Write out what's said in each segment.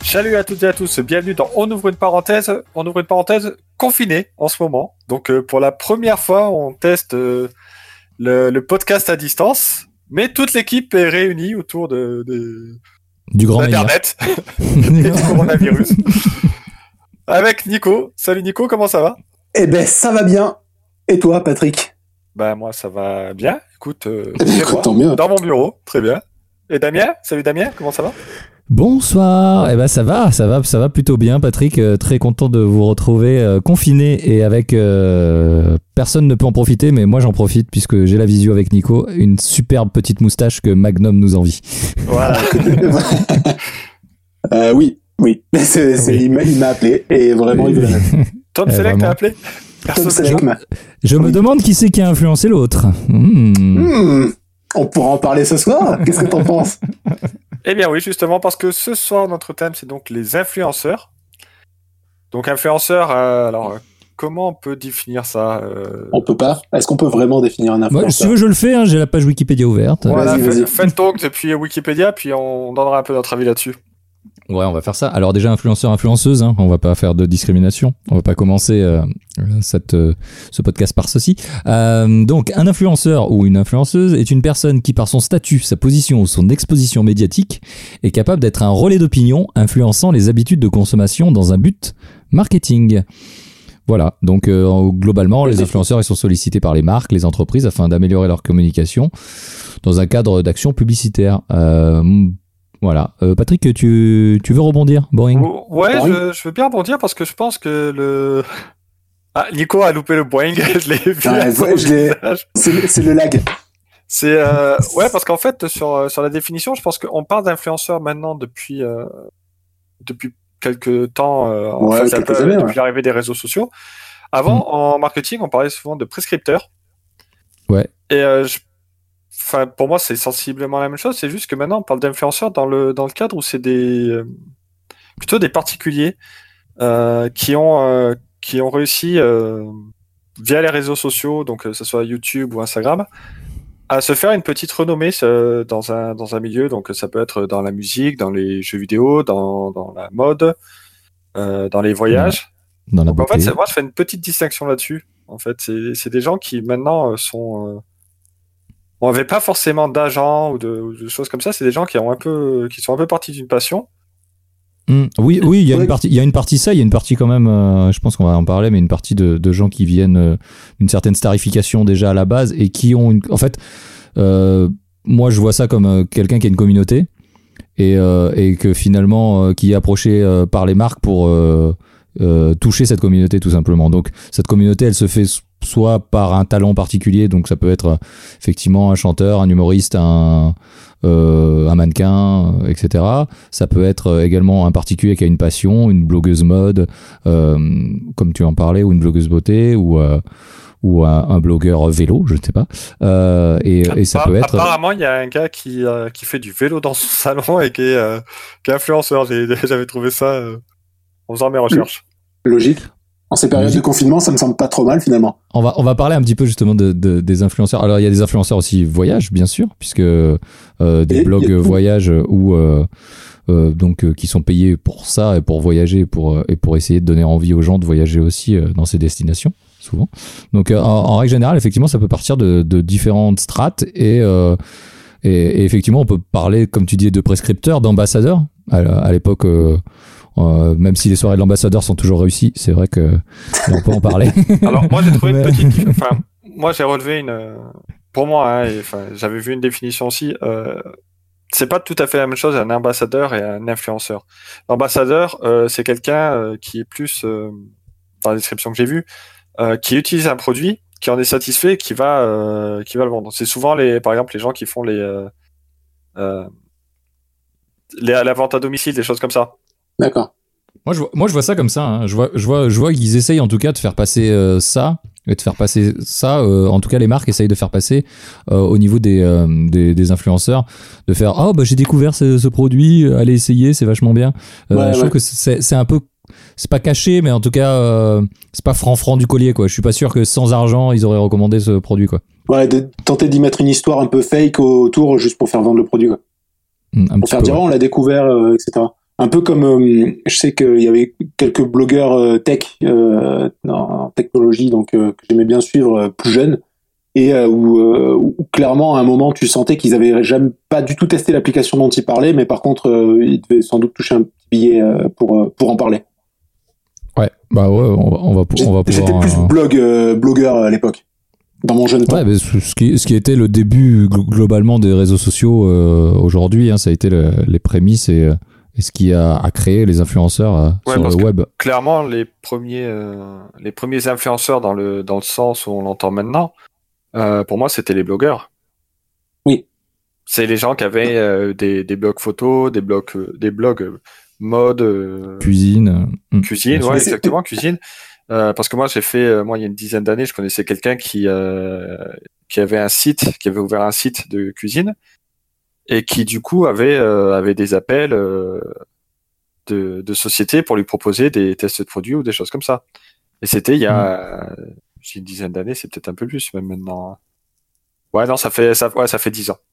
Salut à toutes et à tous, bienvenue dans On ouvre une parenthèse confiné en ce moment. Donc pour la première fois, on teste le podcast à distance, mais toute l'équipe est réunie autour du grand d'Internet et du coronavirus. Avec Nico. Salut Nico, comment ça va? Eh ben ça va bien. Et toi Patrick? Bah moi ça va bien. Écoute, tant mieux. Dans mon bureau, très bien. Et Damien? Salut Damien, comment ça va? Bonsoir, eh ben ça va plutôt bien Patrick, très content de vous retrouver confiné et avec personne ne peut en profiter mais moi j'en profite puisque j'ai la visio avec Nico, une superbe petite moustache que Magnum nous envie. Voilà. Oui. Il m'a appelé et vraiment il veut. Tom Selleck t'a appelé? Tom Selleck Je me demande qui c'est qui a influencé l'autre. On pourra en parler ce soir. Qu'est-ce que t'en penses? Eh bien oui, justement, parce que ce soir, notre thème, c'est donc les influenceurs. Donc influenceurs, alors, comment on peut définir ça On peut pas. Est-ce qu'on peut vraiment définir un influenceur? Si tu veux, je le fais, hein, j'ai la page Wikipédia ouverte. Voilà, faites donc depuis Wikipédia, puis on donnera un peu notre avis là-dessus. Ouais, on va faire ça. Alors déjà, influenceur, influenceuse, hein, on va pas faire de discrimination. On va pas commencer ce podcast par ceci. Donc, un influenceur ou une influenceuse est une personne qui, par son statut, sa position ou son exposition médiatique, est capable d'être un relais d'opinion influençant les habitudes de consommation dans un but marketing. Voilà, donc globalement, les influenceurs ils sont sollicités par les marques, les entreprises, afin d'améliorer leur communication dans un cadre d'action publicitaire. Voilà. Patrick, tu veux rebondir? Boring. Ouais, je veux bien rebondir parce que je pense que Nico a loupé le boing, je l'ai vu. C'est le lag. C'est ouais, parce qu'en fait sur la définition, je pense qu'on parle d'influenceurs maintenant depuis quelques temps, depuis l'arrivée des réseaux sociaux. Avant, en marketing, on parlait souvent de prescripteurs. Ouais. Et pour moi, c'est sensiblement la même chose. C'est juste que maintenant, on parle d'influenceurs dans le cadre où c'est plutôt des particuliers qui ont réussi via les réseaux sociaux, donc que ce soit YouTube ou Instagram, à se faire une petite renommée dans un milieu. Donc ça peut être dans la musique, dans les jeux vidéo, dans la mode, dans les voyages. Dans la donc beauté. en fait, moi, je fais une petite distinction là-dessus. En fait, c'est des gens qui maintenant sont on n'avait pas forcément d'agents ou de choses comme ça. C'est des gens qui sont un peu partis d'une passion. Oui, il y a une partie ça, il y a une partie quand même, je pense qu'on va en parler, mais une partie de gens qui viennent d'une certaine starification déjà à la base et qui ont en fait, moi je vois ça comme quelqu'un qui a une communauté et que finalement qui est approché par les marques pour toucher cette communauté tout simplement. Donc cette communauté, elle se fait soit par un talent particulier, donc ça peut être effectivement un chanteur, un humoriste, un mannequin, etc. Ça peut être également un particulier qui a une passion, une blogueuse mode, comme tu en parlais, ou une blogueuse beauté, ou un blogueur vélo, je ne sais pas. Et ça peut être... Apparemment, il y a un gars qui fait du vélo dans son salon et qui est influenceur. J'avais trouvé ça en faisant mes recherches. Logique. En ces périodes de confinement, ça me semble pas trop mal finalement. On va parler un petit peu justement des influenceurs. Alors il y a des influenceurs aussi voyage, bien sûr, puisque des blogs voyage ou qui sont payés pour ça et pour voyager et pour essayer de donner envie aux gens de voyager aussi dans ces destinations souvent. Donc en règle générale, effectivement, ça peut partir de différentes strates et effectivement, on peut parler, comme tu dis, de prescripteurs, d'ambassadeurs. À l'époque. Même si les soirées de l'ambassadeur sont toujours réussies, c'est vrai que on peut en parler. Alors moi j'ai trouvé une petite, moi j'ai relevé pour moi, j'avais vu une définition aussi. C'est pas tout à fait la même chose un ambassadeur et un influenceur. L'ambassadeur, c'est quelqu'un qui est plus, dans la description que j'ai vue, qui utilise un produit, qui en est satisfait, et qui va le vendre. C'est souvent par exemple les gens qui font la vente à domicile, des choses comme ça. D'accord. Moi je vois ça comme ça. Hein. Je vois qu'ils essayent en tout cas de faire passer ça. Et de faire passer ça, en tout cas les marques essayent de faire passer au niveau des influenceurs, de faire j'ai découvert ce produit, allez essayer, c'est vachement bien. Je trouve que c'est un peu, c'est pas caché, mais en tout cas c'est pas franc du collier quoi. Je suis pas sûr que sans argent ils auraient recommandé ce produit quoi. Ouais, de tenter d'y mettre une histoire un peu fake autour juste pour faire vendre le produit quoi. Pour faire dire on l'a découvert, etc. Un peu comme, je sais qu'il y avait quelques blogueurs tech en technologie, donc que j'aimais bien suivre plus jeunes, et où clairement à un moment tu sentais qu'ils avaient jamais pas du tout testé l'application dont ils parlaient, mais par contre ils devaient sans doute toucher un petit billet pour en parler. Ouais, bah ouais, on va pouvoir. J'étais plus blogueur à l'époque, dans mon jeune temps. Ouais, mais ce qui était le début globalement des réseaux sociaux aujourd'hui, ça a été les prémices et ce qui a créé les influenceurs sur le web. Clairement, les premiers influenceurs dans le sens où on l'entend maintenant, pour moi, c'était les blogueurs. Oui. C'est les gens qui avaient des blogs photos, des blogs mode, cuisine. Cuisine, ouais, exactement, cuisine. Parce que moi, il y a une dizaine d'années, je connaissais quelqu'un qui avait qui avait ouvert un site de cuisine et qui du coup avait des appels de sociétés pour lui proposer des tests de produits ou des choses comme ça. Et c'était il y a une dizaine d'années, c'est peut-être un peu plus même maintenant. Ouais, non, ça fait 10 ans.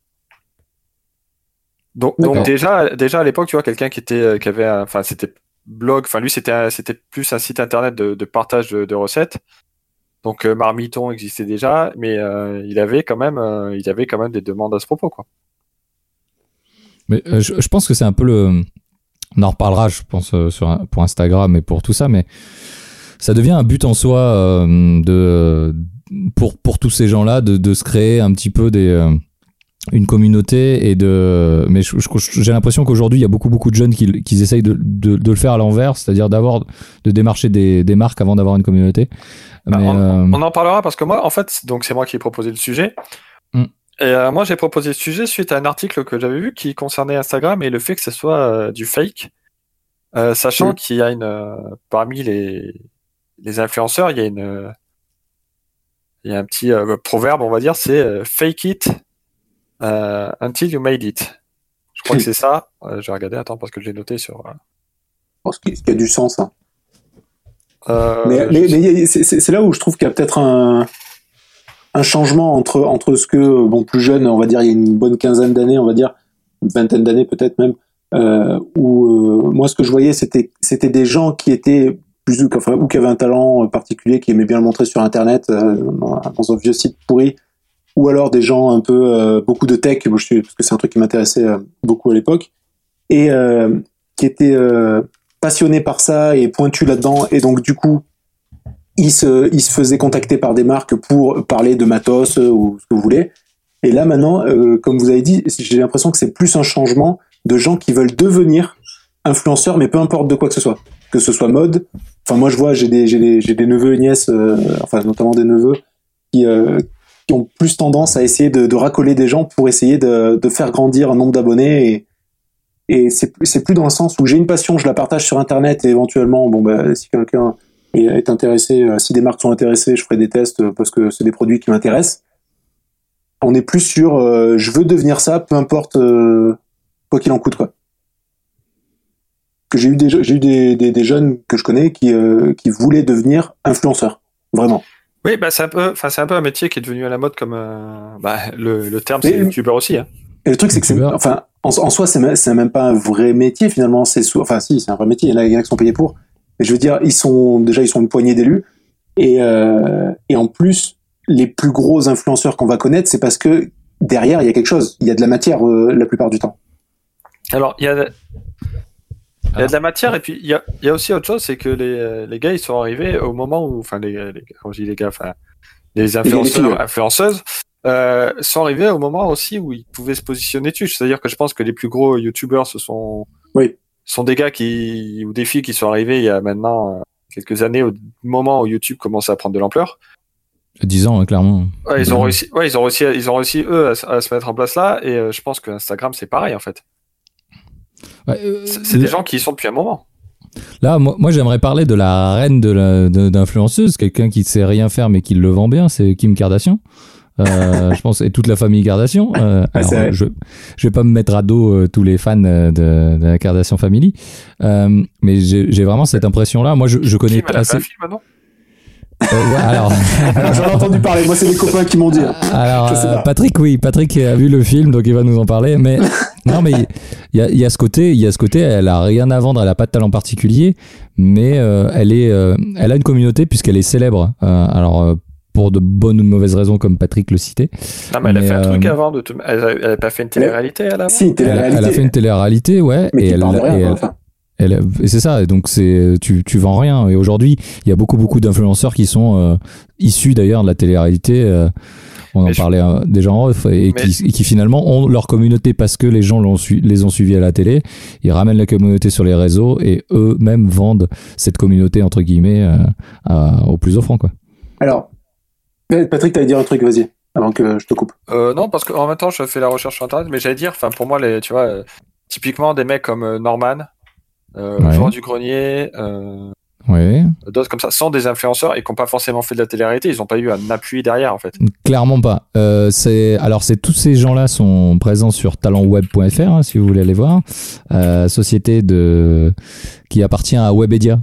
Donc déjà à l'époque, tu vois, quelqu'un qui avait c'était blog, lui c'était plus un site internet de partage de recettes. Donc Marmiton existait déjà, mais il avait quand même des demandes à ce propos, quoi. Mais je pense que c'est un peu on en reparlera, je pense, pour Instagram et pour tout ça, mais ça devient un but en soi pour tous ces gens-là de se créer un petit peu une communauté mais j'ai l'impression qu'aujourd'hui il y a beaucoup de jeunes qui essayent de le faire à l'envers, c'est-à-dire de démarcher des marques avant d'avoir une communauté. Mais on en parlera parce que moi, en fait, donc c'est moi qui ai proposé le sujet. Et moi, j'ai proposé le sujet suite à un article que j'avais vu qui concernait Instagram et le fait que ce soit du fake, sachant qu'il y a parmi les influenceurs, il y a un petit proverbe, on va dire, c'est fake it until you made it. Je crois que c'est ça. Je vais regarder, attends, parce que je l'ai noté sur. Ce qui a du sens. Hein. Mais c'est là où je trouve qu'il y a peut-être un changement entre ce que, plus jeune, on va dire, il y a une bonne quinzaine d'années, on va dire, une vingtaine d'années peut-être même, où moi ce que je voyais c'était des gens qui étaient ou qui avaient un talent particulier, qui aimaient bien le montrer sur internet, dans un vieux site pourri, ou alors des gens un peu beaucoup de tech, parce que c'est un truc qui m'intéressait beaucoup à l'époque, et qui étaient passionnés par ça et pointus là-dedans, et donc du coup ils se faisaient contacter par des marques pour parler de matos ou ce que vous voulez. Et là maintenant, comme vous avez dit, j'ai l'impression que c'est plus un changement de gens qui veulent devenir influenceurs, mais peu importe de quoi que ce soit mode. Enfin moi je vois, j'ai des neveux et nièces, notamment des neveux qui ont plus tendance à essayer de racoler des gens pour essayer de faire grandir un nombre d'abonnés, et c'est plus dans le sens où j'ai une passion, je la partage sur internet, et éventuellement si quelqu'un est intéressé, si des marques sont intéressées, je ferai des tests parce que c'est des produits qui m'intéressent. On est plus sur je veux devenir ça, peu importe quoi qu'il en coûte, quoi. Que j'ai eu des jeunes que je connais qui voulaient devenir influenceurs, vraiment. Oui, c'est un peu un métier qui est devenu à la mode, comme le terme c'est youtubeur aussi, hein. Et le truc c'est que en soi c'est même pas un vrai métier finalement, si c'est un vrai métier, il y en a qui sont payés pour. Mais je veux dire, ils sont une poignée d'élus, et en plus les plus gros influenceurs qu'on va connaître, c'est parce que derrière il y a quelque chose, il y a de la matière la plupart du temps. Alors il y a de la matière, et puis il y a aussi autre chose, c'est que les gars ils sont arrivés au moment où, les influenceurs, influenceuses sont arrivés au moment aussi où ils pouvaient se positionner dessus. C'est-à-dire que je pense que les plus gros youtubeurs sont des gars ou des filles qui sont arrivés il y a maintenant quelques années, au moment où YouTube commençait à prendre de l'ampleur. 10 ans, clairement. Ouais, ils ont réussi eux à se mettre en place là, et je pense que Instagram c'est pareil en fait. Ouais, c'est des gens qui y sont depuis un moment. Là, moi j'aimerais parler de la reine d'influenceuse, quelqu'un qui sait rien faire mais qui le vend bien, c'est Kim Kardashian. Je pense, et toute la famille Kardashian. Alors, je vais pas me mettre à dos tous les fans de la Kardashian Family, mais j'ai vraiment cette impression-là. Moi, je connais assez. Un film, non ? Ouais, alors j'en ai entendu parler. Moi, c'est les copains qui m'ont dit. Alors, Patrick a vu le film, donc il va nous en parler. Mais non, mais il y a ce côté, elle a rien à vendre, elle a pas de talent particulier, mais elle a une communauté puisqu'elle est célèbre. Pour de bonnes ou de mauvaises raisons, comme Patrick le citait. Non, mais elle a fait un truc avant. Elle a pas fait une télé-réalité à l'avant. Si, une télé-réalité. Elle a fait une télé-réalité, ouais. Mais Et c'est ça, donc tu vends rien. Et aujourd'hui, il y a beaucoup d'influenceurs qui sont issus d'ailleurs de la télé-réalité. On en parlait déjà en off, qui finalement ont leur communauté parce que les gens les ont suivis à la télé. Ils ramènent la communauté sur les réseaux et eux-mêmes vendent cette communauté entre guillemets aux plus offrants, quoi. Alors, Patrick, t'allais dire un truc, vas-y, avant que je te coupe. Non, parce qu'en même temps, je fais la recherche sur Internet, mais j'allais dire, pour moi, tu vois, typiquement des mecs comme Norman. Joueur du grenier, d'autres comme ça, sont des influenceurs et qui n'ont pas forcément fait de la télé-réalité, ils n'ont pas eu un appui derrière en fait. Clairement pas. Tous ces gens-là sont présents sur talentweb.fr, hein, si vous voulez aller voir. Société qui appartient à Webedia.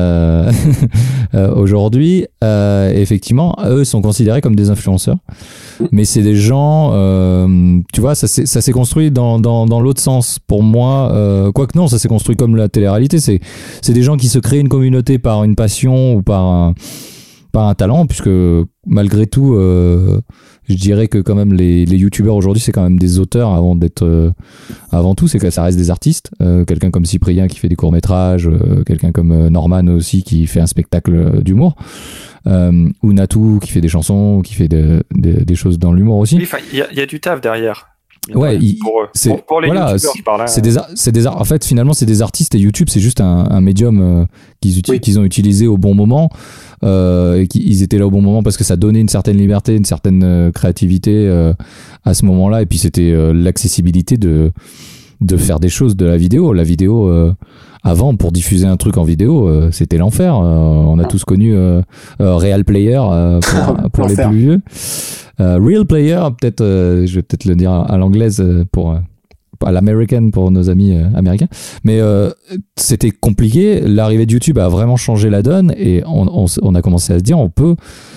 Aujourd'hui, effectivement, eux sont considérés comme des influenceurs, mais c'est des gens, tu vois, ça s'est construit dans l'autre sens. Pour moi, quoique non, ça s'est construit comme la télé-réalité. C'est des gens qui se créent une communauté par une passion ou par un talent, puisque malgré tout, je dirais que quand même les youtubeurs aujourd'hui, c'est quand même des auteurs avant tout, c'est que ça reste des artistes. Quelqu'un comme Cyprien qui fait des courts-métrages, quelqu'un comme Norman aussi qui fait un spectacle d'humour, ou Natou qui fait des chansons, qui fait des choses dans l'humour aussi. Oui, il y a du taf derrière. Ouais, pour les youtubeurs, je parle. En fait, finalement, c'est des artistes et YouTube, c'est juste un médium qu'ils ont utilisé au bon moment. Et qu'ils étaient là au bon moment parce que ça donnait une certaine liberté, une certaine créativité à ce moment-là. Et puis c'était l'accessibilité de faire des choses de la vidéo. La vidéo, avant, pour diffuser un truc en vidéo, c'était l'enfer. On a tous connu Real Player pour les plus vieux. Real Player, peut-être, je vais peut-être le dire à l'anglaise à l'american pour nos amis américains, mais c'était compliqué. L'arrivée de YouTube a vraiment changé la donne et on a commencé à se dire on peut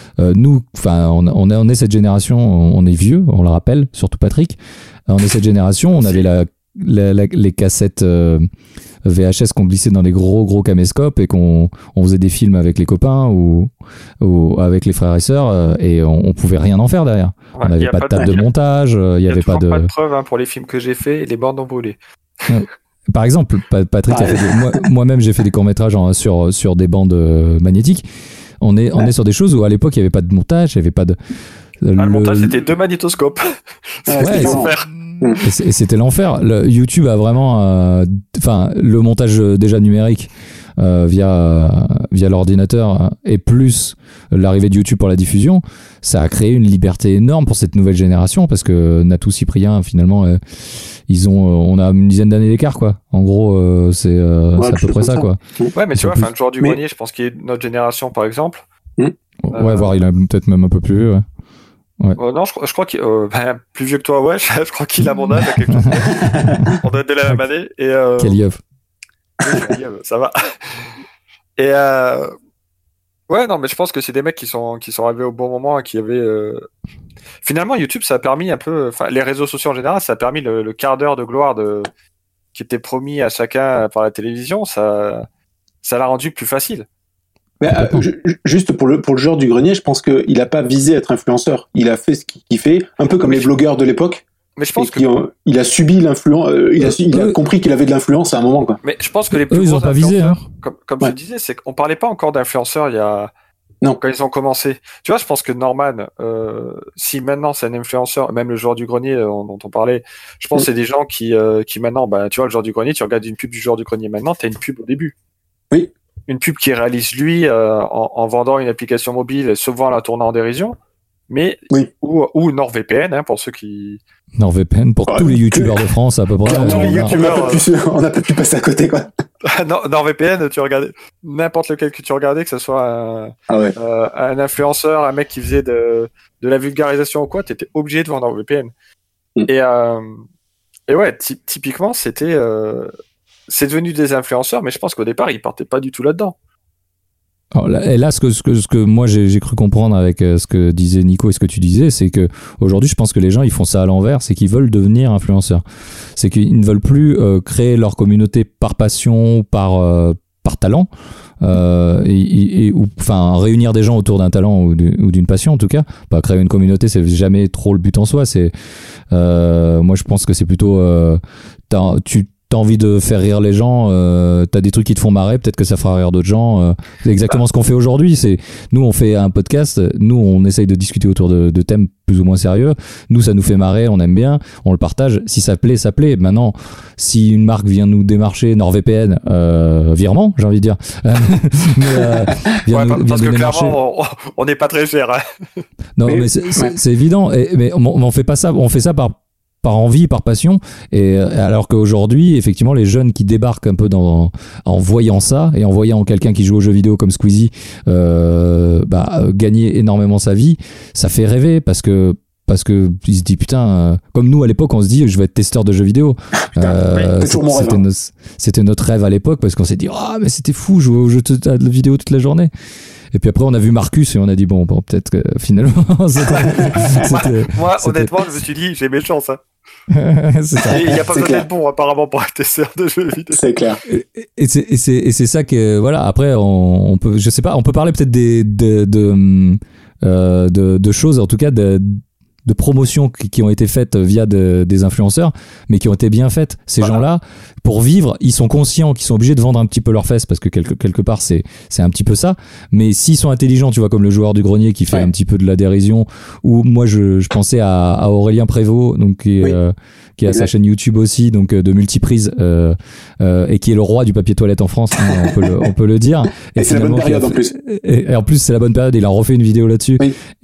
on est cette génération, on est vieux, on le rappelle, surtout Patrick, on est cette génération, on avait les cassettes VHS qu'on glissait dans des gros caméscopes et qu'on faisait des films avec les copains ou avec les frères et sœurs et on pouvait rien en faire derrière. On n'avait pas de table de montage, il y avait pas de preuves pour les films que j'ai fait, les bandes ont brûlé. Par exemple, Patrick a fait moi-même j'ai fait des courts-métrages sur des bandes magnétiques. On est sur des choses où à l'époque il n'y avait pas de montage, il n'y avait pas de le montage c'était 2 magnétoscopes. Et c'était l'enfer. YouTube a vraiment, le montage déjà numérique via l'ordinateur et plus l'arrivée de YouTube pour la diffusion, ça a créé une liberté énorme pour cette nouvelle génération parce que Natou, Cyprien, finalement, on a une dizaine d'années d'écart, quoi. En gros, c'est à peu près ça, quoi. Ouais, mais tu vois, le joueur du grenier, je pense qu'il est de notre génération, par exemple. Voire il a peut-être même un peu plus vieux, ouais. Ouais. Non, je crois qu'il plus vieux que toi, ouais. Je crois qu'il a mon âge, quelque chose. On doit être de la même année. Et Kaliov. Ça va. Et ouais, non, mais je pense que c'est des mecs qui sont arrivés au bon moment et qui avaient. Finalement, YouTube, ça a permis un peu. Les réseaux sociaux en général, ça a permis le quart d'heure de gloire qui était promis à chacun par la télévision. Ça l'a rendu plus facile. Mais juste pour le joueur du grenier, je pense qu'il a pas visé être influenceur. Il a fait ce qu'il fait, un peu comme les blogueurs de l'époque. Mais je pense il a subi l'influence. Il a compris qu'il avait de l'influence à un moment, quoi. Mais je pense que les plus gros influenceurs, comme je disais, c'est qu'on parlait pas encore d'influenceurs quand ils ont commencé. Tu vois, je pense que Norman, si maintenant c'est un influenceur, même le joueur du grenier dont on parlait, je pense que c'est des gens qui maintenant, tu vois, le joueur du grenier, tu regardes une pub du joueur du grenier maintenant, t'as une pub au début. Oui. Une pub qui réalise lui en vendant une application mobile, souvent la tournant en dérision, mais ou NordVPN pour ceux qui. NordVPN pour tous les youtubeurs de France à peu près. On n'a pas pu passer à côté, quoi. NordVPN, tu regardais n'importe lequel que tu regardais, que ce soit un influenceur, un mec qui faisait de la vulgarisation ou quoi, t'étais obligé de voir NordVPN. Et ouais, typiquement c'était c'est devenu des influenceurs, mais je pense qu'au départ, ils partaient pas du tout là-dedans. Alors là, ce que moi j'ai cru comprendre avec ce que disait Nico et ce que tu disais, c'est que aujourd'hui, je pense que les gens ils font ça à l'envers, c'est qu'ils veulent devenir influenceurs. C'est qu'ils ne veulent plus créer leur communauté par passion, par talent, ou enfin réunir des gens autour d'un talent ou d'une passion en tout cas. Pas créer une communauté, c'est jamais trop le but en soi. C'est moi je pense que c'est plutôt t'as envie de faire rire les gens, t'as des trucs qui te font marrer, peut-être que ça fera rire d'autres gens. C'est exactement ce qu'on fait aujourd'hui. C'est nous, on fait un podcast, nous, on essaye de discuter autour de thèmes plus ou moins sérieux. Nous, ça nous fait marrer, on aime bien, on le partage. Si ça plaît, ça plaît. Maintenant, si une marque vient nous démarcher, NordVPN, virement, j'ai envie de dire. Parce que clairement, on n'est pas très cher. Hein. Non, mais c'est évident. Mais on fait pas ça. On fait ça par envie, par passion, et alors qu'aujourd'hui, effectivement, les jeunes qui débarquent un peu en voyant ça et en voyant quelqu'un qui joue aux jeux vidéo comme Squeezie gagner énormément sa vie, ça fait rêver parce que il se dit putain, comme nous à l'époque on se dit je vais être testeur de jeux vidéo. C'était notre rêve à l'époque parce qu'on s'est dit mais c'était fou jouer aux jeux de vidéo toute la journée. Et puis après on a vu Marcus et on a dit bon peut-être que finalement moi honnêtement je me suis dit j'ai mes chances hein. C'est ça. Il n'y a pas besoin d'être bon apparemment pour être testeur de jeux vidéo. C'est clair. Et c'est ça que voilà. Après on peut, je sais pas, on peut parler peut-être de choses, en tout cas de promotions qui ont été faites via des influenceurs, mais qui ont été bien faites. Ces gens-là, pour vivre, ils sont conscients qu'ils sont obligés de vendre un petit peu leurs fesses, parce que quelque part, c'est un petit peu ça. Mais s'ils sont intelligents, tu vois, comme le joueur du grenier qui fait un petit peu de la dérision, ou moi, je pensais à Aurélien Prévost, donc qui a sa chaîne YouTube aussi, donc de multiprise, et qui est le roi du papier toilette en France, hein, on peut le dire. Et c'est la bonne période en plus. Et en plus, c'est la bonne période. Il a refait une vidéo là-dessus,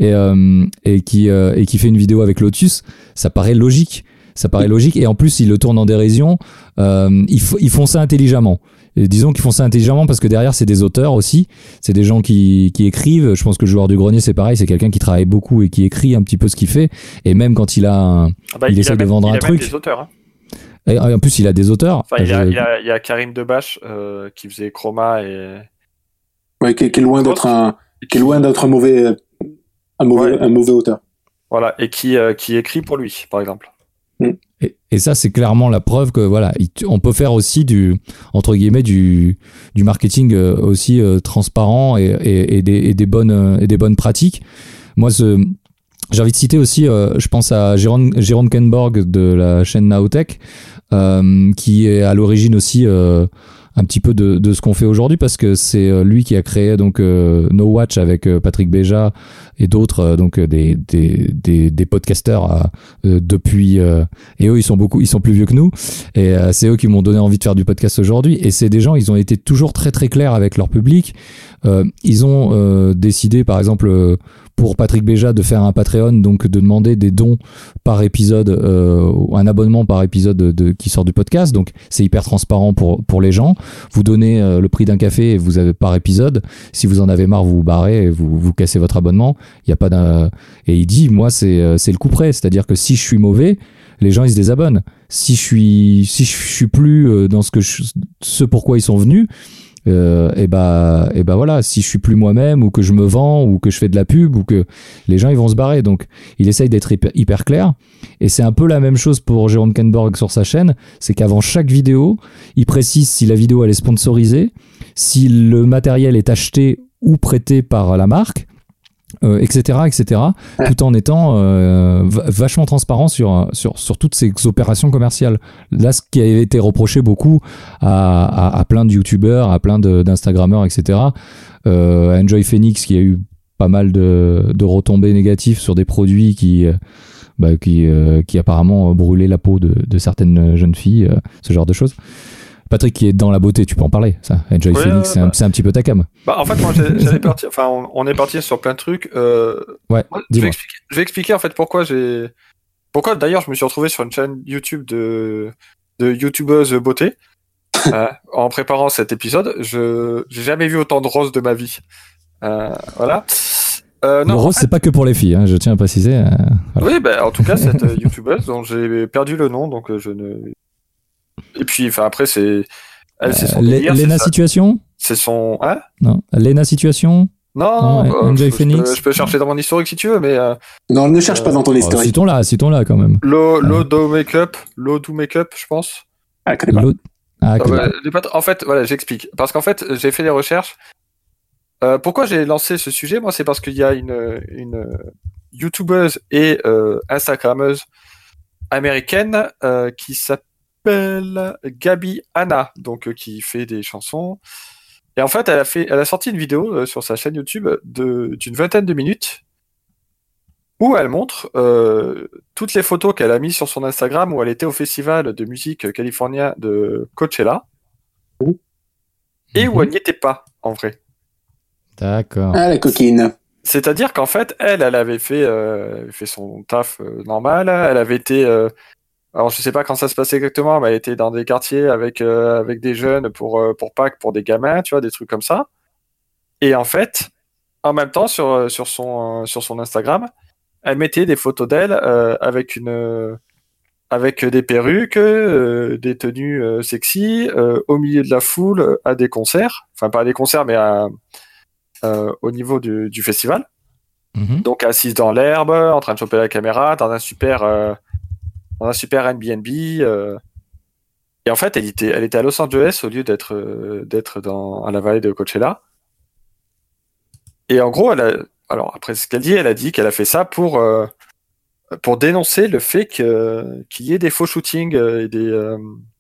et qui fait une vidéo avec Lotus. Ça paraît logique. Et en plus, ils le tournent en dérision. Ils font ça intelligemment. Et disons qu'ils font ça intelligemment parce que derrière, c'est des auteurs aussi. C'est des gens qui écrivent. Je pense que le joueur du grenier, c'est pareil. C'est quelqu'un qui travaille beaucoup et qui écrit un petit peu ce qu'il fait. Et même quand il essaie de vendre un truc. Il a des auteurs, hein. Et en plus, il a des auteurs. Enfin, il y a Karim Debache qui faisait Chroma et. Ouais, qui est loin d'être un mauvais auteur. Voilà, et qui écrit pour lui, par exemple. Et ça, c'est clairement la preuve que voilà, on peut faire aussi entre guillemets du marketing aussi transparent et des bonnes pratiques. Moi, j'ai envie de citer aussi, je pense à Jérôme Kenborg de la chaîne Naotech, qui est à l'origine aussi un petit peu de ce qu'on fait aujourd'hui, parce que c'est lui qui a créé donc No Watch avec Patrick Béja et d'autres, donc des podcasteurs depuis, et eux ils sont plus vieux que nous, et c'est eux qui m'ont donné envie de faire du podcast aujourd'hui. Et c'est des gens, ils ont été toujours très très clairs avec leur public. Ils ont décidé par exemple pour Patrick Béja de faire un Patreon, donc de demander des dons par épisode, un abonnement par épisode qui sort du podcast. Donc c'est hyper transparent pour les gens. Vous donnez le prix d'un café et vous avez par épisode. Si vous en avez marre, vous vous barrez et vous cassez votre abonnement. Il y a pas et il dit, moi c'est le coup près, c'est-à-dire que si je suis mauvais, les gens ils se désabonnent. Si je suis plus dans ce pourquoi ils sont venus, et voilà, si je suis plus moi-même, ou que je me vends, ou que je fais de la pub, ou que les gens ils vont se barrer. Donc il essaye d'être hyper clair, et c'est un peu la même chose pour Jérôme Kenborg sur sa chaîne. C'est qu'avant chaque vidéo, il précise si la vidéo elle est sponsorisée, si le matériel est acheté ou prêté par la marque, etc., tout en étant vachement transparent sur toutes ces opérations commerciales. Là, ce qui a été reproché beaucoup à plein de youtubeurs, à plein d'instagrammeurs, etc., Enjoy Phoenix, qui a eu pas mal de retombées négatives sur des produits qui apparemment brûlaient la peau de certaines jeunes filles, ce genre de choses. Patrick, qui est dans la beauté, tu peux en parler, ça. Enjoy Phoenix, c'est un petit peu ta cam. En fait, moi, j'allais partir, enfin, on est parti sur plein de trucs. Ouais, je vais expliquer, en fait, pourquoi d'ailleurs, je me suis retrouvé sur une chaîne YouTube de youtubeuse beauté. En préparant cet épisode, j'ai jamais vu autant de roses de ma vie. Voilà. Le rose, c'est pas que pour les filles, hein, je tiens à préciser. Voilà. Oui, en tout cas, cette youtubeuse dont j'ai perdu le nom, donc je ne... Et puis, enfin, après, c'est son délire, Lena Situation. C'est c'est son... Hein Non, Lena Situation. Non, MJ Phoenix. Je peux chercher dans mon historique si tu veux, mais... Non, ne cherche pas dans ton historique. Citons-la quand même. Lodo Makeup, je pense. Ah, connais pas. En fait, voilà, j'explique. Parce qu'en fait, j'ai fait des recherches. Pourquoi j'ai lancé ce sujet? Moi, c'est parce qu'il y a une YouTubeuse et Instagrammeuse américaine qui s'appelle Gaby Hanna, donc qui fait des chansons. Et en fait, elle a sorti une vidéo sur sa chaîne YouTube d'une 20aine de minutes où elle montre toutes les photos qu'elle a mises sur son Instagram où elle était au festival de musique californien de Coachella et où elle n'y était pas, en vrai. D'accord. Ah, la coquine. C'est-à-dire qu'en fait, elle avait fait son taf normal. Elle avait été... alors, je sais pas quand ça se passait exactement, mais elle était dans des quartiers avec des jeunes pour Pâques, pour des gamins, tu vois, des trucs comme ça. Et en fait, en même temps, sur son Instagram, elle mettait des photos d'elle avec des perruques, des tenues sexy, au milieu de la foule, à des concerts. Enfin, pas à des concerts, mais au niveau du festival. Mm-hmm. Donc, assise dans l'herbe, en train de choper la caméra, dans un super Airbnb. Et en fait, elle était à Los Angeles au lieu d'être à la vallée de Coachella. Et en gros, alors après ce qu'elle dit, elle a dit qu'elle a fait ça pour dénoncer le fait qu'il y ait des faux shootings et des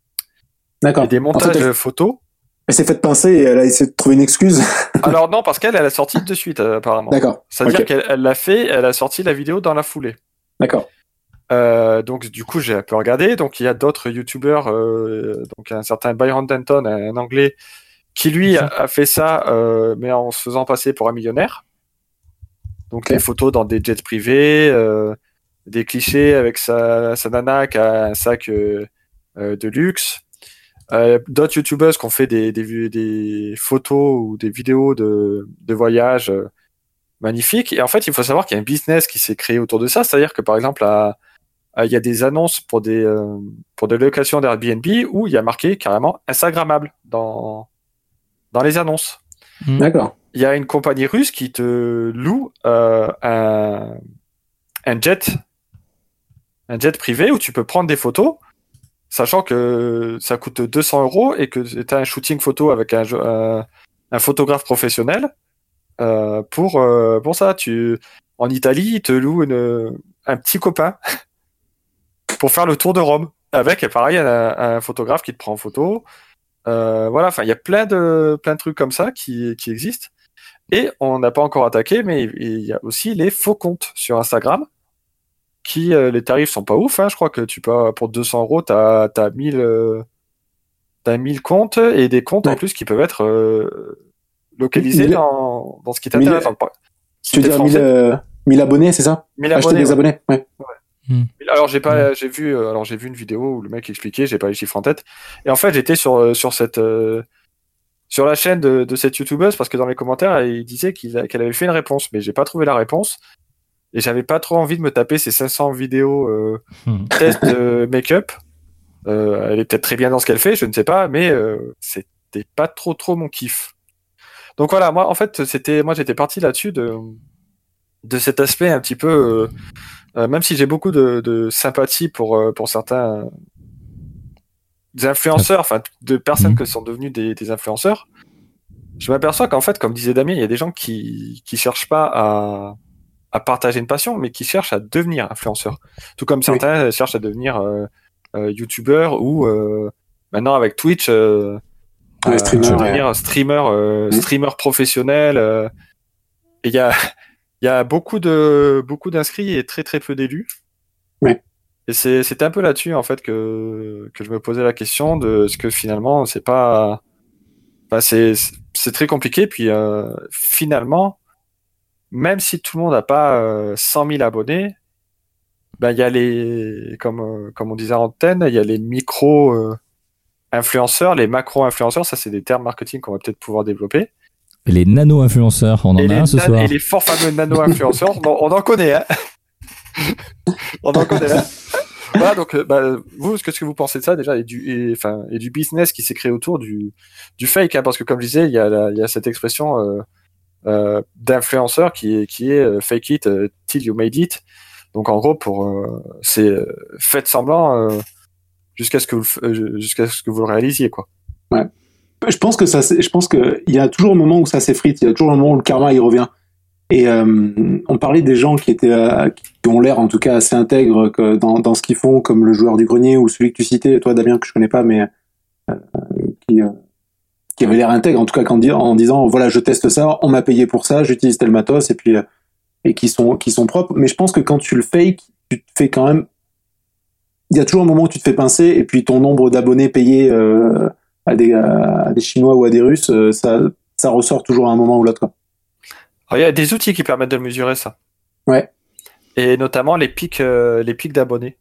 montages photos. Elle s'est fait pincer et elle a essayé de trouver une excuse. Alors non, parce qu'elle a sorti de suite apparemment. D'accord. C'est-à-dire qu'elle l'a fait, elle a sorti la vidéo dans la foulée. D'accord. Donc du coup j'ai un peu regardé. Donc il y a d'autres youtubeurs, donc un certain Byron Denton, un anglais, qui lui a fait ça, mais en se faisant passer pour un millionnaire. Donc les photos dans des jets privés, des clichés avec sa nana qui a un sac de luxe. D'autres youtubeuses qui ont fait des photos ou des vidéos de voyage magnifiques. Et en fait, il faut savoir qu'il y a un business qui s'est créé autour de ça. C'est-à-dire que par exemple, il y a des annonces pour des locations d'Airbnb où il y a marqué carrément Instagrammable dans les annonces. D'accord. Il y a une compagnie russe qui te loue un jet privé où tu peux prendre des photos, sachant que ça coûte 200 € et que tu as un shooting photo avec un photographe professionnel. Pour ça, en Italie, ils te louent un petit copain pour faire le tour de Rome. Avec, pareil, un photographe qui te prend en photo. Voilà, enfin, il y a plein de trucs comme ça qui existent. Et on n'a pas encore attaqué, mais il y a aussi les faux comptes sur Instagram, qui les tarifs sont pas ouf. Hein. Je crois que tu peux, pour 200 € t'as 1000 comptes et des comptes en plus qui peuvent être localisés dans ce qui t'intéresse. Tu veux dire 1000 abonnés, c'est ça? 1000 acheter abonnés, des abonnés. Ouais. Alors j'ai vu une vidéo où le mec expliquait, j'ai pas les chiffres en tête. Et en fait, j'étais sur la chaîne de cette youtubeuse parce que dans les commentaires, il disait qu'elle avait fait une réponse, mais j'ai pas trouvé la réponse. Et j'avais pas trop envie de me taper ces 500 vidéos test de make-up. Elle est peut-être très bien dans ce qu'elle fait, je ne sais pas, mais c'était pas trop mon kiff. Donc voilà, moi en fait, j'étais parti là-dessus de cet aspect un petit peu, même si j'ai beaucoup de sympathie pour certains des influenceurs, enfin de personnes qui sont devenues des influenceurs, je m'aperçois qu'en fait, comme disait Damien, il y a des gens qui cherchent pas à partager une passion, mais qui cherchent à devenir influenceurs. Tout comme certains cherchent à devenir youtubeurs ou maintenant avec Twitch devenir streamer professionnel. Et il y a beaucoup d'inscrits et très très peu d'élus. Ouais. Et c'était un peu là-dessus en fait que je me posais la question de ce que finalement c'est pas, enfin, c'est très compliqué. Puis finalement, même si tout le monde n'a pas 100 000 abonnés, ben il y a comme on disait en antenne, il y a les micro influenceurs, les macro influenceurs. Ça c'est des termes marketing qu'on va peut-être pouvoir développer. Et les nano-influenceurs, on en a un ce soir. Et les fort fameux nano-influenceurs, on en connaît, hein. On en connaît, hein. Voilà, donc, vous, qu'est-ce que vous pensez de ça déjà, et du business qui s'est créé autour du fake, hein, parce que comme je disais, il y a cette expression d'influenceur qui est fake it till you made it. Donc en gros, c'est faites semblant jusqu'à ce que vous le réalisiez, quoi. Ouais. Je pense que il y a toujours un moment où ça s'effrite, il y a toujours un moment où le karma il revient. Et on parlait des gens qui ont l'air en tout cas assez intègres dans ce qu'ils font, comme le joueur du grenier ou celui que tu citais, toi Damien, que je connais pas, mais qui avait l'air intègre en tout cas en disant voilà, je teste ça, on m'a payé pour ça, j'utilise tel matos, et puis et qui sont propres. Mais je pense que quand tu le fake, tu te fais quand même, il y a toujours un moment où tu te fais pincer, et puis ton nombre d'abonnés payés à des Chinois ou à des Russes, ça ressort toujours à un moment ou l'autre, quoi. Alors, il y a des outils qui permettent de mesurer ça. Ouais. Et notamment les pics d'abonnés.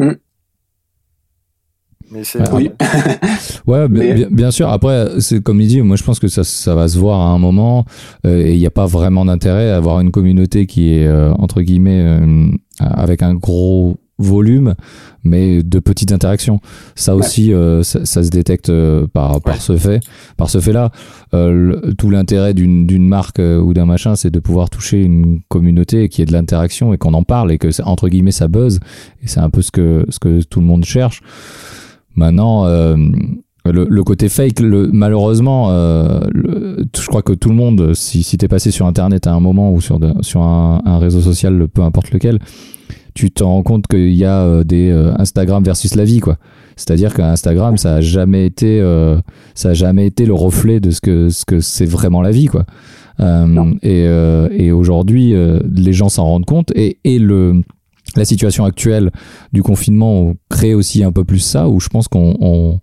Mais c'est oui. Ouais, bien sûr. Après, c'est comme il dit, moi je pense que ça va se voir à un moment, et il n'y a pas vraiment d'intérêt à avoir une communauté qui est entre guillemets avec un gros volume, mais de petites interactions. Ça aussi, ça se détecte par ce fait-là. Tout l'intérêt d'une marque ou d'un machin, c'est de pouvoir toucher une communauté et qu'il y ait de l'interaction et qu'on en parle et que entre guillemets ça buzz. Et c'est un peu ce que tout le monde cherche. Maintenant, le côté fake, malheureusement, je crois que tout le monde, si t'es passé sur Internet à un moment ou sur un réseau social, peu importe lequel, tu te rends compte qu'il y a des Instagram versus la vie, quoi. C'est-à-dire qu'Instagram, ça a jamais été le reflet de ce que c'est vraiment la vie, quoi. Et aujourd'hui, les gens s'en rendent compte et la situation actuelle du confinement crée aussi un peu plus ça, où je pense il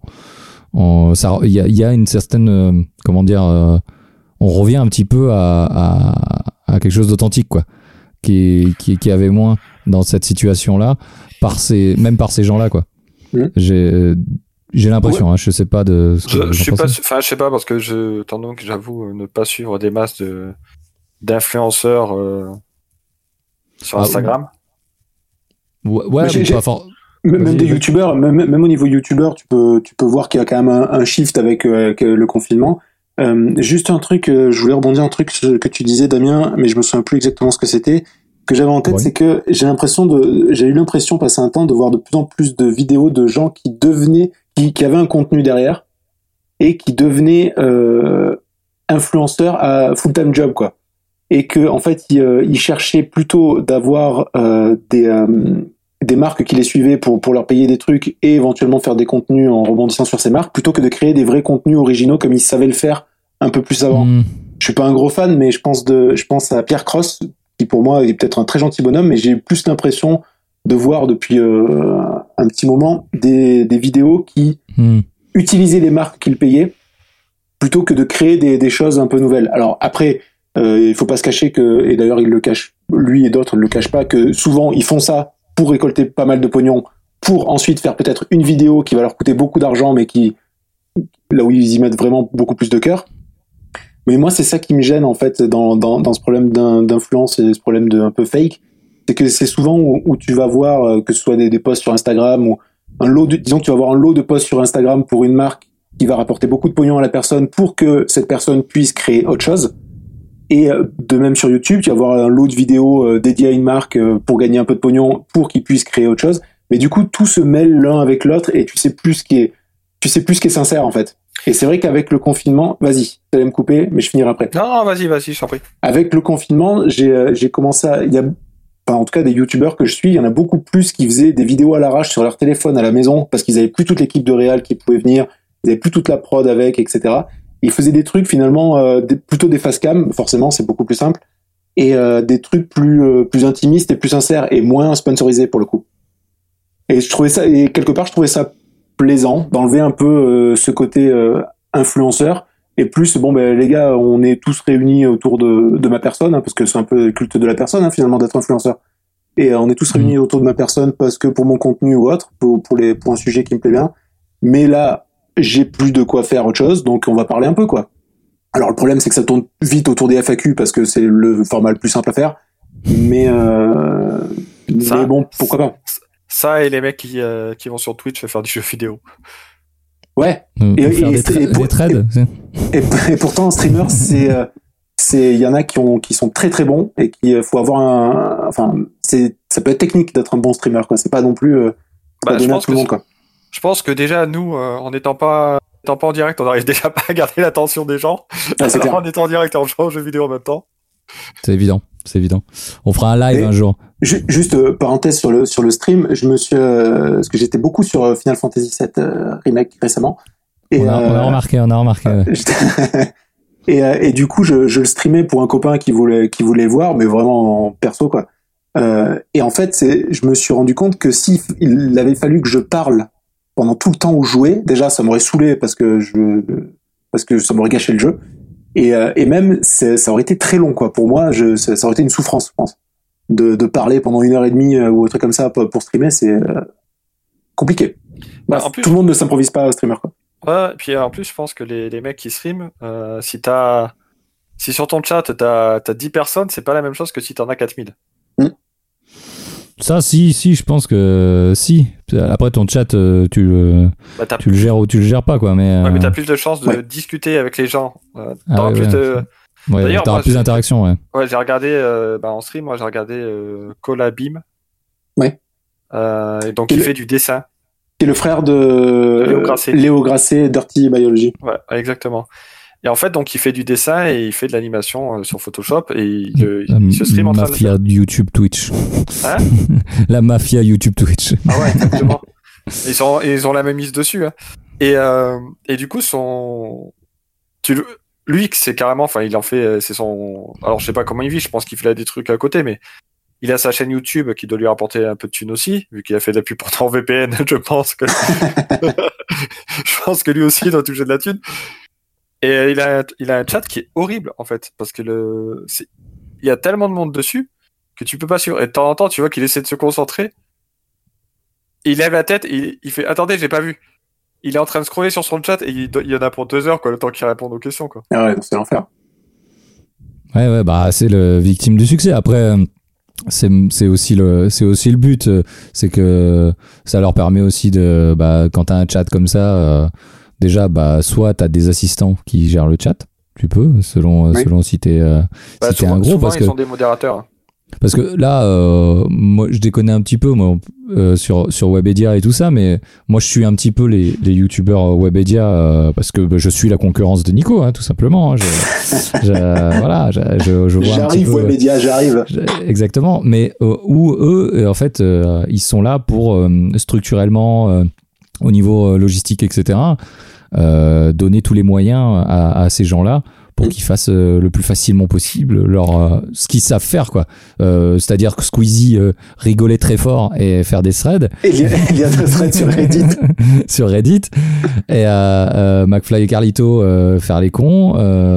y a une certaine on revient un petit peu à quelque chose d'authentique, quoi, qui avait moins dans cette situation-là par ces gens-là, quoi. J'ai l'impression, hein, je sais pas de ce que je suis pas, enfin je sais pas, parce que j'avoue ne pas suivre des masses d'influenceurs sur Instagram. Ouais, même des youtubeurs, même au niveau youtubeur, tu peux voir qu'il y a quand même un shift avec le confinement. Juste un truc, je voulais rebondir un truc que tu disais, Damien, mais je me souviens plus exactement ce que c'était. Que j'avais en tête, c'est que j'ai eu l'impression passer un temps de voir de plus en plus de vidéos de gens qui avaient un contenu derrière et qui devenaient influenceurs à full-time job, quoi. Et que en fait ils cherchaient plutôt d'avoir des marques qui les suivaient pour leur payer des trucs et éventuellement faire des contenus en rebondissant sur ces marques, plutôt que de créer des vrais contenus originaux comme ils savaient le faire un peu plus avant. Je suis pas un gros fan, mais je pense à Pierre Cross, qui pour moi est peut-être un très gentil bonhomme, mais j'ai plus l'impression de voir depuis un petit moment des vidéos qui utilisaient les marques qu'il payait plutôt que de créer des choses un peu nouvelles. Alors après, il faut pas se cacher que, et d'ailleurs il le cache, lui et d'autres ne le cachent pas, que souvent ils font ça pour récolter pas mal de pognon, pour ensuite faire peut-être une vidéo qui va leur coûter beaucoup d'argent, mais là où ils y mettent vraiment beaucoup plus de cœur. Mais moi, c'est ça qui me gêne, en fait, dans ce problème d'influence et ce problème de un peu fake. C'est que c'est souvent où tu vas voir, que ce soit des posts sur Instagram ou disons que tu vas avoir un lot de posts sur Instagram pour une marque qui va rapporter beaucoup de pognon à la personne pour que cette personne puisse créer autre chose. Et de même sur YouTube, tu vas avoir un lot de vidéos dédiées à une marque pour gagner un peu de pognon pour qu'ils puissent créer autre chose. Mais du coup, tout se mêle l'un avec l'autre et tu sais plus ce qui est sincère, en fait. Et c'est vrai qu'avec le confinement, vas-y, tu allais me couper, mais je finirai après. Non, vas-y, je t'en prie. Avec le confinement, j'ai commencé en tout cas des youtubeurs que je suis, il y en a beaucoup plus qui faisaient des vidéos à l'arrache sur leur téléphone à la maison parce qu'ils avaient plus toute l'équipe de réal qui pouvait venir, ils avaient plus toute la prod avec, etc. Ils faisaient des trucs finalement plutôt des face cam, forcément c'est beaucoup plus simple, et des trucs plus intimistes et plus sincères et moins sponsorisés pour le coup. Et quelque part je trouvais ça plaisant d'enlever un peu ce côté influenceur et plus les gars, on est tous réunis autour de ma personne, hein, parce que c'est un peu le culte de la personne, hein, finalement, d'être influenceur, et on est tous réunis autour de ma personne parce que pour mon contenu ou autre, pour un sujet qui me plaît bien, mais là j'ai plus de quoi faire autre chose, donc on va parler un peu, quoi. Alors le problème c'est que ça tourne vite autour des FAQ parce que c'est le format le plus simple à faire, mais bon, pourquoi pas. Ça et les mecs qui vont sur Twitch faire du jeu vidéo. Ouais. Faire des trades. Et pourtant, un streamer, il y en a qui sont très très bons et qui faut avoir ça peut être technique d'être un bon streamer, quoi. C'est pas non plus pas donné à tout le monde, quoi. Je pense que déjà nous, en n'étant pas en direct, on n'arrive déjà pas à garder l'attention des gens. C'est clair. En étant en direct et en jouant aux jeux vidéo en même temps. C'est évident. On fera un live un jour. Juste parenthèse sur le stream, je me suis parce que j'étais beaucoup sur Final Fantasy VII Remake récemment. Et on a remarqué. Et du coup, je le streamais pour un copain qui voulait voir, mais vraiment en perso, quoi. Et en fait, je me suis rendu compte que si il avait fallu que je parle pendant tout le temps où je jouais, déjà, ça m'aurait saoulé parce que ça m'aurait gâché le jeu. Et même, ça aurait été très long, quoi. Pour moi, ça aurait été une souffrance, je pense. De parler pendant 1h30 ou un truc comme ça pour streamer, c'est compliqué. En plus, tout le monde ne s'improvise pas streamer, quoi. Ouais, et puis en plus, je pense que les mecs qui streament, si sur ton chat t'as 10 personnes, c'est pas la même chose que si t'en as 4000. Ça, si, je pense que si. Après, ton chat, tu le gères ou tu le gères pas, quoi. Mais t'as plus de chances de discuter avec les gens. D'ailleurs, t'auras plus d'interaction, ouais. Ouais, j'ai regardé en stream, j'ai regardé Colabim. Ouais. Et donc il fait du dessin. Qui est le frère de Léo Grasset, Dirty Biology. Ouais, exactement. Et en fait, donc il fait du dessin et il fait de l'animation sur Photoshop et il se stream en train de mafia YouTube Twitch. Hein? La mafia YouTube Twitch. Ah ouais, exactement. Ils ont la même mise dessus. Hein. Et du coup, lui, c'est carrément, il en fait, c'est son. Alors, je sais pas comment il vit. Je pense qu'il fait des trucs à côté, mais il a sa chaîne YouTube qui doit lui rapporter un peu de thunes aussi, vu qu'il a fait de la pub pour NordVPN. Je pense que lui aussi il doit toucher de la thune. Et il a un chat qui est horrible en fait, parce que il y a tellement de monde dessus que tu peux pas suivre. Et de temps en temps, tu vois qu'il essaie de se concentrer. Il lève la tête, et il fait attendez, j'ai pas vu. Il est en train de scroller sur son chat et il y en a pour 2 heures, quoi, le temps qu'il réponde aux questions, quoi. Ah ouais, c'est l'enfer. Ouais, c'est le victime du succès. Après, c'est aussi le but, c'est que ça leur permet aussi de, quand t'as un chat comme ça, déjà, soit t'as des assistants qui gèrent le chat, tu peux, selon si t'es un gros, parce que ils sont des modérateurs. Parce que là, moi, je déconne un petit peu sur Webedia et tout ça, mais moi, je suis un petit peu les youtubeurs Webedia parce que je suis la concurrence de Nico, hein, tout simplement. Hein. Je vois un petit peu. J'arrive, Webedia, j'arrive. Exactement, mais où eux, en fait, ils sont là pour structurellement, au niveau logistique, etc., donner tous les moyens à ces gens-là pour qu'ils fassent le plus facilement possible ce qu'ils savent faire, quoi. C'est-à-dire que Squeezie rigolait très fort et faire des threads. Il y a des threads sur Reddit. Sur Reddit. Et McFly et Carlito faire les cons.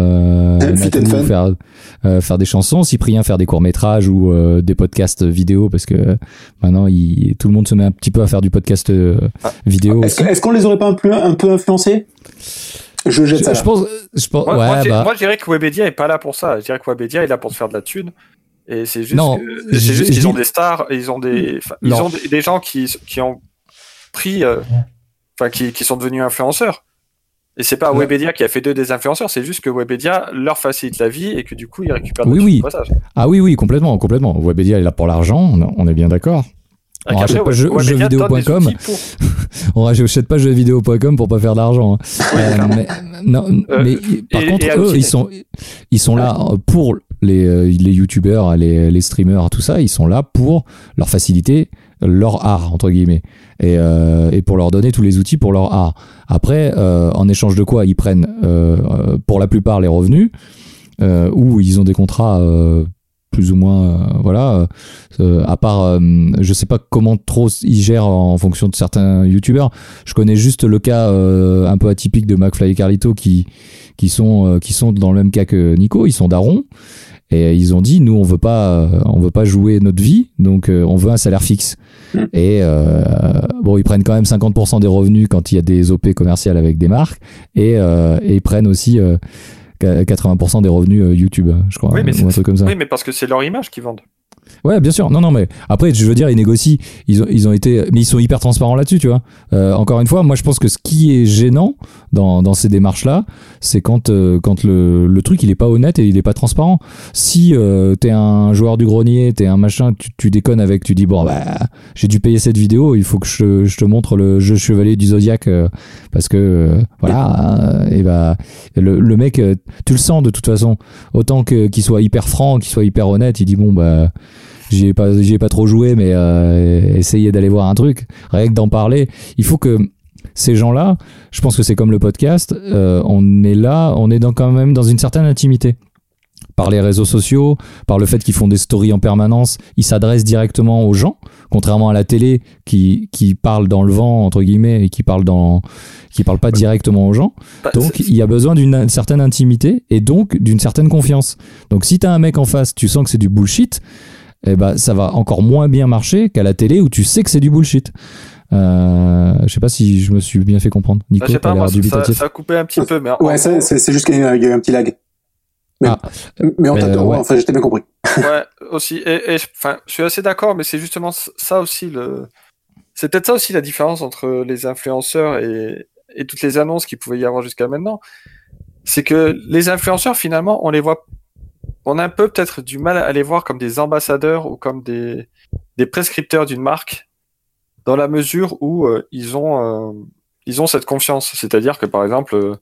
Faire des chansons. Cyprien faire des courts-métrages ou des podcasts vidéo, parce que maintenant tout le monde se met un petit peu à faire du podcast vidéo. Est-ce qu'on les aurait pas un peu influencés? Je jette ça. Je pense. Moi, je dirais que Webedia est pas là pour ça. Je dirais que Webedia est là pour se faire de la thune. Et c'est juste, qu'ils ont des stars, et ils ont des gens qui ont pris, qui sont devenus influenceurs. Et c'est pas Webedia qui a fait d'eux des influenceurs, c'est juste que Webedia leur facilite la vie et que du coup ils récupèrent des passages. Ah oui, complètement. Webedia est là pour l'argent, on est bien d'accord. On rachète pas jeuxvideo.com. On rachète pas jeuxvideo.com pour pas faire d'argent. Mais par contre, eux, ils sont là pour les youtubeurs, les streamers, tout ça. Ils sont là pour leur faciliter leur art, entre guillemets, et pour leur donner tous les outils pour leur art. Après, en échange de quoi ils prennent pour la plupart les revenus, ou ils ont des contrats plus ou moins, à part, je sais pas comment trop ils gèrent en fonction de certains youtubeurs. Je connais juste le cas un peu atypique de McFly et Carlito qui sont dans le même cas que Nico. Ils sont darons et ils ont dit, nous on veut pas jouer notre vie, donc on veut un salaire fixe. Et ils prennent quand même 50% des revenus quand il y a des OP commerciales avec des marques, et ils prennent aussi 80% des revenus YouTube, je crois, oui, mais ou un truc comme ça. Oui, mais parce que c'est leur image qu'ils vendent. Ouais, bien sûr. Non, mais après, je veux dire, ils négocient. Ils ont été, mais ils sont hyper transparents là-dessus, tu vois. Encore une fois, moi, je pense que ce qui est gênant dans ces démarches-là, c'est quand le truc, il est pas honnête et il est pas transparent. Si t'es un joueur du grenier, t'es un machin, tu déconnes avec, tu dis bon, bah, j'ai dû payer cette vidéo, il faut que je te montre le jeu Chevalier du Zodiaque parce que voilà, et bah, le mec, tu le sens de toute façon. Autant qu'il soit hyper franc, qu'il soit hyper honnête, il dit bon, bah, j'y ai pas trop joué, mais essayez d'aller voir un truc. Rien que d'en parler, il faut que ces gens-là, je pense que c'est comme le podcast, on est quand même dans une certaine intimité. Par les réseaux sociaux, par le fait qu'ils font des stories en permanence, ils s'adressent directement aux gens, contrairement à la télé qui parle dans le vent entre guillemets et qui parle pas directement aux gens. Donc il y a besoin d'une certaine intimité et donc d'une certaine confiance. Donc si t'as un mec en face, tu sens que c'est du bullshit, eh ben ça va encore moins bien marcher qu'à la télé où tu sais que c'est du bullshit. Je sais pas si je me suis bien fait comprendre. Nico, je sais pas, t'as l'air dubitatif. ça a coupé un petit peu, mais ouais, c'est juste qu'il y a eu un petit lag. Mais ouais. Enfin, j'ai bien compris. Ouais, aussi. Et je suis assez d'accord, mais c'est justement ça aussi c'est peut-être ça aussi la différence entre les influenceurs et toutes les annonces qu'il pouvait y avoir jusqu'à maintenant. C'est que les influenceurs, finalement, on a un peu peut-être du mal à les voir comme des ambassadeurs ou comme des prescripteurs d'une marque, dans la mesure où ils ont cette confiance. C'est-à-dire que, par exemple,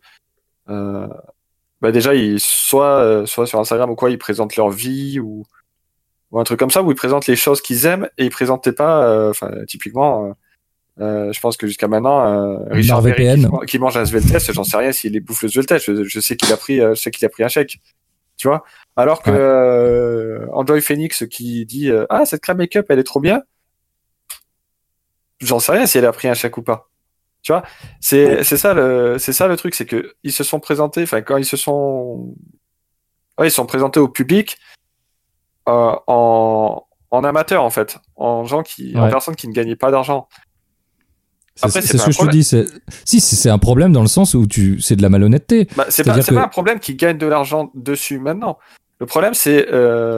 bah déjà, soit sur Instagram ou quoi, ils présentent leur vie ou un truc comme ça, où ils présentent les choses qu'ils aiment et ils présentaient pas, typiquement, je pense que jusqu'à maintenant, Richard Berry qui mange un Sveltest, j'en sais rien s'il bouffe le Sveltest, je sais qu'il a pris un chèque, tu vois. Alors que Enjoy Phoenix qui dit cette crème make-up elle est trop bien, j'en sais rien si elle a pris un chèque ou pas. Tu vois, c'est ça le truc, c'est que ils se sont présentés, enfin quand ils sont présentés au public en amateur en fait, en personnes qui ne gagnaient pas d'argent. Après, c'est ce que je te dis, c'est un problème dans le sens où c'est de la malhonnêteté. Bah, c'est pas un problème qu'ils gagnent de l'argent dessus maintenant. Le problème c'est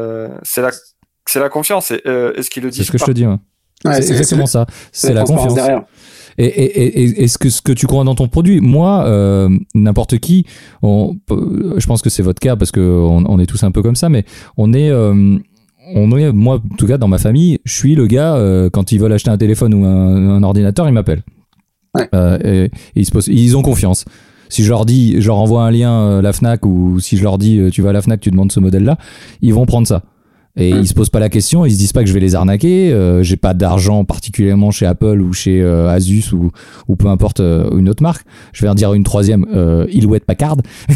la confiance. Est-ce qu'ils le disent? C'est ce que je te dis. Ouais, c'est exactement ça. C'est la confiance. Derrière. Et ce que tu crois dans ton produit, moi, n'importe qui, je pense que c'est votre cas parce que on est tous un peu comme ça, mais moi, en tout cas, dans ma famille, je suis le gars, quand ils veulent acheter un téléphone ou un ordinateur, ils m'appellent. Ouais. Et ils ont confiance. Si je leur envoie un lien la Fnac, ou si je leur dis tu vas à la Fnac, tu demandes ce modèle-là, ils vont prendre ça. Et ils se posent pas la question, ils se disent pas que je vais les arnaquer, j'ai pas d'argent particulièrement chez Apple ou chez Asus ou peu importe une autre marque. Je vais en dire une troisième, Hewlett Packard.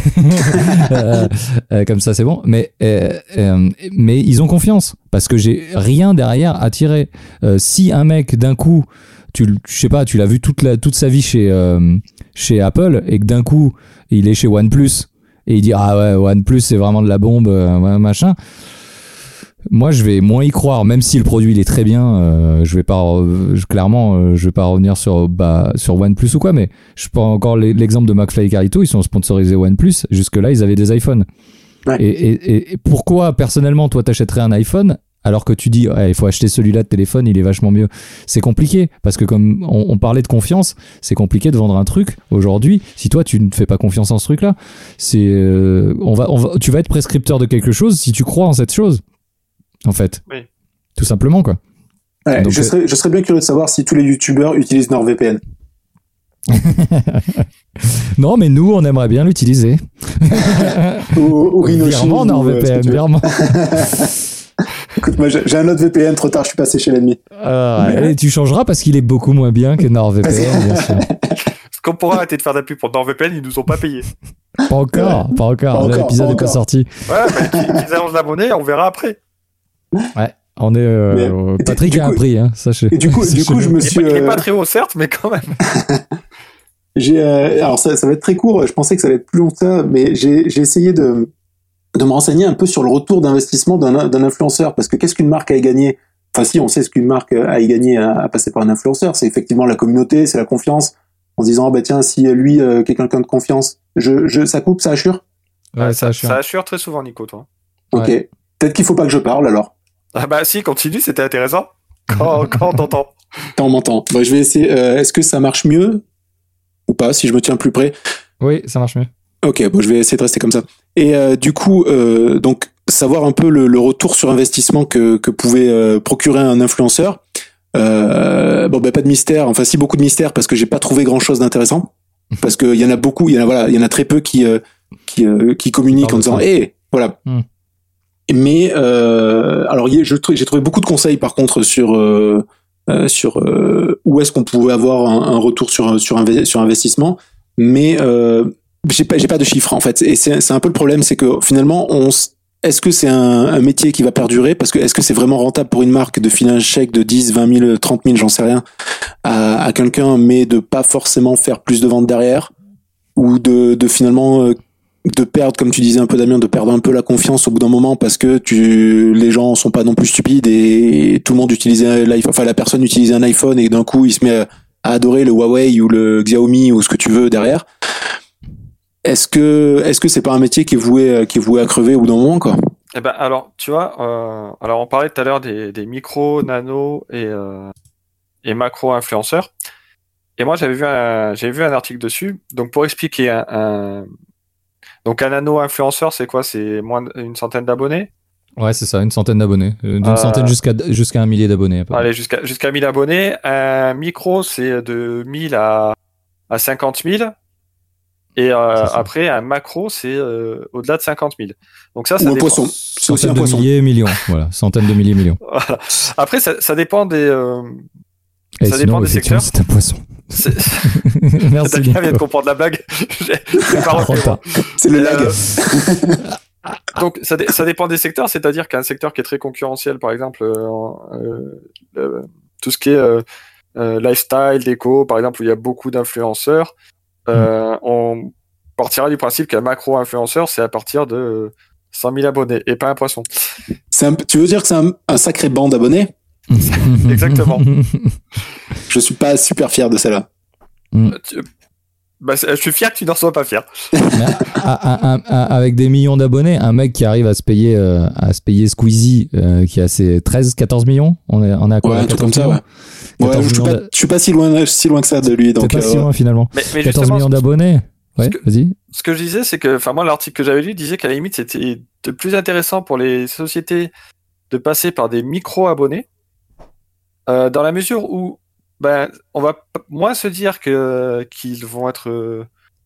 Comme ça c'est bon. Mais ils ont confiance parce que j'ai rien derrière à tirer. Si un mec d'un coup, je sais pas, tu l'as vu toute sa vie chez Apple et que d'un coup il est chez OnePlus et il dit ah ouais OnePlus c'est vraiment de la bombe machin. Moi, je vais moins y croire, même si le produit il est très bien. Je vais pas revenir sur OnePlus ou quoi, mais je prends encore l'exemple de McFly et Carlito. Ils sont sponsorisés OnePlus. Jusque là, ils avaient des iPhones. Ouais. Et pourquoi personnellement, toi, t'achèterais un iPhone alors que tu dis il faut acheter celui-là de téléphone, il est vachement mieux. C'est compliqué parce que comme on parlait de confiance, c'est compliqué de vendre un truc aujourd'hui. Si toi tu ne fais pas confiance en ce truc-là, tu vas être prescripteur de quelque chose si tu crois en cette chose. En fait, oui. Tout simplement quoi. Ouais, donc, je serais bien curieux de savoir si tous les youtubeurs utilisent NordVPN. Non, mais nous, on aimerait bien l'utiliser. ou Rhinoshi. Virement NordVPN, virement. Écoute, moi, j'ai un autre VPN, trop tard, je suis passé chez l'ennemi. Et tu changeras parce qu'il est beaucoup moins bien que NordVPN, bien sûr. Est-ce qu'on pourra arrêter de faire de la pub pour NordVPN, ils nous ont pas payé. Pas encore. L'épisode n'est pas sorti. Ouais, qu'ils annoncent l'abonné, on verra après. Ouais, on est. Patrick a un prix, hein, sachez. Et du coup, je me suis. Il est pas très haut, certes, mais quand même. Alors, ça va être très court. Je pensais que ça allait être plus long que ça, mais j'ai essayé de me renseigner un peu sur le retour d'investissement d'un influenceur, parce que qu'est-ce qu'une marque a y gagné? Enfin, si, on sait ce qu'une marque a y gagné à passer par un influenceur. C'est effectivement la communauté, c'est la confiance. En se disant, tiens, si lui, qui est quelqu'un de confiance, ça coupe, ça assure? Ouais, ça assure très souvent, Nico, toi. Ok. Ouais. Peut-être qu'il faut pas que je parle, alors. Ah bah si, continue, c'était intéressant. Quand on t'entend. Quand on m'entend. Bon, je vais essayer. Est-ce que ça marche mieux ou pas, si je me tiens plus près? Oui, ça marche mieux. Ok, bon, je vais essayer de rester comme ça. Et du coup, donc, savoir un peu le retour sur investissement que pouvait procurer un influenceur. Bon, ben pas de mystère. Enfin, si, beaucoup de mystère, parce que j'ai pas trouvé grand-chose d'intéressant. Parce qu'il y en a beaucoup, il y en a très peu qui communiquent en disant, voilà. Mais alors, j'ai trouvé beaucoup de conseils, par contre, sur où est-ce qu'on pouvait avoir un retour sur investissement, mais j'ai pas de chiffres en fait, et c'est un peu le problème, c'est que finalement est-ce que c'est un métier qui va perdurer, parce que est-ce que c'est vraiment rentable pour une marque de filer un chèque de 10, 20 000, 30 000, j'en sais rien, à quelqu'un, mais de pas forcément faire plus de ventes derrière, ou de finalement de perdre, comme tu disais un peu Damien, de perdre un peu la confiance au bout d'un moment, parce que les gens sont pas non plus stupides, et tout le monde utilisait l'iPhone, enfin la personne utilisait un iPhone, et d'un coup il se met à adorer le Huawei ou le Xiaomi ou ce que tu veux derrière. Est-ce que c'est pas un métier qui est voué à crever au bout d'un moment, quoi? Eh ben alors tu vois, alors on parlait tout à l'heure des micro, nano et macro influenceurs. Et moi j'avais vu un article dessus. Donc pour expliquer donc un nano influenceur, c'est quoi? C'est moins d'une centaine d'abonnés? Ouais, c'est ça, une centaine d'abonnés. D'une centaine jusqu'à 1 millier d'abonnés. Allez, jusqu'à 1000 abonnés. Un micro, c'est de 1000 à 50 000. Et après, un macro, c'est au-delà de 50 000. Donc ça ou un dépend. Poisson. C'est aussi un poisson. Milliers, millions. Voilà, centaines de milliers, millions. Voilà. Après, ça dépend des... ça dépend des secteurs. C'est un poisson. Merci. Damien vient de comprendre la blague. C'est le lag. Donc ça dépend des secteurs, c'est-à-dire qu'un secteur qui est très concurrentiel, par exemple, tout ce qui est lifestyle, déco, par exemple, où il y a beaucoup d'influenceurs, on partira du principe qu'un macro-influenceur, c'est à partir de 100 000 abonnés, et pas un poisson. Tu veux dire que c'est un sacré banc d'abonnés? Exactement. Je suis pas super fier de celle-là. Je suis fier que tu n'en sois pas fier. Avec des millions d'abonnés, un mec qui arrive à se payer Squeezie, qui a ses 13-14 millions, on est à quoi? Ouais, un truc comme ça, ouais. Ouais, je suis pas si loin que ça de lui. Donc, pas si loin finalement. Mais 14 millions d'abonnés. Ouais, vas-y. Ce que je disais, c'est que, moi, l'article que j'avais lu disait qu'à la limite, c'était de plus intéressant pour les sociétés de passer par des micro-abonnés, dans la mesure où, on va moins se dire qu'ils vont être,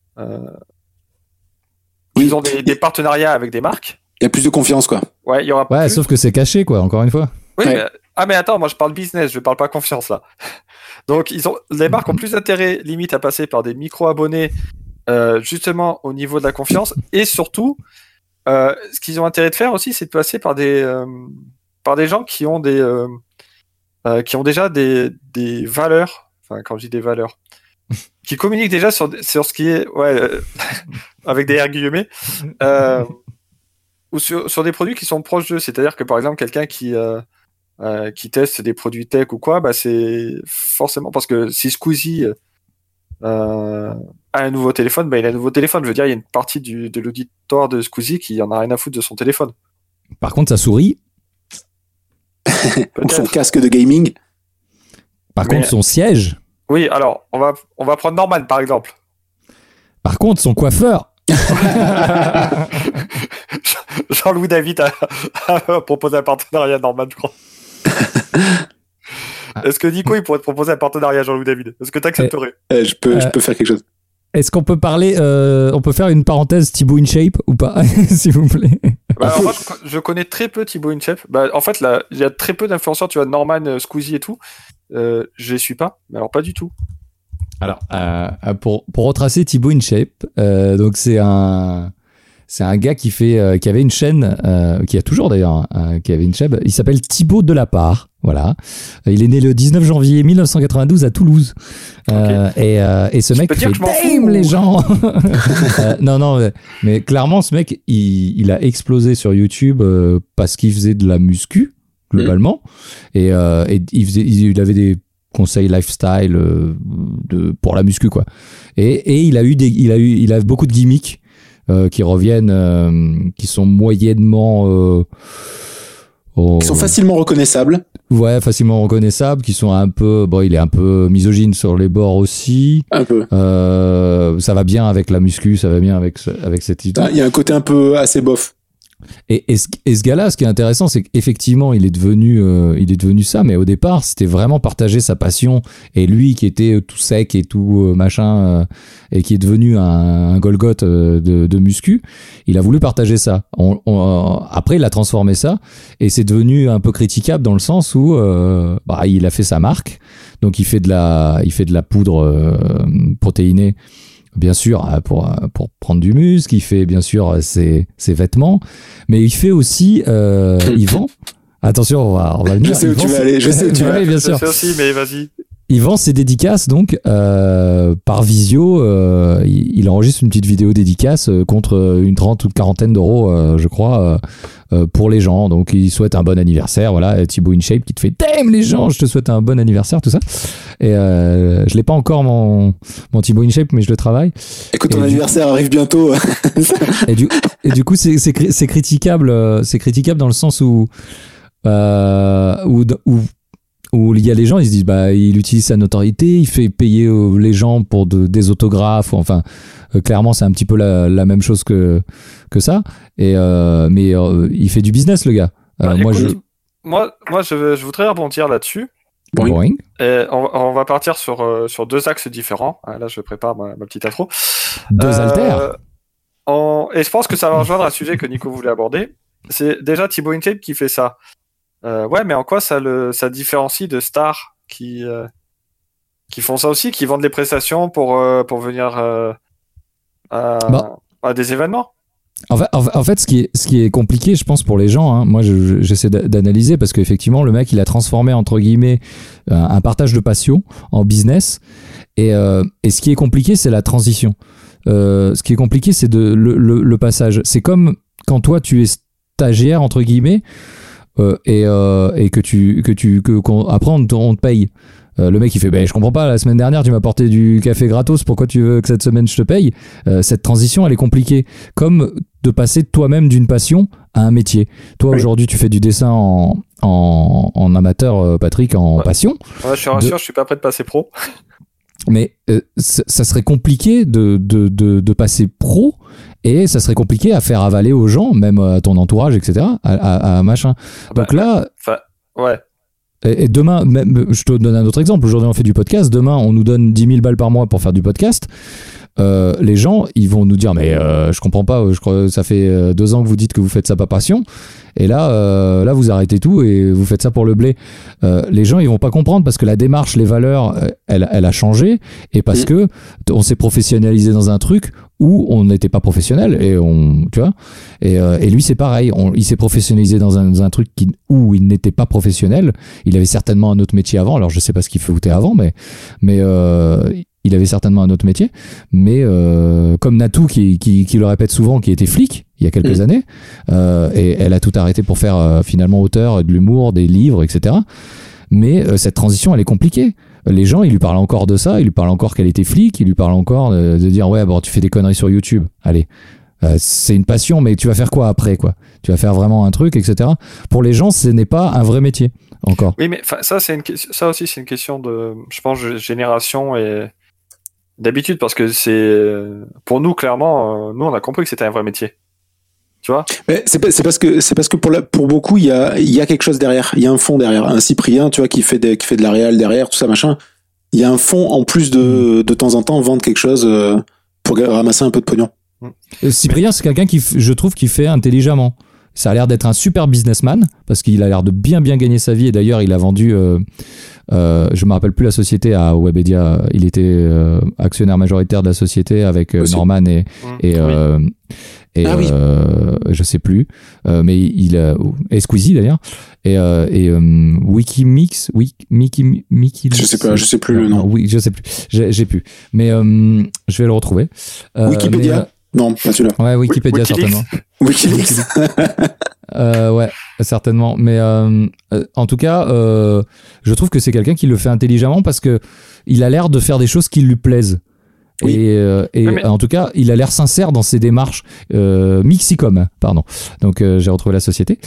ils ont des partenariats avec des marques. Il y a plus de confiance, quoi. Ouais, il y aura plus. Sauf que c'est caché, quoi, encore une fois. Oui, ouais. Mais attends, moi je parle business, je parle pas confiance là. Donc les marques ont plus d'intérêt limite à passer par des micro-abonnés, justement au niveau de la confiance, et surtout, ce qu'ils ont intérêt de faire aussi, c'est de passer par des gens qui ont déjà des valeurs. Enfin, quand je dis des valeurs, qui communiquent déjà sur ce qui est, avec des R guillemets, ou sur des produits qui sont proches d'eux. C'est-à-dire que par exemple quelqu'un qui teste des produits tech ou quoi, c'est forcément parce que si Squeezie a un nouveau téléphone, il a un nouveau téléphone. Je veux dire, il y a une partie de l'auditoire de Squeezie qui en a rien à foutre de son téléphone. Par contre, sa souris. Ou son casque de gaming. Par contre, son siège. Oui, alors on va prendre Norman par exemple. Par contre, son coiffeur. Jean-Louis David a proposé un partenariat à Norman, je crois. Est-ce que Nico il pourrait te proposer un partenariat à Jean-Louis David? Est-ce que tu accepterais? Je peux faire quelque chose. Est-ce qu'on peut parler, on peut faire une parenthèse Thibaut InShape ou pas, s'il vous plaît? Alors moi, je connais très peu Thibaut InShape. En fait, là, il y a très peu d'influenceurs, tu vois, Norman, Squeezie et tout. Je les suis pas, mais alors pas du tout. Alors, pour retracer Thibaut InShape, donc c'est un gars qui avait une chaîne, qui a toujours d'ailleurs, qui avait une chaîne. Il s'appelle Thibaut Delapart. Voilà. Il est né le 19 janvier 1992 à Toulouse. Okay. Et ce mec fait damn les gens. Non, mais clairement ce mec, il a explosé sur YouTube parce qu'il faisait de la muscu globalement, et il avait des conseils lifestyle pour la muscu quoi. Et il a beaucoup de gimmicks. Qui reviennent, qui sont moyennement Qui sont facilement reconnaissables. Ouais, facilement reconnaissables, qui sont un peu... Bon, il est un peu misogyne sur les bords aussi. Un peu. Ça va bien avec la muscu, ça va bien avec cette idée. Il y a un côté un peu assez bof. Et ce gars-là, ce qui est intéressant, c'est qu'effectivement, il est devenu ça, mais au départ, c'était vraiment partager sa passion. Et lui, qui était tout sec et tout machin, et qui est devenu un Golgoth de muscu, il a voulu partager ça. Après, il a transformé ça, et c'est devenu un peu critiquable dans le sens où, il a fait sa marque. Donc, il fait de la poudre protéinée. Bien sûr, pour prendre du muscle, il fait bien sûr ses vêtements, mais il fait aussi, il vend. Attention, on va venir. Je sais où tu vas aller, bien sûr. Je sais aussi, mais vas-y. Il vend ses dédicaces donc par visio. Il enregistre une petite vidéo dédicace contre une 30 ou une quarantaine d'euros, je crois, pour les gens. Donc il souhaite un bon anniversaire. Voilà, Thibaut InShape qui te fait damn les gens, je te souhaite un bon anniversaire, tout ça. Et je l'ai pas encore mon Thibaut InShape, mais je le travaille. Écoute, ton anniversaire arrive bientôt. et du coup c'est critiquable. C'est critiquable dans le sens où il y a des gens, ils se disent il utilise sa notoriété, il fait payer les gens pour des autographes, clairement c'est un petit peu la même chose que ça, mais il fait du business le gars. Moi je voudrais rebondir là-dessus. Boring. Et on va partir sur deux axes différents. Là je prépare ma petite intro. Deux haltères. Et je pense que ça va rejoindre un sujet que Nico voulait aborder. C'est déjà Thibaut InShape qui fait ça. Ouais, mais en quoi ça différencie de stars qui font ça aussi, qui vendent des prestations pour venir à des événements? En fait, ce qui est compliqué, je pense, pour les gens, moi j'essaie d'analyser parce qu'effectivement, le mec, il a transformé, entre guillemets, un partage de passion en business. Et ce qui est compliqué, c'est la transition. Ce qui est compliqué, c'est le passage. C'est comme quand toi, tu es stagiaire, entre guillemets, et que après on te paye. Le mec il fait je comprends pas, la semaine dernière tu m'as apporté du café gratos, pourquoi tu veux que cette semaine je te paye? Cette transition elle est compliquée, comme de passer toi-même d'une passion à un métier. Toi aujourd'hui tu fais du dessin en amateur, Patrick, en passion. Ouais, je suis rassure, je suis pas prêt de passer pro. Mais ça serait compliqué de passer pro, et ça serait compliqué à faire avaler aux gens, même à ton entourage, etc., à machin. Donc là... Ouais. Et demain, même, je te donne un autre exemple. Aujourd'hui, on fait du podcast. Demain, on nous donne 10 000 balles par mois pour faire du podcast. Les gens, ils vont nous dire, mais je comprends pas, je crois que ça fait 2 ans que vous dites que vous faites ça par passion. Et là, vous arrêtez tout et vous faites ça pour le blé. Les gens, ils vont pas comprendre parce que la démarche, les valeurs, elle a changé, et parce que on s'est professionnalisé dans un truc où on n'était pas professionnel, et tu vois. Et lui, c'est pareil. Il s'est professionnalisé dans un truc où il n'était pas professionnel. Il avait certainement un autre métier avant. Alors, je sais pas ce qu'il foutait avant, mais il avait certainement un autre métier. Mais comme Natou, qui le répète souvent, qui était flic il y a quelques années, et elle a tout arrêté pour faire finalement auteur, de l'humour, des livres, etc. Mais cette transition, elle est compliquée. Les gens, ils lui parlent encore de ça, ils lui parlent encore qu'elle était flic, ils lui parlent encore de dire ouais, bon, tu fais des conneries sur YouTube. Allez, c'est une passion, mais tu vas faire quoi après, quoi? Tu vas faire vraiment un truc, etc. Pour les gens, ce n'est pas un vrai métier encore. Oui, mais ça aussi, c'est une question de, je pense, génération et d'habitude, parce que c'est pour nous clairement, nous on a compris que c'était un vrai métier. Tu vois? Mais c'est parce que pour beaucoup il y a quelque chose derrière, il y a un fond derrière, un Cyprien, tu vois, qui fait de la réal derrière, tout ça machin. Il y a un fond en plus de temps en temps vendre quelque chose pour ramasser un peu de pognon. Cyprien, c'est quelqu'un qui, je trouve, qui fait intelligemment. Ça a l'air d'être un super businessman parce qu'il a l'air de bien gagner sa vie, et d'ailleurs il a vendu je me rappelle plus la société à Webedia. Il était actionnaire majoritaire de la société avec Norman et je sais plus, mais il et Squeezie d'ailleurs, et Wikimix, Mickey, je sais plus le nom. Oui, je sais plus, j'ai plus, mais je vais le retrouver. Wikipédia. Non, pas celui-là. Ouais, Wikipédia, certainement. Wikileaks. Ouais, certainement. Mais en tout cas, je trouve que c'est quelqu'un qui le fait intelligemment parce que il a l'air de faire des choses qui lui plaisent. Oui. Et en tout cas, il a l'air sincère dans ses démarches. Mixicom, pardon. Donc j'ai retrouvé la société.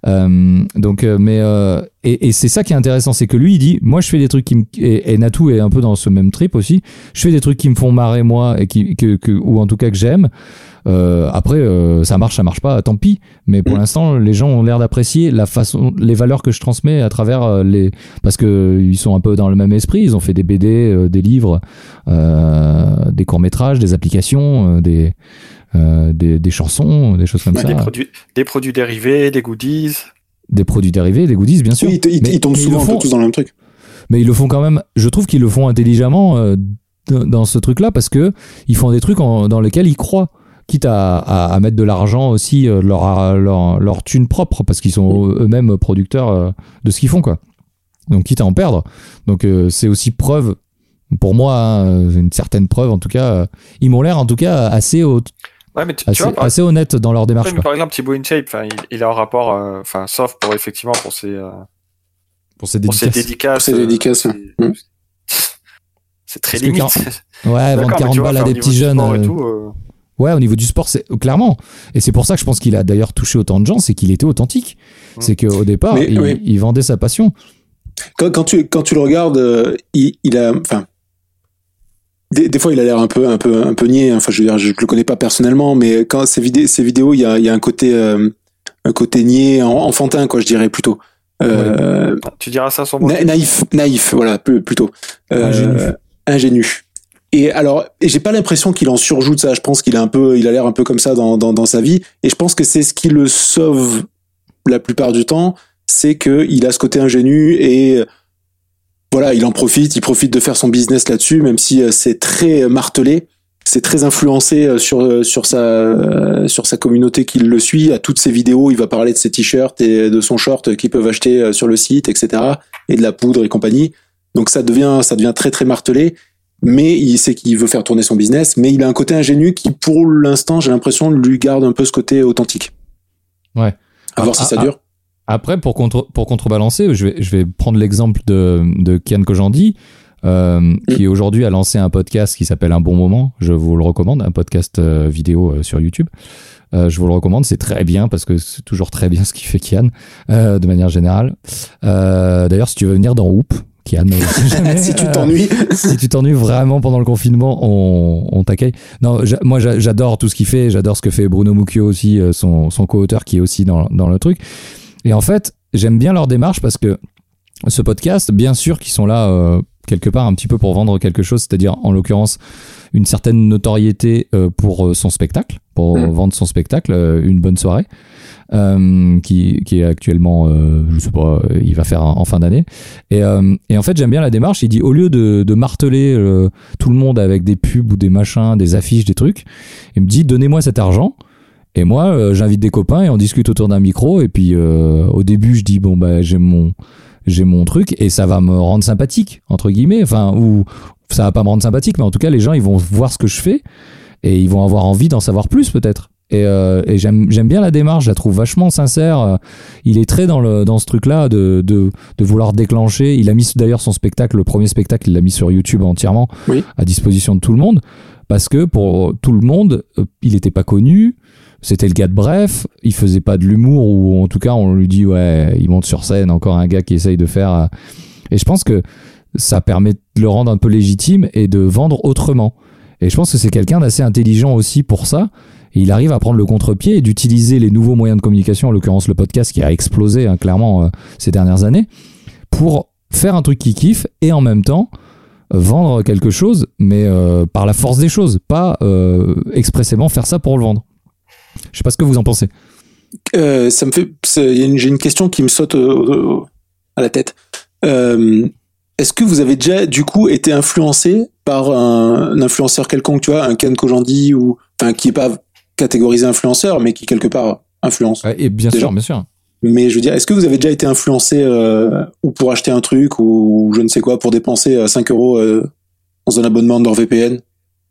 Et c'est ça qui est intéressant, c'est que lui il dit, moi je fais des trucs et Natou est un peu dans ce même trip aussi. Je fais des trucs qui me font marrer moi et ou en tout cas que j'aime. Après, ça marche pas, tant pis. Mais pour l'instant, les gens ont l'air d'apprécier les valeurs que je transmets à travers parce que ils sont un peu dans le même esprit. Ils ont fait des BD, des livres, des courts-métrages, des applications, des chansons, des choses comme ça. Des produits dérivés, des goodies. Des produits dérivés, des goodies, bien sûr. Oui, ils tombent souvent un peu tous dans le même truc. Mais ils le font quand même, je trouve qu'ils le font intelligemment dans ce truc-là, parce que ils font des trucs dans lesquels ils croient, quitte à mettre de l'argent aussi, leur thune propre, parce qu'ils sont eux-mêmes producteurs de ce qu'ils font, quoi. Donc quitte à en perdre. Donc c'est aussi preuve, pour moi, une certaine preuve en tout cas. Ils m'ont l'air en tout cas assez haute. Ouais, mais tu vois, assez honnête dans leur démarche. Par exemple, Thibaut InShape, il a un rapport, sauf pour effectivement pour ses dédicaces. C'est très limite. Ouais, vendre 40 balles à des petits jeunes. Ouais, au niveau du sport, c'est clairement. Et c'est pour ça que je pense qu'il a d'ailleurs touché autant de gens, c'est qu'il était authentique. C'est qu'au départ, il vendait sa passion. Quand tu le regardes, il a, enfin. Des fois, il a l'air un peu niais. Enfin, je veux dire, je le connais pas personnellement, mais quand ces vidéos, il y a un côté niais, enfantin, quoi, je dirais plutôt. Tu diras ça sur moi. Naïf, voilà, plutôt. Ingénu. Et j'ai pas l'impression qu'il en surjoue ça. Je pense qu'il a l'air un peu comme ça dans sa vie. Et je pense que c'est ce qui le sauve la plupart du temps, c'est que il a ce côté ingénu et voilà, il profite de faire son business là-dessus, même si c'est très martelé, c'est très influencé sur sa communauté qui le suit. À toutes ses vidéos, il va parler de ses t-shirts et de son short qu'ils peuvent acheter sur le site, etc. et de la poudre et compagnie. Donc ça devient très très martelé, mais il sait qu'il veut faire tourner son business, mais il a un côté ingénu qui, pour l'instant, j'ai l'impression, lui garde un peu ce côté authentique. Ouais. À voir si ça dure. Après, pour contrebalancer, je vais prendre l'exemple de Kian Kojandi, qui aujourd'hui a lancé un podcast qui s'appelle Un Bon Moment. Je vous le recommande, un podcast vidéo sur YouTube. Je vous le recommande, c'est très bien parce que c'est toujours très bien ce qu'il fait Kian, de manière générale. D'ailleurs, si tu veux venir dans Whoop, Kian, si tu t'ennuies, si tu t'ennuies vraiment pendant le confinement, on t'accueille. Non, moi j'adore tout ce qu'il fait, j'adore ce que fait Bruno Mucchio aussi, son co-auteur qui est aussi dans le truc. Et en fait, j'aime bien leur démarche parce que ce podcast, bien sûr qu'ils sont là quelque part un petit peu pour vendre quelque chose, c'est-à-dire en l'occurrence une certaine notoriété pour son spectacle, pour vendre son spectacle, une bonne soirée, qui est actuellement, je sais pas, il va faire en fin d'année. Et en fait, j'aime bien la démarche. Il dit, au lieu de marteler tout le monde avec des pubs ou des machins, des affiches, des trucs, il me dit, donnez-moi cet argent. Et moi, j'invite des copains et on discute autour d'un micro. Et puis, au début, je dis, bon, bah, j'ai mon truc et ça va me rendre sympathique, entre guillemets. Enfin, ou ça va pas me rendre sympathique, mais en tout cas, les gens, ils vont voir ce que je fais et ils vont avoir envie d'en savoir plus, peut-être. Et j'aime bien la démarche, je la trouve vachement sincère. Il est très dans ce truc-là de vouloir déclencher. Il a mis d'ailleurs son spectacle, le premier spectacle, il l'a mis sur YouTube entièrement, à disposition de tout le monde. Parce que pour tout le monde, il était pas connu. C'était le gars de Bref, il faisait pas de l'humour, ou en tout cas on lui dit ouais, il monte sur scène, encore un gars qui essaye de faire. Et je pense que ça permet de le rendre un peu légitime et de vendre autrement. Et je pense que c'est quelqu'un d'assez intelligent aussi pour ça. Et il arrive à prendre le contre-pied et d'utiliser les nouveaux moyens de communication, en l'occurrence le podcast qui a explosé clairement ces dernières années, pour faire un truc qu'il kiffe et en même temps vendre quelque chose, mais par la force des choses, pas expressément faire ça pour le vendre. Je sais pas ce que vous en pensez. J'ai une question qui me saute à la tête. Est-ce que vous avez déjà du coup été influencé par un influenceur quelconque, tu vois, un Kian Kojandi ou enfin qui est pas catégorisé influenceur, mais qui quelque part influence. Et bien sûr. Mais je veux dire, est-ce que vous avez déjà été influencé ou pour acheter un truc ou je ne sais quoi pour dépenser 5 € dans un abonnement NordVPN?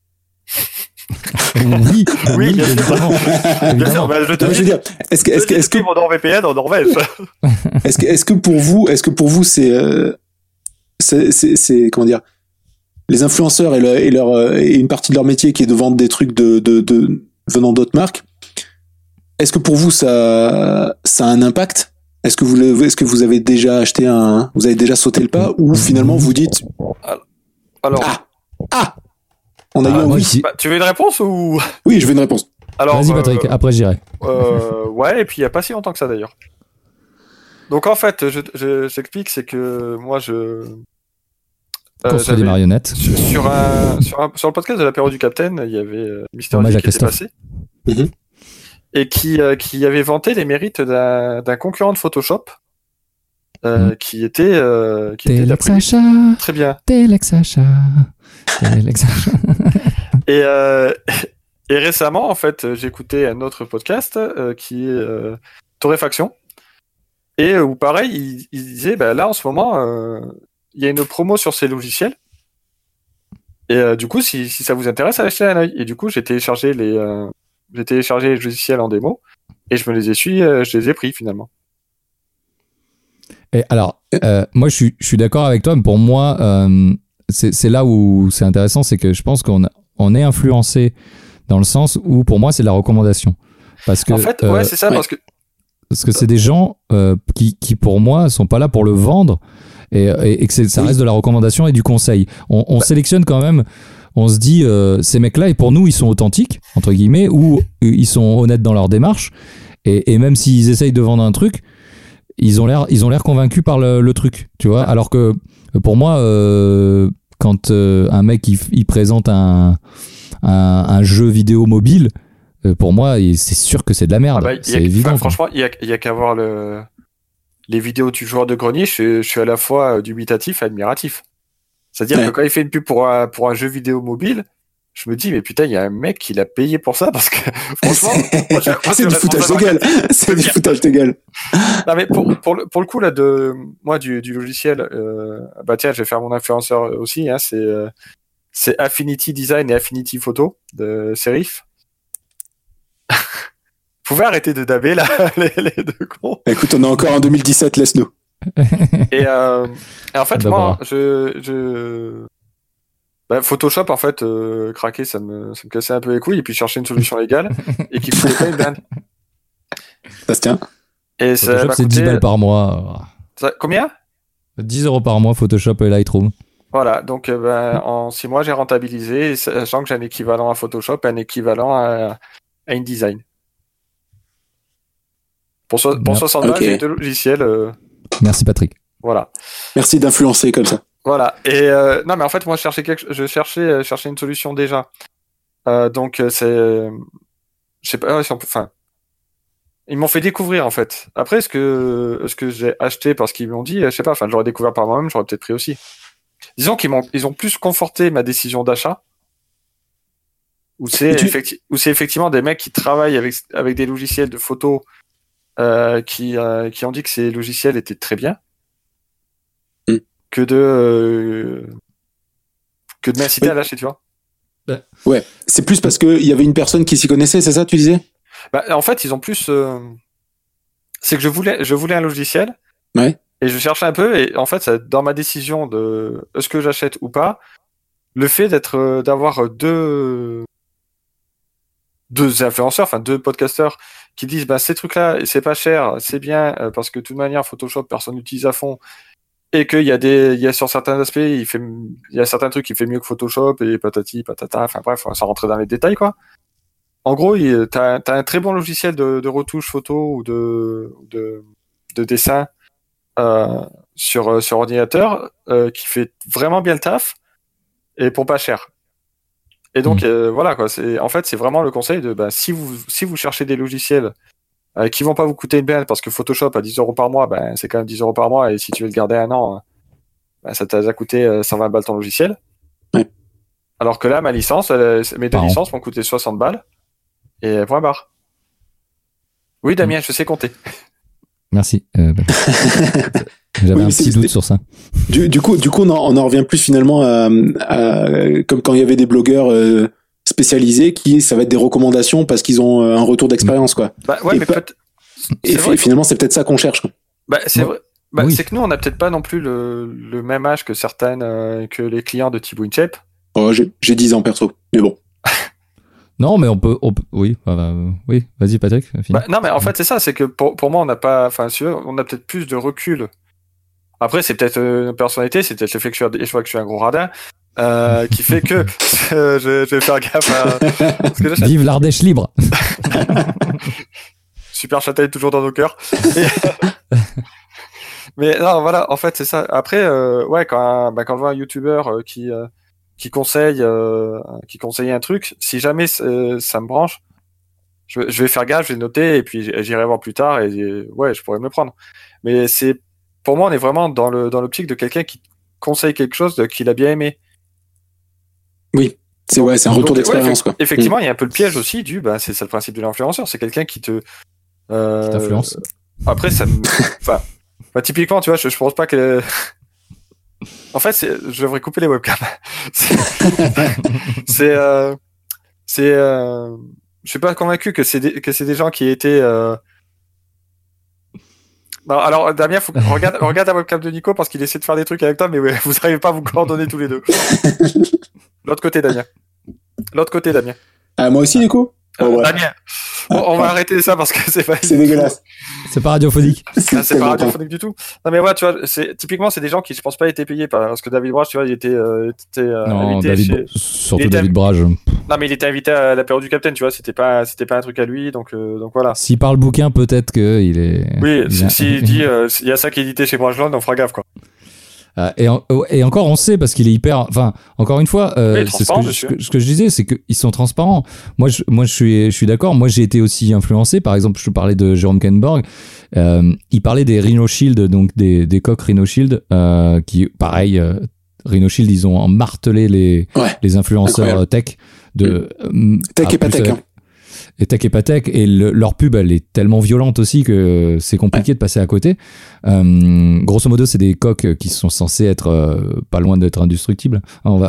Oui, évidemment. Bah, je veux dire, est-ce que mon NordVPN en Norvège? Est-ce que pour vous c'est comment dire, les influenceurs et une partie de leur métier qui est de vendre des trucs venant d'autres marques. Est-ce que pour vous ça a un impact? Est-ce que vous avez déjà vous avez déjà sauté le pas, ou finalement vous dites alors on a eu un oui. Tu veux une réponse ou? Oui, je veux une réponse. Alors vas-y Patrick, après j'irai. Ouais, et puis il y a pas si longtemps que ça d'ailleurs. Donc en fait, j'explique, c'est que moi construire des marionnettes. Sur le podcast de l'apéro du Capitaine, il y avait Mister D qui était passé. Mm-hmm. Et qui avait vanté les mérites d'un concurrent de Photoshop qui était Telex Achat. Très bien. Telex Achat. Et récemment, en fait, j'écoutais un autre podcast qui est Torréfaction, et où pareil, il disait là en ce moment il y a une promo sur ces logiciels, et du coup si ça vous intéresse, allez jeter un œil. Et du coup j'ai téléchargé les logiciels en démo, et je les ai pris finalement. Et alors, moi je suis d'accord avec toi, mais pour moi, c'est là où c'est intéressant, c'est que je pense qu'on est influencé dans le sens où, pour moi, c'est de la recommandation. Parce que, en fait, c'est ça, parce que c'est des gens qui, pour moi, sont pas là pour le vendre, et que ça reste de la recommandation et du conseil. On sélectionne quand même. On se dit, ces mecs-là, et pour nous, ils sont authentiques, entre guillemets, ou ils sont honnêtes dans leur démarche, et même s'ils essayent de vendre un truc, ils ont l'air convaincus par le truc, tu vois. Alors que pour moi, quand un mec il présente un jeu vidéo mobile, pour moi, c'est sûr que c'est de la merde. C'est évident. Franchement, il y a qu'à voir les vidéos du joueur de grenier. Je suis à la fois dubitatif et admiratif. C'est-à-dire que quand il fait une pub pour un jeu vidéo mobile, je me dis, mais putain, il y a un mec qui l'a payé pour ça, parce que franchement, c'est du foutage de gueule. C'est du foutage de gueule. Non, mais pour le coup là, du logiciel, tiens, je vais faire mon influenceur aussi, hein, c'est Affinity Design et Affinity Photo de Serif. Vous pouvez arrêter de daber là, les deux cons. Écoute, on est encore en 2017, laisse-nous. Et en fait, moi, Photoshop, en fait, craquer, ça me cassait un peu les couilles, et puis chercher une solution légale, et qui coûtait pas une blinde. Ça se tient. Et Photoshop, c'est 10 balles par mois. Combien? 10 € par mois, Photoshop et Lightroom. Voilà, donc en 6 mois, j'ai rentabilisé, sachant que j'ai un équivalent à Photoshop et un équivalent à InDesign. Pour 60 balles, j'ai 2 logiciels. Merci Patrick. Voilà. Merci d'influencer comme ça. Voilà. Et non, mais en fait, moi, je cherchais une solution déjà. Donc je sais pas si on peut. Enfin, ils m'ont fait découvrir en fait. Après, est-ce que j'ai acheté parce qu'ils m'ont dit, je sais pas. Enfin, j'aurais découvert par moi-même, j'aurais peut-être pris aussi. Disons ils ont plus conforté ma décision d'achat. Où c'est effectivement des mecs qui travaillent avec des logiciels de photo qui ont dit que ces logiciels étaient très bien. Que de m'inciter à lâcher, tu vois. Ouais, c'est plus parce qu'il y avait une personne qui s'y connaissait, c'est ça, tu disais? En fait, ils ont plus. C'est que je voulais un logiciel. Ouais. Et je cherchais un peu, et en fait, dans ma décision de est-ce que j'achète ou pas, le fait d'avoir deux influenceurs, enfin 2 podcasteurs qui disent ces trucs-là, c'est pas cher, c'est bien, parce que de toute manière, Photoshop, personne n'utilise à fond. Et qu'il y a sur certains aspects, il y a certains trucs qui fait mieux que Photoshop, et patati, patata, enfin bref, on va s'en rentrer dans les détails, quoi. En gros, t'as un très bon logiciel de retouche photo ou de dessin, sur ordinateur, qui fait vraiment bien le taf, et pour pas cher. Et donc, voilà, quoi. En fait, c'est vraiment le conseil de, si vous cherchez des logiciels qui vont pas vous coûter une blinde, parce que Photoshop à 10 € par mois, c'est quand même 10 € par mois, et si tu veux le garder 1 an, ça t'a déjà coûté 120 balles ton logiciel. Ouais. Alors que là, mes 2 licences m'ont coûté 60 balles, et point barre. Oui, Damien, je sais compter. Merci. J'avais un petit doute sur ça. Du coup, on en revient plus finalement à comme quand il y avait des blogueurs spécialisés ça va être des recommandations parce qu'ils ont un retour d'expérience, quoi. Ouais, mais et finalement, c'est peut-être ça qu'on cherche, quoi. C'est vrai. Oui. C'est que nous, on n'a peut-être pas non plus le même âge que que les clients de Thibaut InShape. Oh, j'ai 10 ans perso, mais bon. Non, mais on peut oui, oui, vas-y Patrick. Non, mais en fait, c'est ça, c'est que pour moi, on n'a pas, enfin, on a peut-être plus de recul. Après, c'est peut-être une personnalité, c'est peut-être le fait que je suis un gros radin, qui fait que je vais faire gaffe à ce que j'achète. Vive l'Ardèche libre. Super Châtel toujours dans nos cœurs. Mais non, voilà, en fait, c'est ça. Après, ouais, quand je vois un YouTuber qui conseille un truc, si jamais ça me branche, je vais faire gaffe, je vais noter et puis j'irai voir plus tard et ouais, je pourrais me le prendre. Mais pour moi, on est vraiment dans l'optique de quelqu'un qui conseille quelque chose qu'il a bien aimé. Oui, c'est un retour d'expérience, quoi. Effectivement, il y a un peu le piège aussi c'est ça le principe de l'influenceur, c'est quelqu'un qui t'influence. Après, typiquement, tu vois, je pense pas que. En fait, je devrais couper les webcams. Je suis pas convaincu que c'est des gens qui étaient. Non, alors Damien, regarde la webcam de Nico parce qu'il essaie de faire des trucs avec toi, mais ouais, vous n'arrivez pas à vous coordonner tous les deux. L'autre côté, Damien. Ah, moi aussi, Nico. Damien. On va arrêter ça parce que c'est dégueulasse. C'est pas radiophonique. C'est pas radiophonique du tout. Non mais ouais, tu vois, typiquement c'est des gens qui je pense pas étaient payés parce que David Brage, tu vois, il était non, invité surtout David Brage. Non mais il était invité à l'apéro du Capitaine, tu vois, c'était pas un truc à lui, donc voilà. S'il parle bouquin, peut-être que il est. Oui, s'il dit il y a ça qui est édité chez Brangelande, on fera gaffe quoi. Et encore on sait parce qu'il est hyper, enfin encore une fois c'est ce que je disais, c'est qu'ils sont transparents. Moi je suis d'accord. Moi j'ai été aussi influencé, par exemple je te parlais de Jérôme Kenborg, il parlait des Rhino Shield, donc des coques Rhino Shield qui pareil Rhino Shield, ils ont martelé les influenceurs tech tech et pas tech et tech et pas tech, et leur pub elle est tellement violente aussi que c'est compliqué de passer à côté. Grosso modo c'est des coques qui sont censées être pas loin d'être indestructibles. En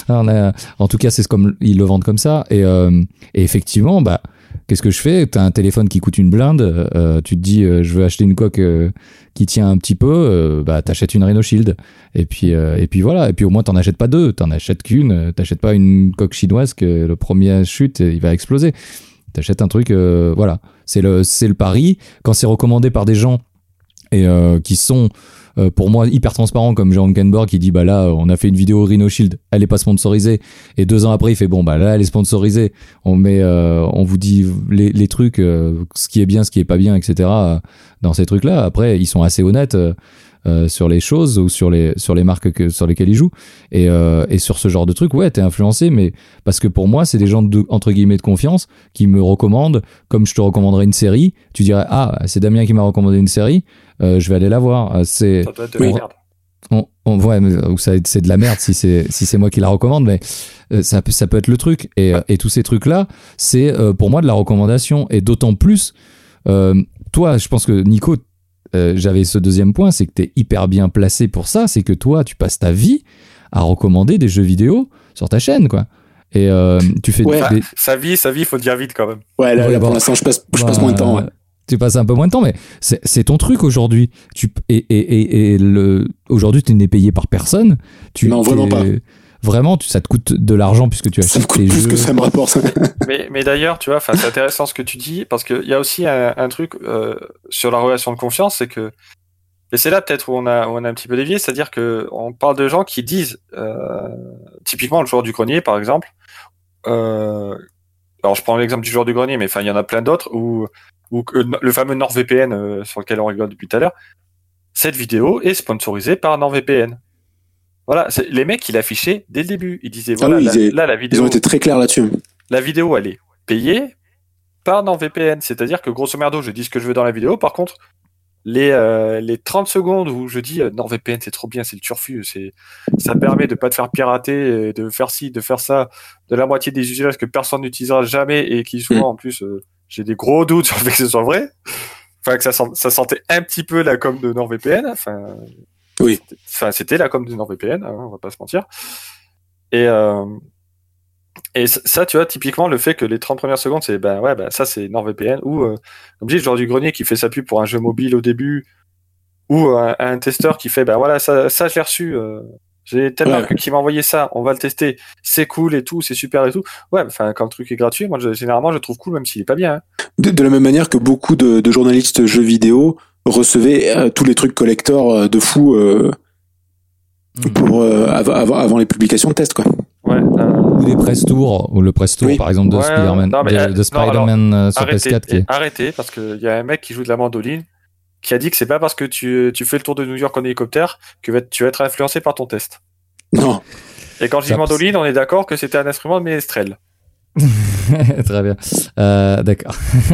tout cas c'est comme ils le vendent comme ça, et effectivement qu'est-ce que je fais? T'as un téléphone qui coûte une blinde, tu te dis je veux acheter une coque qui tient un petit peu, t'achètes une Rhino Shield et puis voilà, et puis au moins t'en achètes pas deux, t'en achètes qu'une, t'achètes pas une coque chinoise que le premier chute il va exploser. T'achètes un truc, voilà, c'est le pari. Quand c'est recommandé par des gens et qui sont pour moi hyper transparents, comme Jérôme Kenborg qui dit là on a fait une vidéo Rhino Shield, elle est pas sponsorisée, et 2 ans après il fait là elle est sponsorisée, on vous dit les trucs, ce qui est bien, ce qui est pas bien, etc. Dans ces trucs là. Après ils sont assez honnêtes sur les choses ou sur les marques sur lesquelles ils jouent, et sur ce genre de truc ouais t'es influencé, mais parce que pour moi c'est des gens entre guillemets de confiance qui me recommandent, comme je te recommanderais une série, tu dirais c'est Damien qui m'a recommandé une série, je vais aller la voir. Ça doit être de la merde. Ouais, mais c'est de la merde si c'est moi qui la recommande, mais ça peut être le truc, et tous ces trucs là c'est pour moi de la recommandation, et d'autant plus toi je pense que Nico, j'avais ce deuxième point, c'est que t'es hyper bien placé pour ça, c'est que toi tu passes ta vie à recommander des jeux vidéo sur ta chaîne quoi, et tu fais sa vie faut dire vite quand même. Ouais là pour l'instant je passe moins de temps, ouais. Tu passes un peu moins de temps, mais c'est ton truc aujourd'hui. Aujourd'hui tu n'es payé par personne. Non, vraiment pas. Vraiment, ça te coûte de l'argent puisque tu achètes tes jeux. Ça me coûte plus que ça me rapporte. mais d'ailleurs, tu vois, c'est intéressant ce que tu dis, parce qu'il y a aussi un truc sur la relation de confiance, c'est que, et c'est là peut-être où on a un petit peu dévié, c'est-à-dire que on parle de gens qui disent, typiquement le joueur du grenier par exemple. Alors je prends l'exemple du joueur du grenier, mais il y en a plein d'autres où le fameux NordVPN sur lequel on rigole depuis tout à l'heure, cette vidéo est sponsorisée par NordVPN. Voilà, les mecs, ils l'affichaient dès le début. Ils disaient, voilà, la vidéo... Ils ont été très clairs là-dessus. La vidéo, elle est payée par NordVPN. C'est-à-dire que, grosso merdo, je dis ce que je veux dans la vidéo. Par contre, les 30 secondes où je dis NordVPN, c'est trop bien, c'est le turfu, ça permet de pas te faire pirater, de faire ci, de faire ça, de la moitié des usages que personne n'utilisera jamais et qui souvent, en plus... j'ai des gros doutes sur le fait que ce soit vrai. Enfin, que ça sentait un petit peu la com de NordVPN. Oui. C'était la com de NordVPN, hein, on va pas se mentir. Et ça, tu vois, typiquement, le fait que les 30 premières secondes, c'est, ça, c'est NordVPN. Ou, comme je dis, le joueur du grenier qui fait sa pub pour un jeu mobile au début, ou un testeur qui fait, ben voilà, ça je l'ai reçu. J'ai telle marque qui m'a envoyé ça, on va le tester, c'est cool et tout, c'est super et tout. Ouais, enfin, quand le truc est gratuit, moi, généralement, je le trouve cool, même s'il est pas bien. Hein. De la même manière que beaucoup de journalistes jeux vidéo recevaient tous les trucs collector de fou pour avant les publications de tests, quoi. Ouais. Ou les press tours, ou le press tour, par exemple, de Spider-Man, de Spider-Man sur PS4. Qui est... Arrêtez, parce qu'il y a un mec qui joue de la mandoline qui a dit que c'est pas parce que tu fais le tour de New York en hélicoptère que tu vas être influencé par ton test. Non. Et quand je dis mandoline, on est d'accord que c'était un instrument de ménestrel. Très bien. D'accord.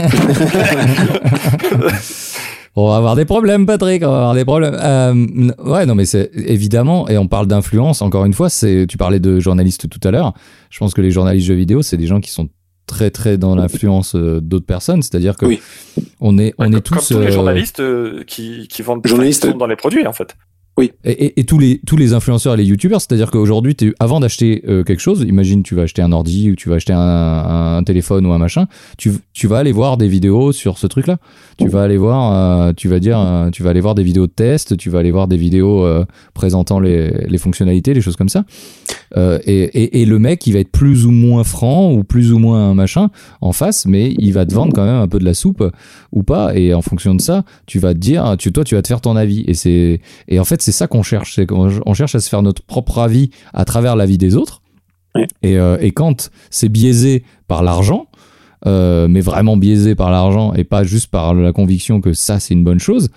On va avoir des problèmes, Patrick. On va avoir des problèmes. Ouais, non, mais c'est évidemment, et on parle d'influence, encore une fois, tu parlais de journalistes tout à l'heure. Je pense que les journalistes jeux vidéo, c'est des gens qui sont très, très dans l'influence d'autres personnes. C'est-à-dire que on est tous. Comme tous les journalistes qui vendent dans les produits, en fait. Oui. Et tous les influenceurs et les youtubeurs, c'est-à-dire qu'aujourd'hui, avant d'acheter quelque chose, imagine tu vas acheter un ordi ou tu vas acheter un téléphone ou un machin, tu vas aller voir des vidéos sur ce truc-là. Tu vas aller voir, tu vas aller voir des vidéos de test, tu vas aller voir des vidéos présentant les fonctionnalités, les choses comme ça. Et le mec, il va être plus ou moins franc ou plus ou moins machin en face, mais il va te vendre quand même un peu de la soupe ou pas. Et en fonction de ça, tu vas te dire, toi, tu vas te faire ton avis. Et en fait, c'est ça qu'on cherche, c'est qu'on cherche à se faire notre propre avis à travers l'avis des autres. Oui. Et quand c'est biaisé par l'argent, mais vraiment biaisé par l'argent et pas juste par la conviction que ça c'est une bonne chose,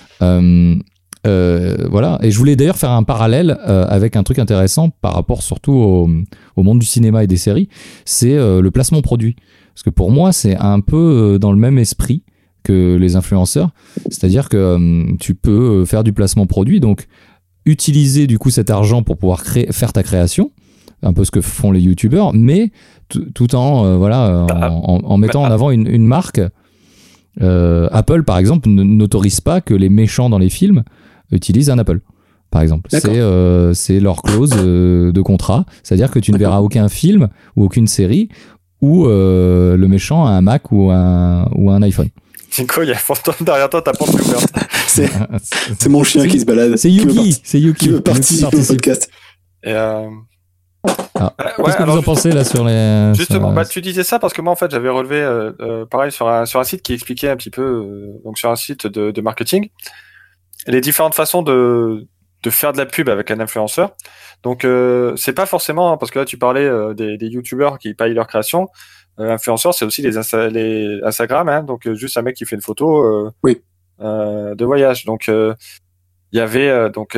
voilà. Et je voulais d'ailleurs faire un parallèle avec un truc intéressant par rapport surtout au monde du cinéma et des séries, c'est le placement produit. Parce que pour moi, c'est un peu dans le même esprit que les influenceurs, c'est-à-dire que tu peux faire du placement produit, donc utiliser du coup cet argent pour pouvoir faire ta création, un peu ce que font les youtubeurs, mais tout en en mettant en avant une marque. Apple par exemple n'autorise pas que les méchants dans les films utilisent un Apple, par exemple. C'est leur clause de contrat, c'est-à-dire que tu ne verras aucun film ou aucune série où le méchant a un Mac ou un iPhone. Nico, il y a un fantôme derrière toi, t'as pas de ouverte. C'est mon chien qui se balade. C'est Yuki. Qui veut participer au podcast. Et qu'est-ce que vous en pensez là sur les... Justement, tu disais ça parce que moi en fait j'avais relevé pareil sur un site qui expliquait un petit peu donc sur un site de marketing les différentes façons de faire de la pub avec un influenceur. Donc c'est pas forcément parce que là tu parlais des youtubeurs qui payent leur création. Influenceurs, c'est aussi les Instagram, hein, donc juste un mec qui fait une photo de voyage. Donc il y avait donc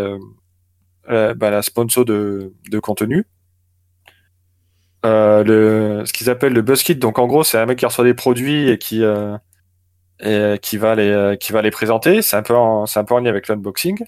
la sponsor de contenu, ce qu'ils appellent le BuzzKit. Donc en gros, c'est un mec qui reçoit des produits et qui va les présenter. C'est un peu en lien avec l'unboxing.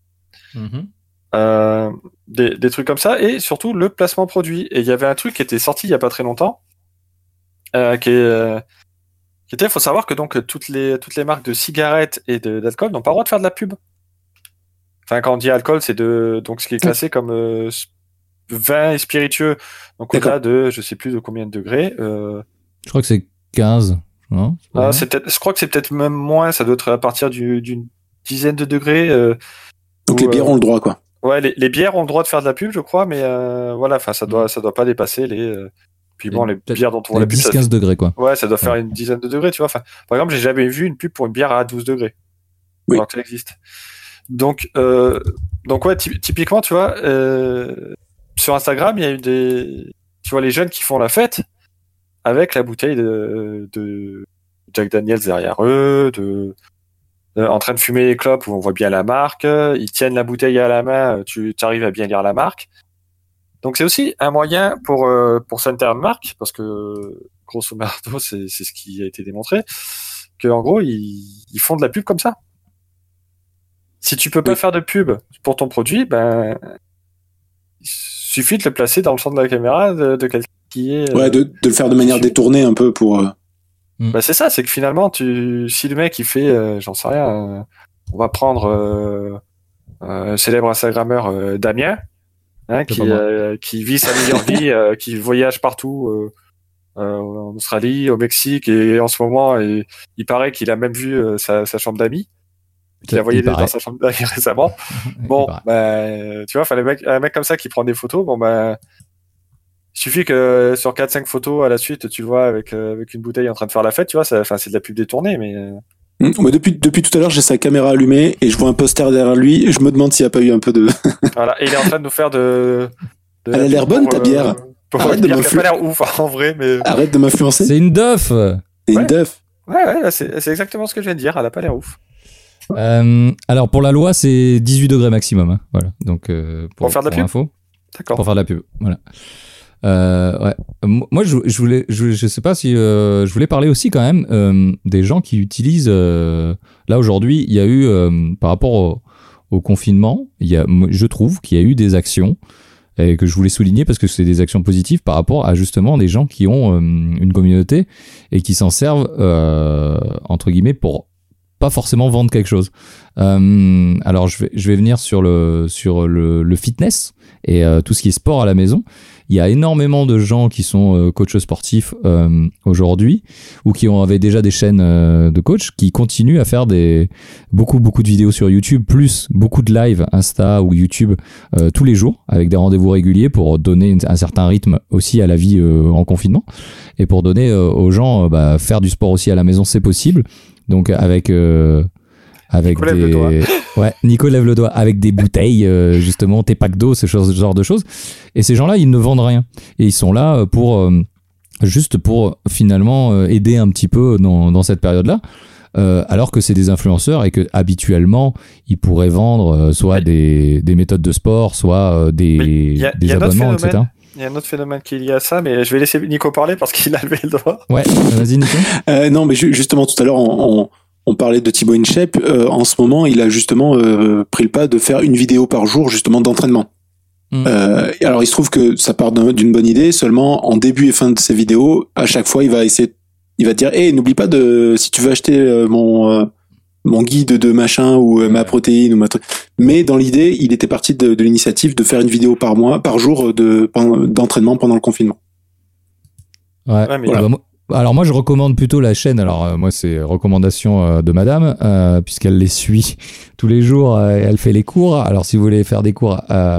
Des trucs comme ça, et surtout le placement produit. Et il y avait un truc qui était sorti il y a pas très longtemps. Qui était, faut savoir que donc toutes les marques de cigarettes et d'alcool n'ont pas le droit de faire de la pub. Enfin, quand on dit alcool, c'est donc ce qui est classé comme vin et spiritueux. Donc au-delà de, je sais plus de combien de degrés. Je crois que c'est 15. Non, je crois que c'est peut-être même moins. Ça doit être à partir d'une dizaine de degrés. Donc les bières ont le droit, quoi. Ouais, les bières ont le droit de faire de la pub, je crois, mais voilà. Enfin, ça doit pas dépasser les. Puis bon, les bières dont on voit la pub, 10-15 degrés, quoi. Ouais, ça doit faire une dizaine de degrés, tu vois. Enfin, par exemple, j'ai jamais vu une pub pour une bière à 12 degrés. Oui. Alors que ça existe. Donc ouais, typiquement, tu vois, sur Instagram, il y a eu tu vois, les jeunes qui font la fête avec la bouteille de Jack Daniels derrière eux, en train de fumer les clopes où on voit bien la marque. Ils tiennent la bouteille à la main, tu arrives à bien lire la marque. Donc c'est aussi un moyen pour certaines marques, parce que grosso merdo c'est ce qui a été démontré, que en gros ils font de la pub comme ça. Si tu peux pas faire de pub pour ton produit, ben il suffit de le placer dans le champ de la caméra de quelqu'un qui est de le faire de manière détournée un peu pour. Bah c'est ça, c'est que finalement si le mec il fait j'en sais rien, on va prendre un célèbre Instagrammeur Damien. Hein, qui vit sa meilleure vie, qui voyage partout en Australie, au Mexique, et en ce moment il paraît qu'il a même vu sa chambre d'amis. qu'il a envoyé dans sa chambre d'amis récemment. Bon, tu vois, un mec comme ça qui prend des photos, il suffit que sur 4-5 photos à la suite, tu le vois avec une bouteille en train de faire la fête, tu vois, c'est de la pub détournée, mais... Mais depuis tout à l'heure, j'ai sa caméra allumée et je vois un poster derrière lui et je me demande s'il n'y a pas eu un peu de... Voilà, et il est en train de nous faire Elle a l'air bonne, ta bière. Arrête de m'influencer. Elle a l'air ouf, en vrai, mais... Arrête de m'influencer. C'est une Duff. C'est une Duff. Ouais, c'est exactement ce que je viens de dire. Elle a pas l'air ouf. Alors, pour la loi, c'est 18 degrés maximum. Hein. Voilà. Donc, pour faire de la pub. Info, d'accord. Pour faire de la pub. Voilà. Ouais. Moi, je sais pas si je voulais parler aussi quand même des gens qui utilisent. Là aujourd'hui, il y a eu par rapport au confinement, je trouve qu'il y a eu des actions et que je voulais souligner parce que c'est des actions positives par rapport à justement des gens qui ont une communauté et qui s'en servent entre guillemets pour pas forcément vendre quelque chose. Alors je vais venir sur le fitness et tout ce qui est sport à la maison. Il y a énormément de gens qui sont coachs sportifs aujourd'hui ou qui avaient déjà des chaînes de coach qui continuent à faire beaucoup de vidéos sur YouTube, plus beaucoup de live Insta ou YouTube tous les jours avec des rendez-vous réguliers pour donner un certain rythme aussi à la vie en confinement et pour donner aux gens faire du sport aussi à la maison, c'est possible. Donc avec Nico lève le doigt. Ouais, Nico lève le doigt avec des bouteilles justement, tes packs d'eau, ce genre de choses. Et ces gens-là, ils ne vendent rien et ils sont là pour juste pour finalement aider un petit peu dans cette période-là. Alors que c'est des influenceurs et que habituellement ils pourraient vendre soit des méthodes de sport, soit des abonnements, etc. Il y a un autre phénomène qui est lié à ça, mais je vais laisser Nico parler parce qu'il a levé le doigt. Ouais, vas-y Nico. Non, mais justement tout à l'heure on parlait de Thibaut InShape. En ce moment, il a justement pris le pas de faire une vidéo par jour justement d'entraînement. Alors il se trouve que ça part d'une bonne idée. Seulement en début et fin de ses vidéos, à chaque fois il va dire n'oublie pas si tu veux acheter mon guide de machin ou ma protéine ou ma truc. Mais dans l'idée, il était parti de l'initiative de faire une vidéo par jour d'entraînement pendant le confinement. Ouais, mais voilà. Alors moi je recommande plutôt la chaîne. Alors moi c'est recommandation de madame puisqu'elle les suit tous les jours et elle fait les cours. Alors si vous voulez faire des cours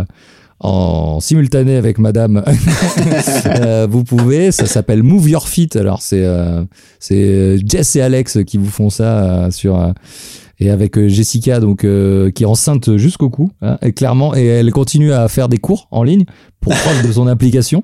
en simultané avec madame vous pouvez, ça s'appelle Move Your Fit. Alors c'est Jess et Alex qui vous font ça et avec Jessica donc qui est enceinte jusqu'au cou hein, et clairement et elle continue à faire des cours en ligne pour preuve de son application.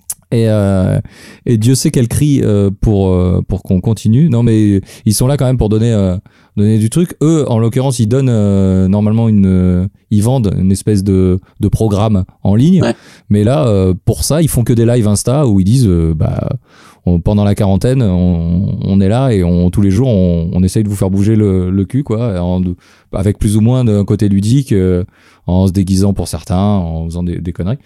Et Dieu sait qu'elle crie pour qu'on continue. Non mais ils sont là quand même pour donner du truc. Eux en l'occurrence ils donnent normalement ils vendent une espèce de programme en ligne. Ouais. Mais là pour ça ils font que des lives Insta où ils disent pendant la quarantaine on est là et tous les jours on essaye de vous faire bouger le cul quoi avec plus ou moins d'un côté ludique en se déguisant pour certains en faisant des conneries.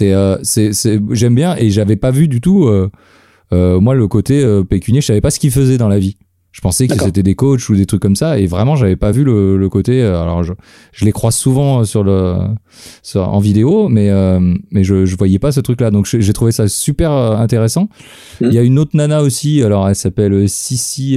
J'aime bien et j'avais pas vu du tout moi le côté pécunier, je savais pas ce qu'ils faisaient dans la vie. Je pensais que c'était des coachs ou des trucs comme ça et vraiment j'avais pas vu le côté. Alors je les croise souvent en vidéo, mais je voyais pas ce truc-là. Donc j'ai trouvé ça super intéressant. Il y a une autre nana aussi. Alors elle s'appelle Sissi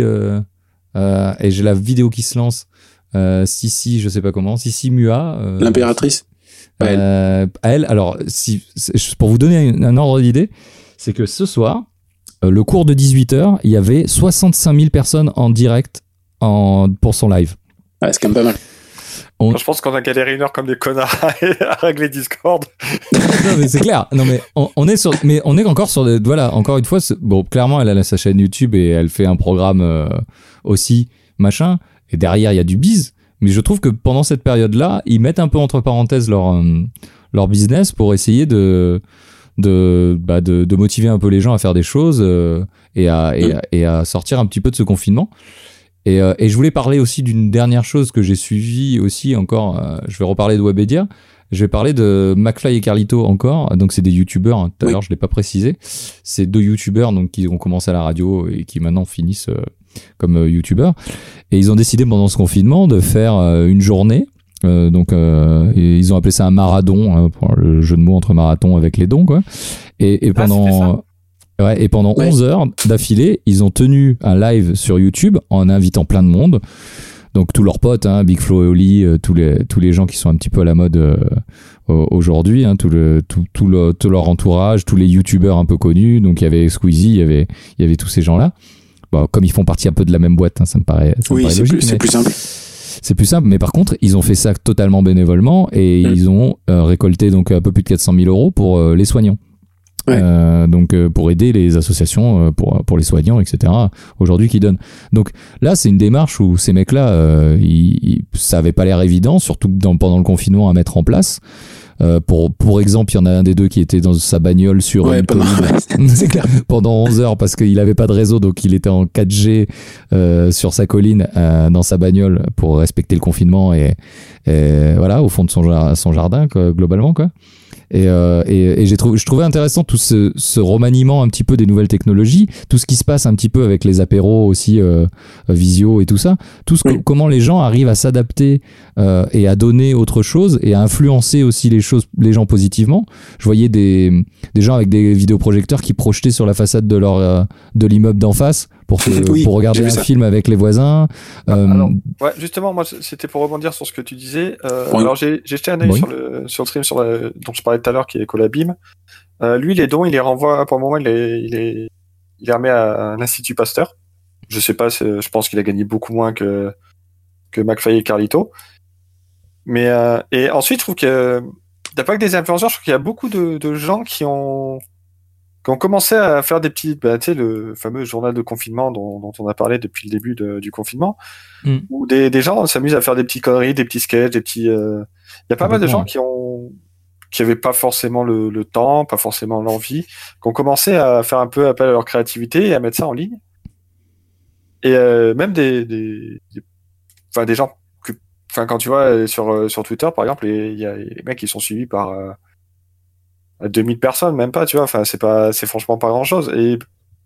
et j'ai la vidéo qui se lance. Sissi, je sais pas comment. Sissi Mua. L'impératrice. Elle. Alors pour vous donner un ordre d'idée, c'est que ce soir. Le cours de 18h, il y avait 65 000 personnes en direct pour son live. Ouais, c'est quand même pas mal. Je pense qu'on a galéré une heure comme des connards à régler Discord. Non, mais c'est clair. Non, mais on est encore sur voilà, encore une fois, bon, clairement, elle a sa chaîne YouTube et elle fait un programme aussi, machin. Et derrière, il y a du biz. Mais je trouve que pendant cette période-là, ils mettent un peu entre parenthèses leur business pour essayer de motiver un peu les gens à faire des choses et à sortir un petit peu de ce confinement. Et je voulais parler aussi d'une dernière chose que j'ai suivie aussi encore. Je vais reparler de Webedia. Je vais parler de McFly et Carlito encore. Donc c'est des youtubeurs. Hein, tout à l'heure je l'ai pas précisé. C'est 2 youtubeurs donc qui ont commencé à la radio et qui maintenant finissent comme youtubeurs. Et ils ont décidé pendant ce confinement de faire une journée. Donc ils ont appelé ça un marathon pour le jeu de mots entre marathon avec les dons quoi. Et pendant 11 heures d'affilée, ils ont tenu un live sur YouTube en invitant plein de monde. Donc tous leurs potes, hein, Big Flo et Oli, tous les gens qui sont un petit peu à la mode aujourd'hui, hein, tout leur entourage, tous les youtubeurs un peu connus. Donc il y avait Squeezie, il y avait tous ces gens-là. Bon, comme ils font partie un peu de la même boîte, hein, ça me paraît logique. C'est plus simple. C'est plus simple, mais par contre, ils ont fait ça totalement bénévolement et ils ont récolté donc un peu plus de 400 000 euros pour les soignants. Ouais. Donc pour aider les associations pour les soignants, etc. aujourd'hui qui donnent. Donc là, c'est une démarche où ces mecs-là, ça avait pas l'air évident, surtout pendant le confinement à mettre en place. Pour exemple, il y en a un des deux qui était dans sa bagnole sur une colline c'est clair. Pendant 11 heures parce qu'il avait pas de réseau, donc il était en 4G sur sa colline dans sa bagnole pour respecter le confinement et voilà, au fond de son jardin quoi, globalement quoi. Et je trouvais intéressant tout ce remaniement un petit peu des nouvelles technologies, tout ce qui se passe un petit peu avec les apéros aussi visio et tout ça, comment les gens arrivent à s'adapter et à donner autre chose et à influencer aussi les gens positivement. Je voyais des gens avec des vidéoprojecteurs qui projetaient sur la façade de l'immeuble d'en face pour regarder un film avec les voisins. Alors, ouais, justement, moi, c'était pour rebondir sur ce que tu disais. Alors, j'ai jeté un œil sur le stream dont je parlais tout à l'heure, qui est Ecolabim. Lui, les dons, il les renvoie, pour le moment, il les remet à l'Institut Pasteur. Je sais pas, je pense qu'il a gagné beaucoup moins que McFly et Carlito. Mais, et ensuite, je trouve que, il n'y a pas que des influenceurs, je trouve qu'il y a beaucoup de gens qui ont commencé à faire des petits, tu sais, le fameux journal de confinement dont on a parlé depuis le début du confinement, où des gens s'amusent à faire des petites conneries, des petits sketchs, des petits, il y a pas mal de gens qui avaient pas forcément le temps, pas forcément l'envie, qui ont commencé à faire un peu appel à leur créativité et à mettre ça en ligne. Et même des gens quand tu vois sur Twitter par exemple, il y a les mecs qui sont suivis par 2000 personnes, même pas, tu vois, enfin c'est franchement pas grand chose et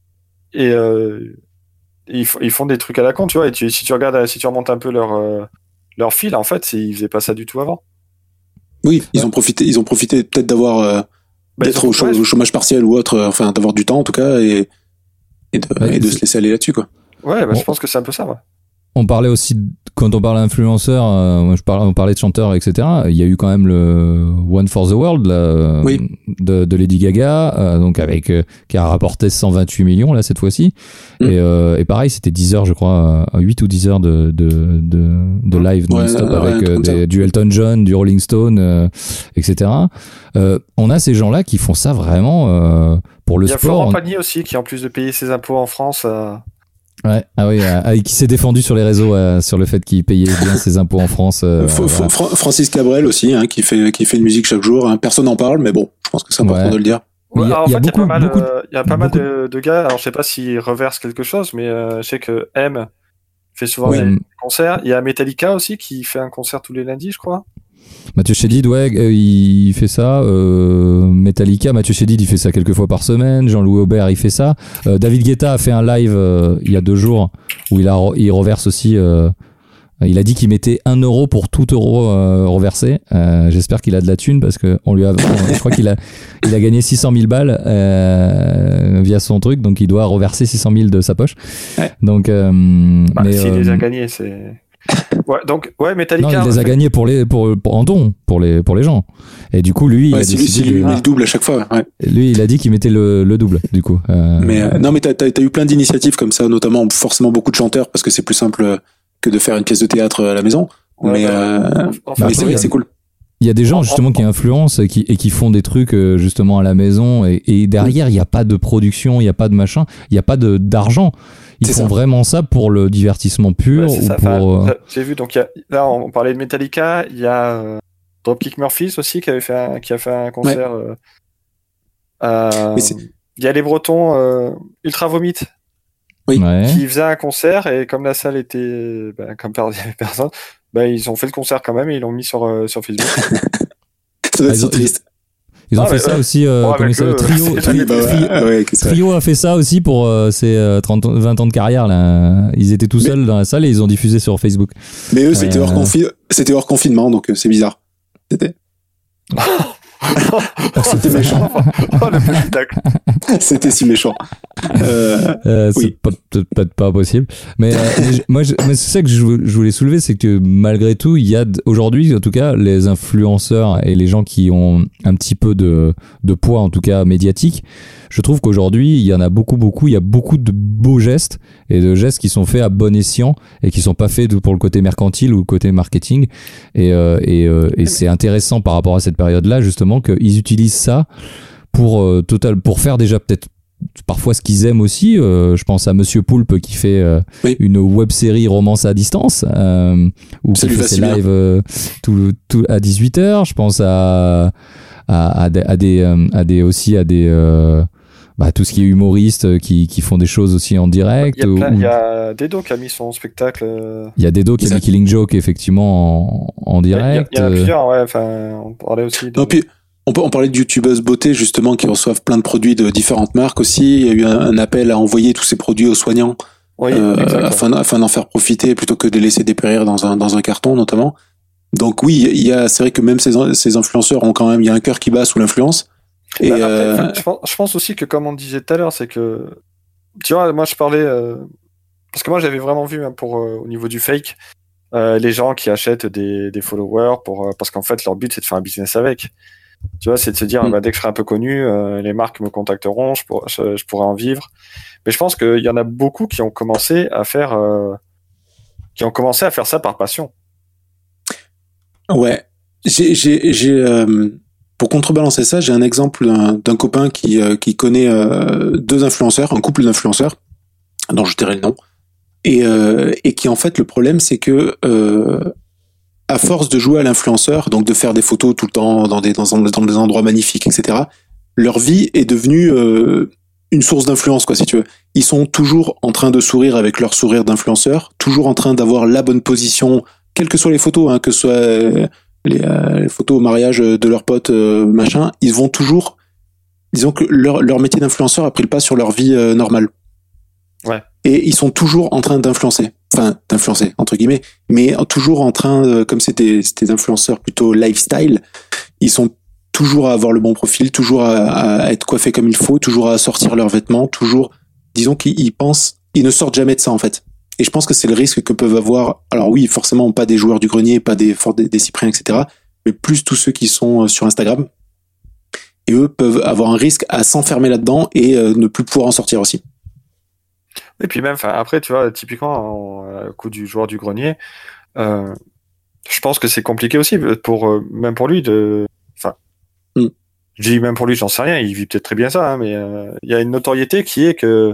ils font des trucs à la con, tu vois, et si tu remontes un peu leur fil, en fait, ils faisaient pas ça du tout avant. Oui, ils ont profité peut-être d'avoir d'être au chômage partiel ou autre, enfin d'avoir du temps en tout cas et de se laisser aller là-dessus quoi. Ouais, je pense que c'est un peu ça, ouais. On parlait aussi, quand on parle d'influenceurs, on parlait de chanteurs, etc. Il y a eu quand même le One for the World là, de Lady Gaga, donc qui a rapporté 128 millions là cette fois-ci. Et pareil, c'était 10 heures, je crois, 8 ou 10 heures de live non-stop avec du Elton John, du Rolling Stone, etc. On a ces gens-là qui font ça vraiment pour le sport. Il y a Florent Pagny aussi qui, en plus de payer ses impôts en France, ouais, qui s'est défendu sur les réseaux sur le fait qu'il payait bien ses impôts en France. Francis Cabrel aussi, hein, qui fait une musique chaque jour. Hein. Personne n'en parle, mais bon, je pense que c'est important de le dire. Ouais, il y a pas mal de gars. Alors, je sais pas s'ils reversent quelque chose, mais je sais que M fait souvent des concerts. Il y a Metallica aussi qui fait un concert tous les lundis, je crois. Mathieu Chédid, il fait ça. Metallica, Mathieu Chédid, il fait ça quelques fois par semaine. Jean-Louis Aubert, il fait ça. David Guetta a fait un live il y a 2 jours où il reverse aussi. Il a dit qu'il mettait 1 euro pour tout euro reversé. J'espère qu'il a de la thune parce que je crois qu'il a gagné 600 000 balles via son truc, donc il doit reverser 600 000 de sa poche. Ouais. Donc, s'il les a gagnés, c'est. Metallica. Non, il les a gagnés en don pour les gens. Et du coup, lui, il a décidé lui met le double à chaque fois. Ouais. Lui, il a dit qu'il mettait le double, du coup. Mais non, mais t'as eu plein d'initiatives comme ça, notamment forcément beaucoup de chanteurs parce que c'est plus simple que de faire une pièce de théâtre à la maison. Mais c'est vrai, c'est cool. Il y a des gens justement qui influencent et qui font des trucs justement à la maison et derrière il n'y a pas de production, il n'y a pas de machin, il n'y a pas d'argent. Ils font vraiment ça pour le divertissement pur. J'ai vu, donc là on parlait de Metallica, il y a Dropkick Murphys aussi qui a fait un concert. Il y a les Bretons Ultra Vomit qui faisaient un concert et comme la salle était comme il n'y avait personne, ils ont fait le concert quand même et ils l'ont mis sur Facebook. Ça doit être triste. Ils ont fait ça aussi, Trio a fait ça aussi pour ses 20 ans de carrière, là. Ils étaient tout seuls dans la salle et ils ont diffusé sur Facebook. Mais eux, c'était hors confinement, donc c'est bizarre. C'était méchant. Oh, le petit tacle. C'était si méchant. C'est Oui. peut-être pas possible. Mais mais c'est ça que je voulais soulever, c'est que malgré tout, il y a aujourd'hui, en tout cas, les influenceurs et les gens qui ont un petit peu de poids, en tout cas médiatique. Je trouve qu'aujourd'hui, il y en a beaucoup. Il y a beaucoup de beaux gestes et de gestes qui sont faits à bon escient et qui sont pas faits pour le côté mercantile ou le côté marketing. Et c'est intéressant par rapport à cette période-là, justement, qu'ils utilisent ça pour faire déjà peut-être parfois ce qu'ils aiment aussi. Je pense à Monsieur Poulpe qui fait Oui. une web-série romance à distance où Ça qui lui fait va ses si bien. lives tout à 18h. Je pense à tout ce qui est humoriste qui font des choses aussi en direct. Il y a Dedo qui a mis son spectacle. Il y a Dedo qui a mis Killing Joke effectivement en direct. Il y en a plusieurs, ouais. Enfin, on parlait aussi de... Non, puis on parlait de youtubeuses beauté justement qui reçoivent plein de produits de différentes marques aussi. Il y a eu un appel à envoyer tous ces produits aux soignants Oui, afin d'en faire profiter plutôt que de les laisser dépérir dans un carton notamment. Donc oui, c'est vrai que même ces influenceurs ont quand même, il y a un cœur qui bat sous l'influence. Et après, je pense aussi que comme on disait tout à l'heure, c'est que tu vois, moi je parlais parce que moi j'avais vraiment vu au niveau du fake les gens qui achètent des followers parce qu'en fait leur but c'est de faire un business avec. Tu vois, c'est de se dire dès que je serai un peu connu, les marques me contacteront, je pourrai en vivre. Mais je pense qu'il y en a beaucoup qui ont commencé à faire ça par passion. Ouais, pour contrebalancer ça, j'ai un exemple d'un copain qui connaît deux influenceurs, un couple d'influenceurs, dont je tairai le nom, et qui en fait le problème c'est que à force de jouer à l'influenceur, donc de faire des photos tout le temps dans des endroits magnifiques, etc., leur vie est devenue une source d'influence, quoi, si tu veux. Ils sont toujours en train de sourire avec leur sourire d'influenceur, toujours en train d'avoir la bonne position, quelles que soient les photos, hein, que ce soit les photos au mariage de leurs potes, machin, ils vont toujours... Disons que leur métier d'influenceur a pris le pas sur leur vie normale. Ouais. Et ils sont toujours en train d'influencer, entre guillemets, mais toujours en train, comme c'était des influenceurs plutôt lifestyle, ils sont toujours à avoir le bon profil, toujours à être coiffés comme il faut, toujours à sortir leurs vêtements, toujours, disons qu'ils ils ne sortent jamais de ça en fait. Et je pense que c'est le risque que peuvent avoir, alors oui, forcément pas des joueurs du grenier, pas des Cypriens, etc., mais plus tous ceux qui sont sur Instagram. Et eux peuvent avoir un risque à s'enfermer là-dedans et ne plus pouvoir en sortir aussi. Et puis même, après, tu vois, typiquement, au coup du joueur du grenier, je pense que c'est compliqué aussi même pour lui de, je dis même pour lui, j'en sais rien, il vit peut-être très bien ça, hein, mais il y a une notoriété qui est que,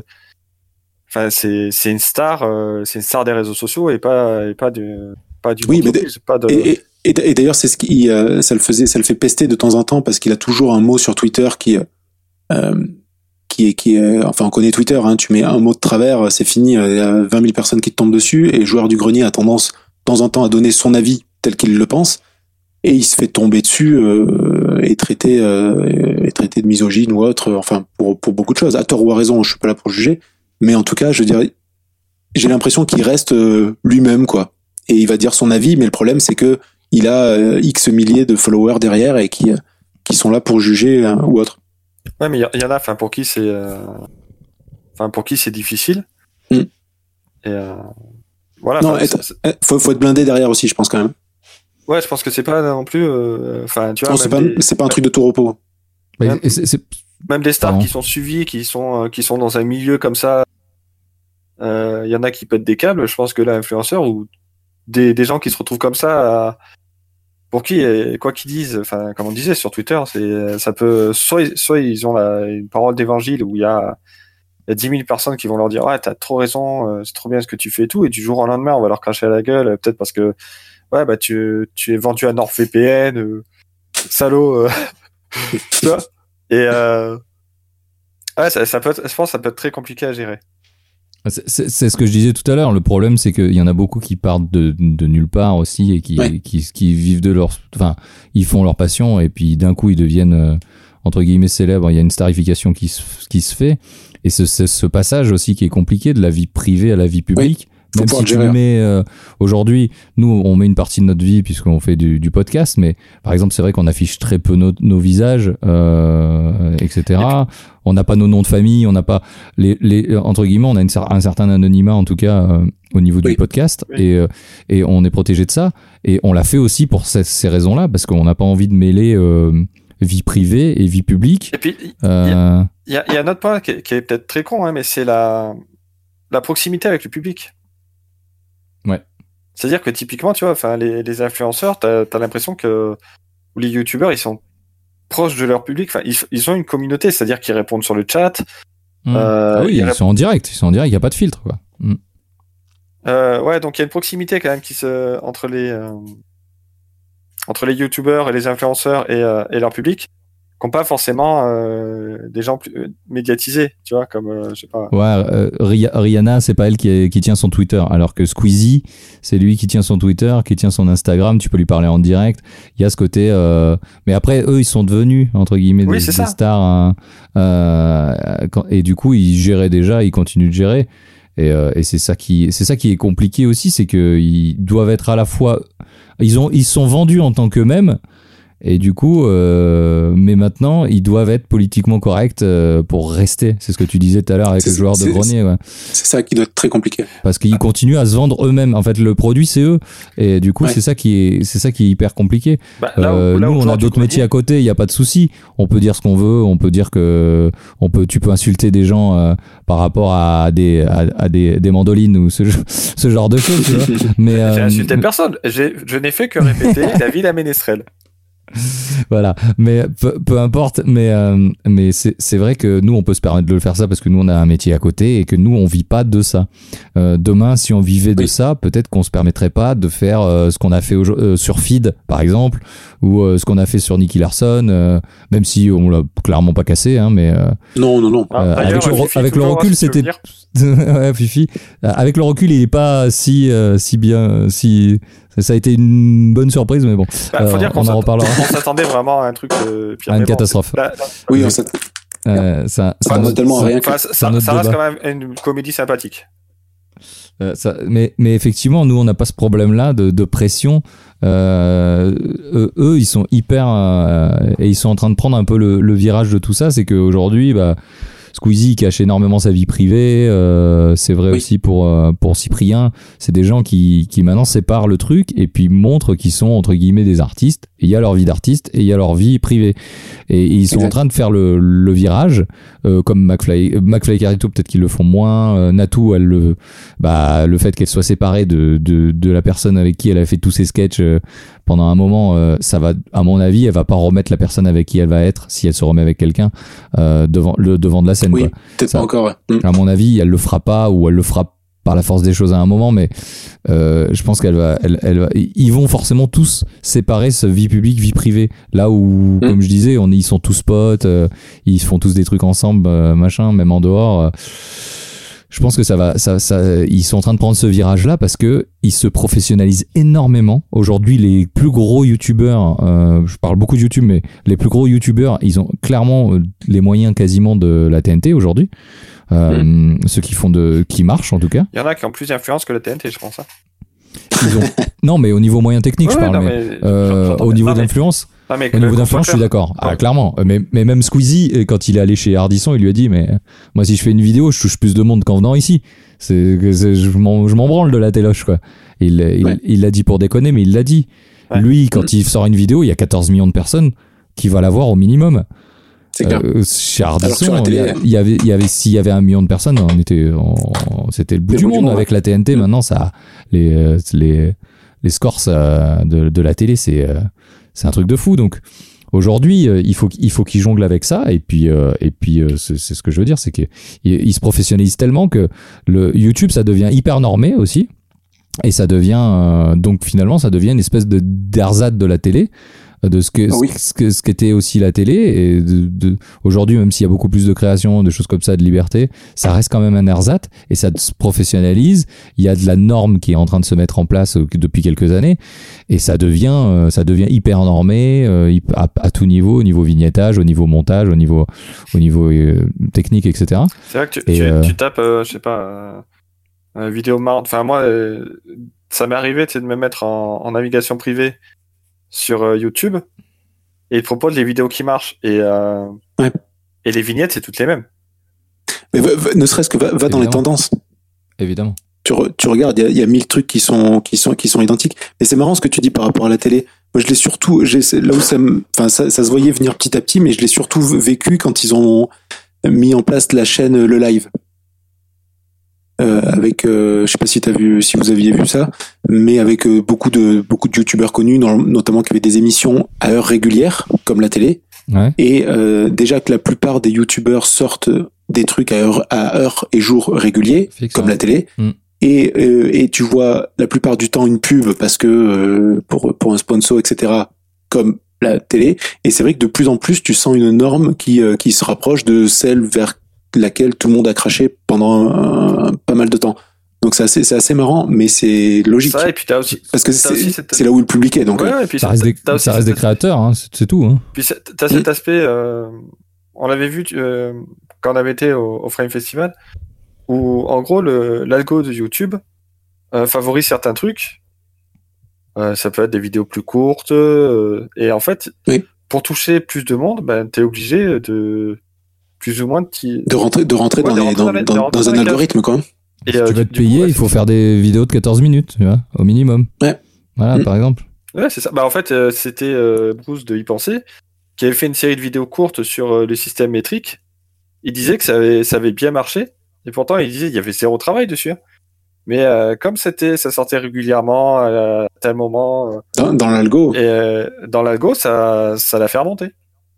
c'est une star des réseaux sociaux et pas du oui, entreprise, pas de... Et d'ailleurs, c'est ce qui ça le fait pester de temps en temps parce qu'il a toujours un mot sur Twitter qui enfin, on connaît Twitter, hein, tu mets un mot de travers, c'est fini, il y a 20 000 personnes qui te tombent dessus, et le joueur du grenier a tendance, de temps en temps, à donner son avis tel qu'il le pense, et il se fait tomber dessus, et traiter de misogyne ou autre, enfin, pour beaucoup de choses. À tort ou à raison, je suis pas là pour juger, mais en tout cas, je dirais, j'ai l'impression qu'il reste lui-même, quoi. Et il va dire son avis, mais le problème, c'est que il a X milliers de followers derrière et qui sont là pour juger ou autre. Ouais, mais il y en a, pour qui c'est difficile. Et voilà. Non, faut être blindé derrière aussi, je pense quand même. Ouais, je pense que c'est pas non plus. Tu vois. Non, c'est pas un truc de tout repos. Même des stars qui sont suivies, qui sont dans un milieu comme ça. Il y en a qui pètent des câbles. Je pense que l'influenceur ou des gens qui se retrouvent comme ça. Pour qui, quoi qu'ils disent, comme on disait sur Twitter, ça peut, soit ils ont une parole d'évangile où il y a 10 000 personnes qui vont leur dire, ouais, t'as trop raison, c'est trop bien ce que tu fais et tout, et du jour au lendemain, on va leur cracher à la gueule, peut-être parce que, ouais, tu es vendu à NordVPN, salaud, tu vois. Et, ouais, ça peut être, je pense que ça peut être très compliqué à gérer. C'est ce que je disais tout à l'heure. Le problème, c'est qu'il y en a beaucoup qui partent de nulle part aussi et qui vivent de leur, ils font leur passion et puis d'un coup ils deviennent entre guillemets célèbres. Il y a une starification qui se fait et c'est ce passage aussi qui est compliqué de la vie privée à la vie publique Même si tu mets aujourd'hui, nous on met une partie de notre vie puisqu'on fait du podcast, mais par exemple c'est vrai qu'on affiche très peu nos visages, etc. On n'a pas nos noms de famille, on n'a pas les entre guillemets, on a un certain anonymat en tout cas au niveau du podcast, et on est protégé de ça, et on l'a fait aussi pour ces raisons-là, parce qu'on n'a pas envie de mêler vie privée et vie publique. Et puis il y a un autre point qui est peut-être très con, hein, mais c'est la proximité avec le public. Ouais. C'est-à-dire que typiquement, tu vois, enfin les influenceurs, t'as l'impression que ou les youtubeurs, ils sont proches de leur public. Enfin, ils ont une communauté, c'est-à-dire qu'ils répondent sur le chat. Oui, ils sont en direct. Il n'y a pas de filtre, quoi. Ouais, donc il y a une proximité quand même entre les youtubeurs et les influenceurs et leur public, qui n'ont pas forcément des gens plus médiatisés, tu vois, comme je sais pas. Ouais, Rihanna, c'est pas elle qui tient son Twitter, alors que Squeezie, c'est lui qui tient son Twitter, qui tient son Instagram. Tu peux lui parler en direct. Il y a ce côté. Mais après, eux, ils sont devenus entre guillemets des stars, et du coup, ils géraient déjà, ils continuent de gérer. Et c'est ça qui est compliqué aussi, c'est que ils doivent être à la fois, ils sont vendus en tant qu'eux-mêmes, et du coup mais maintenant ils doivent être politiquement corrects pour rester. C'est ce que tu disais tout à l'heure avec le joueur de grenier. Ouais. C'est ça qui doit être très compliqué, parce qu'ils continuent à se vendre eux-mêmes. En fait, le produit c'est eux, et du coup c'est ça qui est hyper compliqué. Nous on a d'autres métiers à côté, il y a pas de souci, on peut dire ce qu'on veut, on peut dire que tu peux insulter des gens par rapport à des mandolines ou ce genre de choses, tu vois. Mais j'ai insulté personne, je n'ai fait que répéter David la Ménestrel. Voilà, mais peu importe, mais c'est vrai que nous on peut se permettre de le faire ça parce que nous on a un métier à côté et que nous on vit pas de ça. Demain, si on vivait de ça, peut-être qu'on se permettrait pas de faire ce qu'on a fait sur Feed par exemple, ou ce qu'on a fait sur Nicky Larson, même si on l'a clairement pas cassé, hein, mais non. Avec le recul, c'était ouais, Fifi. Avec le recul, il est pas si bien, si ça a été une bonne surprise, mais bon. Faut dire qu'on en reparlera. On s'attendait vraiment à un truc à une catastrophe. Oui, on s'attendait. Ça reste quand même une comédie sympathique. Mais effectivement, nous on n'a pas ce problème-là de pression. Eux, ils sont hyper et ils sont en train de prendre un peu le virage de tout ça. C'est qu'aujourd'hui, Squeezie cache énormément sa vie privée, c'est vrai aussi pour Cyprien. C'est des gens qui maintenant séparent le truc et puis montrent qu'ils sont entre guillemets des artistes. Il y a leur vie d'artiste et il y a leur vie privée. Et ils sont en train de faire le virage, comme McFly et Carito, peut-être qu'ils le font moins. Natou, le fait qu'elle soit séparée de la personne avec qui elle a fait tous ses sketchs pendant un moment, ça va, à mon avis, elle va pas remettre la personne avec qui elle va être si elle se remet avec quelqu'un devant de la scène. Oui, quoi. peut-être pas encore. Ouais. À mon avis, elle le fera pas, ou elle le fera par la force des choses à un moment, mais je pense qu'elle va, ils vont forcément tous séparer ce vie publique, vie privée. Là où, comme je disais, ils sont tous potes, ils font tous des trucs ensemble, machin, même en dehors. Je pense que ils sont en train de prendre ce virage-là parce que ils se professionnalisent énormément. Aujourd'hui, les plus gros youtubeurs, je parle beaucoup de YouTube, mais les plus gros youtubeurs, ils ont clairement les moyens quasiment de la TNT aujourd'hui. Ceux qui marchent en tout cas. Il y en a qui ont plus d'influence que la TNT, je pense. Non, mais au niveau moyen technique, je parle. Au niveau d'influence. Au niveau d'influence, je suis d'accord. Ouais. Alors, clairement. Mais même Squeezie, quand il est allé chez Ardisson, il lui a dit, mais moi, si je fais une vidéo, je touche plus de monde qu'en venant ici. Je m'en branle de la téloche, quoi. Il l'a dit pour déconner, mais il l'a dit. Ouais. Lui, quand il sort une vidéo, il y a 14 millions de personnes qui va la voir au minimum. C'est clair. Chez Ardisson, s'il y avait 1 million de personnes, c'était le bout du monde avec la TNT. Maintenant, ça, les scores de la télé, c'est un truc de fou. Donc aujourd'hui, il faut qu'ils jonglent avec ça. Et puis c'est ce que je veux dire, c'est qu'ils se professionnalisent tellement que le YouTube, ça devient hyper normé aussi. Et ça devient donc finalement, ça devient une espèce d'ersatz de la télé. De ce qu'était aussi la télé, et aujourd'hui, même s'il y a beaucoup plus de création, de choses comme ça, de liberté, ça reste quand même un ersatz et ça se professionnalise. Il y a de la norme qui est en train de se mettre en place depuis quelques années et ça devient hyper normé à tout niveau, au niveau vignettage, au niveau montage, au niveau technique, etc. C'est vrai que tu tapes, je sais pas, vidéo marrante. Enfin, moi, ça m'est arrivé de me mettre en navigation privée sur YouTube et il propose les vidéos qui marchent. Et les vignettes, c'est toutes les mêmes. Mais ne serait-ce que va dans les tendances. Évidemment. Tu regardes, il y a 1000 trucs qui sont identiques. Mais c'est marrant ce que tu dis par rapport à la télé. Moi, je l'ai surtout, là où ça se voyait venir petit à petit, mais je l'ai surtout vécu quand ils ont mis en place la chaîne Le Live. Avec, je sais pas si vous aviez vu ça, mais avec beaucoup de youtubeurs connus, notamment qui avaient des émissions à heure régulière, comme la télé. Ouais. Et déjà que la plupart des youtubeurs sortent des trucs à heure et jour réguliers, comme la télé. Et tu vois la plupart du temps une pub parce que pour un sponsor, etc., comme la télé. Et c'est vrai que de plus en plus, tu sens une norme qui se rapproche de celle vers laquelle tout le monde a craché pendant pas mal de temps. Donc c'est assez marrant, mais c'est logique. Ça, et puis t'as aussi, parce que c'est là où le public est. Donc et puis ça reste des créateurs, hein, c'est tout. Hein. Puis t'as cet aspect, on l'avait vu quand on avait été au Frame Festival, où en gros l'algo de YouTube favorise certains trucs. Ça peut être des vidéos plus courtes, et en fait, pour toucher plus de monde, t'es obligé de plus ou moins de rentrer dans un algorithme, quoi. Et si tu veux te payer, il faut faire des vidéos de 14 minutes, tu vois, au minimum. Ouais. Voilà, par exemple. Ouais, c'est ça. En fait, c'était Bruce de Y Penser qui avait fait une série de vidéos courtes sur le système métrique. Il disait que ça avait bien marché, et pourtant il disait qu'il y avait zéro travail dessus. Mais comme ça sortait régulièrement à tel moment dans l'algo, et dans l'algo, ça l'a fait remonter.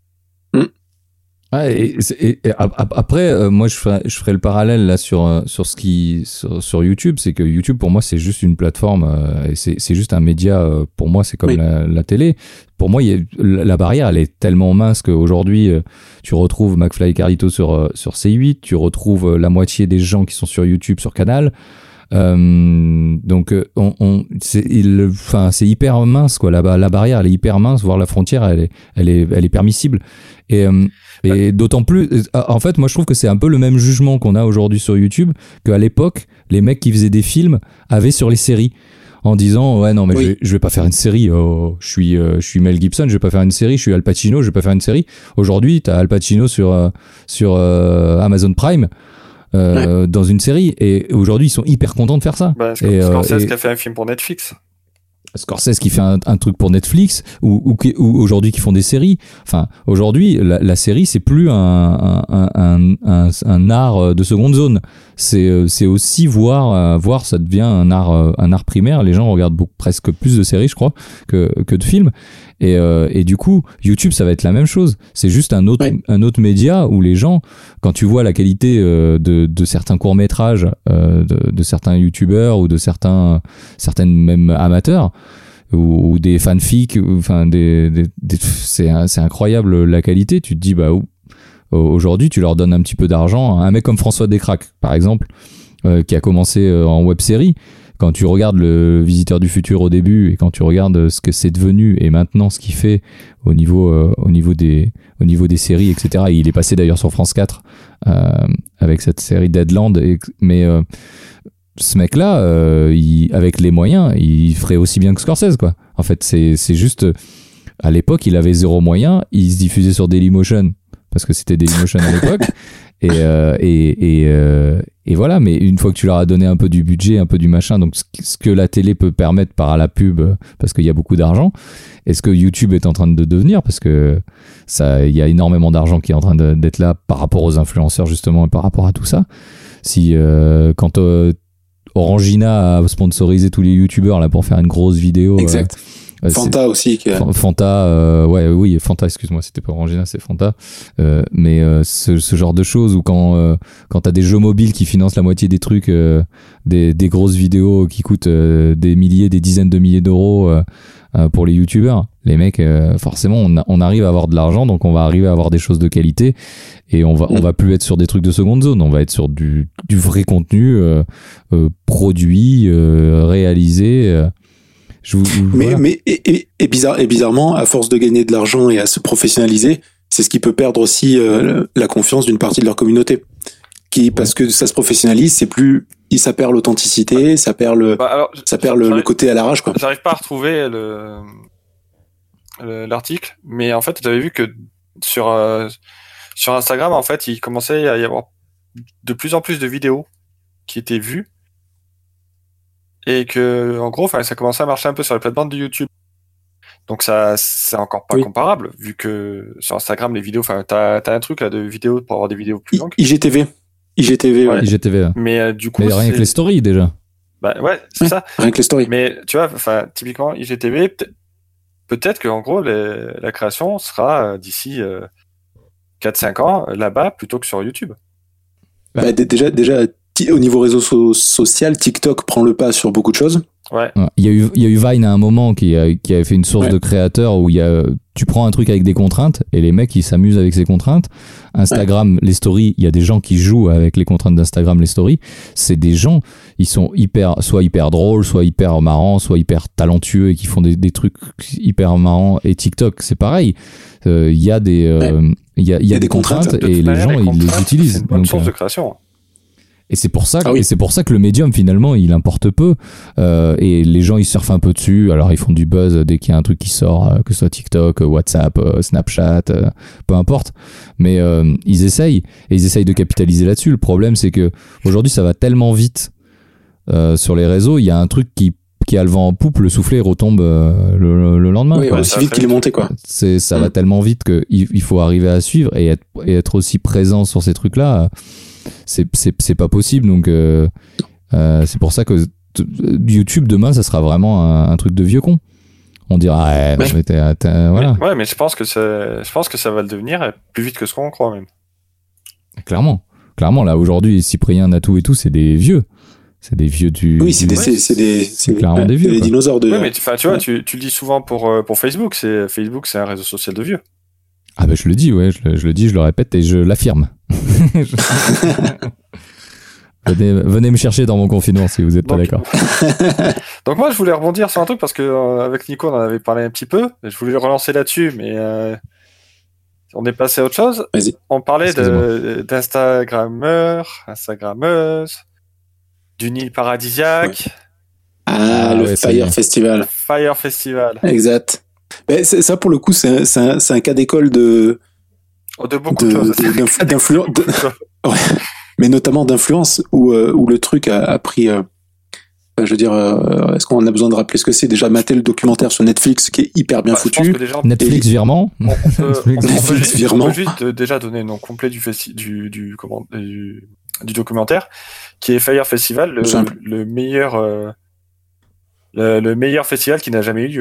Ouais, et après, moi, je ferai le parallèle là sur YouTube, c'est que YouTube pour moi c'est juste une plateforme, et c'est juste un média. Pour moi, c'est comme la télé. Pour moi, la barrière, elle est tellement mince qu'aujourd'hui, tu retrouves McFly et Carlito sur C8, tu retrouves la moitié des gens qui sont sur YouTube sur Canal. Donc c'est hyper mince, quoi. La barrière, elle est hyper mince, voire la frontière, elle est permissible. Et d'autant plus, en fait, moi je trouve que c'est un peu le même jugement qu'on a aujourd'hui sur YouTube qu'à l'époque, les mecs qui faisaient des films avaient sur les séries, en disant ouais non mais je vais pas faire une série, je suis Mel Gibson, je vais pas faire une série, je suis Al Pacino, je vais pas faire une série. Aujourd'hui, t'as Al Pacino sur Amazon Prime. Dans une série, et aujourd'hui ils sont hyper contents de faire ça. Scorsese qui a fait un film pour Netflix. Scorsese qui fait un truc pour Netflix, ou aujourd'hui qui font des séries. Enfin, aujourd'hui, la série, c'est plus un art de seconde zone. C'est aussi voir, ça devient un art primaire. Les gens regardent presque plus de séries, je crois, que de films. Et du coup, YouTube, ça va être la même chose. C'est juste un autre média où les gens, quand tu vois la qualité de certains courts-métrages, de certains YouTubeurs ou de certaines même amateurs, ou des fanfics, enfin c'est incroyable la qualité. Tu te dis aujourd'hui tu leur donnes un petit peu d'argent. Un mec comme François Descraques, par exemple, qui a commencé en web-série. Quand tu regardes le Visiteur du futur au début, et quand tu regardes ce que c'est devenu et maintenant ce qu'il fait au niveau des séries, etc. Et il est passé d'ailleurs sur France 4 avec cette série Deadland. Mais ce mec-là, avec les moyens, il ferait aussi bien que Scorsese, quoi. En fait, c'est juste, à l'époque, il avait zéro moyen. Il se diffusait sur Dailymotion parce que c'était Dailymotion à l'époque. Et voilà, mais une fois que tu leur as donné un peu du budget, un peu du machin, donc ce que la télé peut permettre par la pub, parce qu'il y a beaucoup d'argent, est-ce que YouTube est en train de devenir, parce que il y a énormément d'argent qui est en train d'être là par rapport aux influenceurs, justement, et par rapport à tout ça. Si quand Orangina a sponsorisé tous les YouTubeurs là pour faire une grosse vidéo, exact. Fanta aussi. Fanta, Fanta, excuse-moi, c'était pas Orangina, c'est Fanta. Mais ce genre de choses où quand t'as des jeux mobiles qui financent la moitié des trucs, des grosses vidéos qui coûtent des milliers, des dizaines de milliers d'euros pour les youtubeurs, les mecs, forcément, on arrive à avoir de l'argent, donc on va arriver à avoir des choses de qualité, et on va plus être sur des trucs de seconde zone, on va être sur du vrai contenu, produit, réalisé. Bizarrement, à force de gagner de l'argent et à se professionnaliser, c'est ce qui peut perdre aussi la confiance d'une partie de leur communauté. Parce que ça se professionnalise, c'est plus ça perd l'authenticité, ça perd le côté à l'arrache, quoi. J'arrive pas à retrouver l'article, mais en fait, j'avais vu que sur Instagram, en fait, il commençait à y avoir de plus en plus de vidéos qui étaient vues et que, en gros, ça commençait à marcher un peu sur les plateformes de YouTube. Donc ça, c'est encore pas comparable, vu que sur Instagram, les vidéos, t'as un truc là de vidéos pour avoir des vidéos plus longues. IGTV, ouais. IGTV. Ouais. Mais du coup, rien que les stories déjà. Bah ouais, c'est ça. Rien que les stories. Mais tu vois, typiquement IGTV, peut-être que en gros, la création sera d'ici 4-5 ans là-bas plutôt que sur YouTube. Bah, déjà, au niveau réseau social, TikTok prend le pas sur beaucoup de choses. Ouais. Il y a eu Vine à un moment qui avait fait une source de créateurs où tu prends un truc avec des contraintes et les mecs ils s'amusent avec ces contraintes. Instagram, les stories, il y a des gens qui jouent avec les contraintes d'Instagram, les stories. C'est des gens, ils sont soit hyper drôles, soit hyper marrants, soit hyper talentueux et qui font des trucs hyper marrants. Et TikTok, c'est pareil. Il y a des contraintes et les gens ils les utilisent. C'est une bonne source de création. Et c'est pour ça que le médium finalement il importe peu et les gens ils surfent un peu dessus. Alors ils font du buzz dès qu'il y a un truc qui sort, que ce soit TikTok, WhatsApp, Snapchat, peu importe. Mais ils essayent de capitaliser là-dessus. Le problème c'est que aujourd'hui ça va tellement vite sur les réseaux. Il y a un truc qui a le vent en poupe, le soufflet retombe le lendemain. Oui, aussi vite qu'il est monté, quoi. Ça va tellement vite que il faut arriver à suivre et être aussi présent sur ces trucs-là. C'est pas possible, donc c'est pour ça que YouTube demain ça sera vraiment un truc de vieux con. On dira voilà. Ouais, mais je pense que ça va le devenir plus vite que ce qu'on croit même. Clairement là aujourd'hui Cyprien, Natou et tout c'est des vieux. C'est des vieux c'est clairement des vieux. Des dinosaures de. Oui, mais tu vois, tu le dis souvent pour Facebook. Facebook, c'est un réseau social de vieux. Ah ben je le dis, ouais, je le dis, je le répète et je l'affirme. Venez me chercher dans mon confinement si vous n'êtes pas d'accord. Donc moi je voulais rebondir sur un truc parce que avec Nico on en avait parlé un petit peu. Je voulais le relancer là-dessus, mais on est passé à autre chose. Vas-y. On parlait d'instagrammeurs, instagrammeuses, d'une île paradisiaque. Ah, le Fire Festival. Fire Festival. Exact. Mais ça pour le coup c'est un cas d'école de beaucoup de choses. D'influence. Ouais. Mais notamment d'influence où le truc a pris. Je veux dire, est-ce qu'on a besoin de rappeler ce que c'est? Déjà, mater le documentaire sur Netflix qui est hyper bien foutu. Netflix virement. Netflix virement. On peut juste déjà donner le nom complet du documentaire, qui est Fire Festival, le meilleur le meilleur festival qui n'a jamais eu lieu.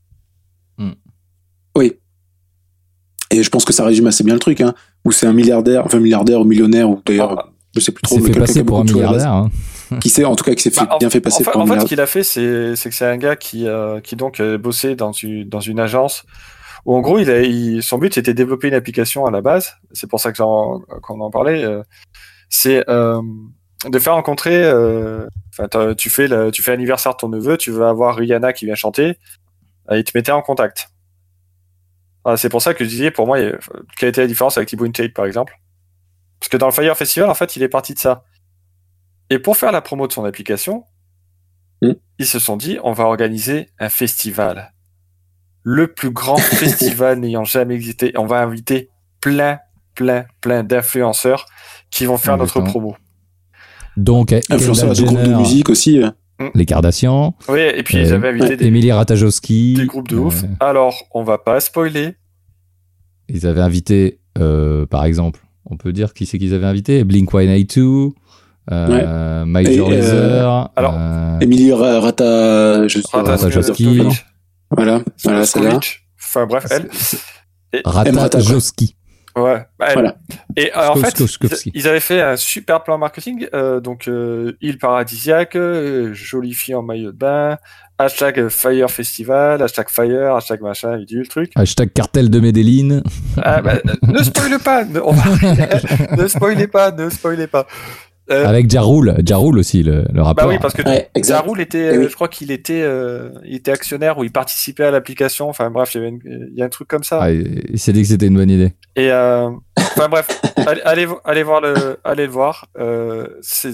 Oui. Et je pense que ça résume assez bien le truc, hein, où c'est un milliardaire ou millionnaire, ou d'ailleurs, je sais plus trop, mais quelqu'un qui a beaucoup de milliardaire, qui s'est, en tout cas, qui s'est bien fait passer pour un milliardaire. En fait, ce qu'il a fait, c'est que c'est un gars qui donc bossait dans une agence où, en gros, son but c'était de développer une application à la base. C'est pour ça qu'on en parlait. C'est de faire rencontrer. Tu fais l'anniversaire de ton neveu, tu vas avoir Rihanna qui vient chanter, et te mettait en contact. C'est pour ça que je disais, pour moi, quelle était la différence avec Thibaut Tate, par exemple. Parce que dans le Fire Festival, en fait, il est parti de ça. Et pour faire la promo de son application, ils se sont dit, on va organiser un festival. Le plus grand festival n'ayant jamais existé. On va inviter plein d'influenceurs qui vont faire notre promo. Donc, influenceurs de groupes de musique aussi. Les Kardashians. Oui, et puis ils avaient invité Emilie Ratajkowski. Des groupes de ouf. Alors, on va pas spoiler. Ils avaient invité, par exemple, on peut dire qui c'est qu'ils avaient invité? Blink-182, Major Lazer. Emilie Ratajkowski. Voilà, celle-là. Enfin bref, elle. Ratajkowski. Ouais. Voilà. Et en fait, ils avaient fait un super plan marketing. Donc, île paradisiaque, jolie fille en maillot de bain, hashtag Fire Festival, hashtag Fire, hashtag machin, le truc. Hashtag cartel de Medellin. Ne spoilez pas. Ne spoilez pas. Avec Ja Rule aussi, le rappeur. Bah oui, parce que Ja Rule était, je crois qu'il était actionnaire ou il participait à l'application. Enfin bref, il y a un truc comme ça. Il s'est dit que c'était une bonne idée. Et enfin bref, allez le voir.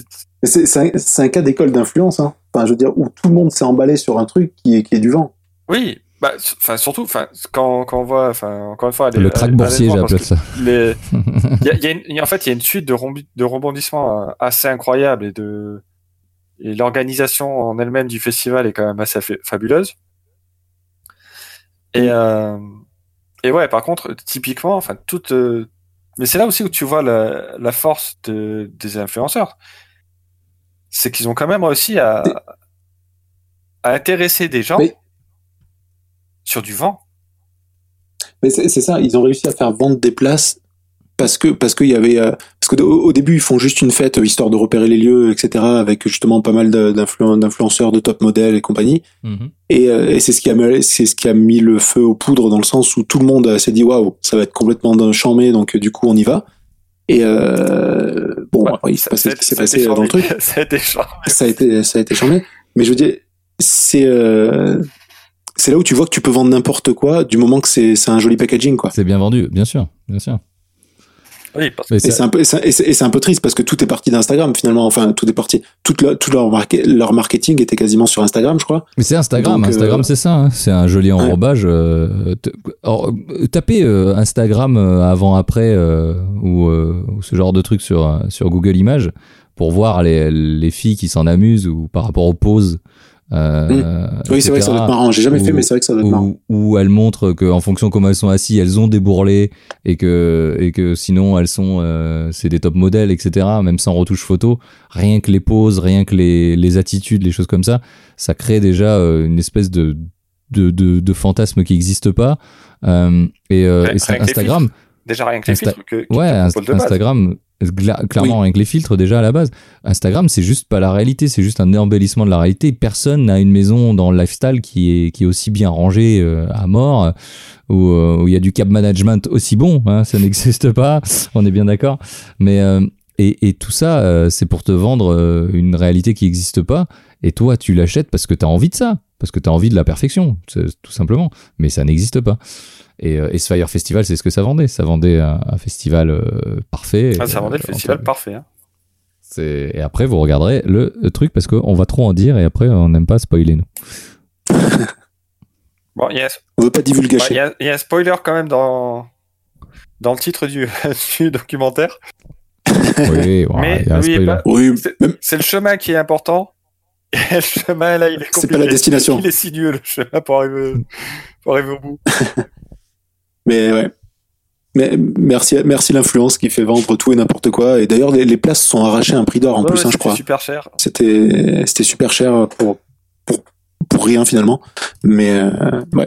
C'est un cas d'école d'influence, hein. Enfin, je veux dire, où tout le monde s'est emballé sur un truc qui est du vent. Oui, bah, surtout, quand on voit, encore une fois, le krach boursier, j'appelle ça. En fait, il y a une suite de rebondissements assez incroyables et l'organisation en elle-même du festival est quand même assez fabuleuse. Et ouais, par contre, typiquement, mais c'est là aussi où tu vois la force des influenceurs. C'est qu'ils ont quand même réussi à intéresser des gens sur du vent. Mais c'est ça, ils ont réussi à faire vendre des places parce que au début ils font juste une fête histoire de repérer les lieux, etc. avec justement pas mal d'influenceurs, de top modèles et compagnie. Mm-hmm. Et c'est ce qui a mis le feu aux poudres dans le sens où tout le monde s'est dit waouh, ça va être complètement chambé, donc du coup on y va. Et après, il s'est passé ce qui s'est passé dans le truc. Ça a été chambé. Ça a été chambé. Mais je veux dire, c'est là où tu vois que tu peux vendre n'importe quoi du moment que c'est un joli packaging, quoi. C'est bien vendu, bien sûr. Oui, parce que c'est un peu triste parce que tout est parti d'Instagram finalement. Enfin, tout est parti. Tout leur marketing était quasiment sur Instagram, je crois. Mais c'est Instagram. Donc, Instagram, c'est ça. Hein. C'est un joli enrobage. Tapez Instagram avant-après ou ce genre de truc sur Google Images pour voir les filles qui s'en amusent ou par rapport aux poses. Oui, c'est vrai que ça doit être marrant. J'ai jamais fait, mais c'est vrai que ça doit être marrant. Où elles montrent qu'en fonction de comment elles sont assises, elles ont des bourrelets et que sinon elles sont, c'est des top modèles, etc. Même sans retouche photo, rien que les poses, rien que les attitudes, les choses comme ça, ça crée déjà une espèce de fantasme qui n'existe pas. Et Instagram. Déjà rien que les filtres Instagram. Clairement, avec les filtres déjà à la base. Instagram, c'est juste pas la réalité, c'est juste un embellissement de la réalité. Personne n'a une maison dans le lifestyle qui est aussi bien rangée à mort, où il y a du cap management aussi bon, hein, ça n'existe pas, on est bien d'accord. Mais et tout ça, c'est pour te vendre une réalité qui n'existe pas. Et toi, tu l'achètes parce que tu as envie de ça, parce que tu as envie de la perfection, tout simplement. Mais ça n'existe pas. Et ce Fire Festival, c'est ce que ça vendait. Ça vendait un festival parfait. Ça vendait le festival parfait. Hein. Et après, vous regarderez le truc parce qu'on va trop en dire et après, on n'aime pas spoiler, nous. Bon, on veut pas divulguer. Il y a un spoiler quand même dans le titre du documentaire. Oui, mais il y a un spoiler. C'est le chemin qui est important. Et le chemin, là, il est compliqué. C'est pas la destination. Il est sinueux, le chemin, pour arriver au bout. Mais ouais. Mais merci l'influence qui fait vendre tout et n'importe quoi. Et d'ailleurs, les places sont arrachées à un prix d'or en plus, je crois. C'était super cher. C'était super cher pour rien finalement. Mais ouais.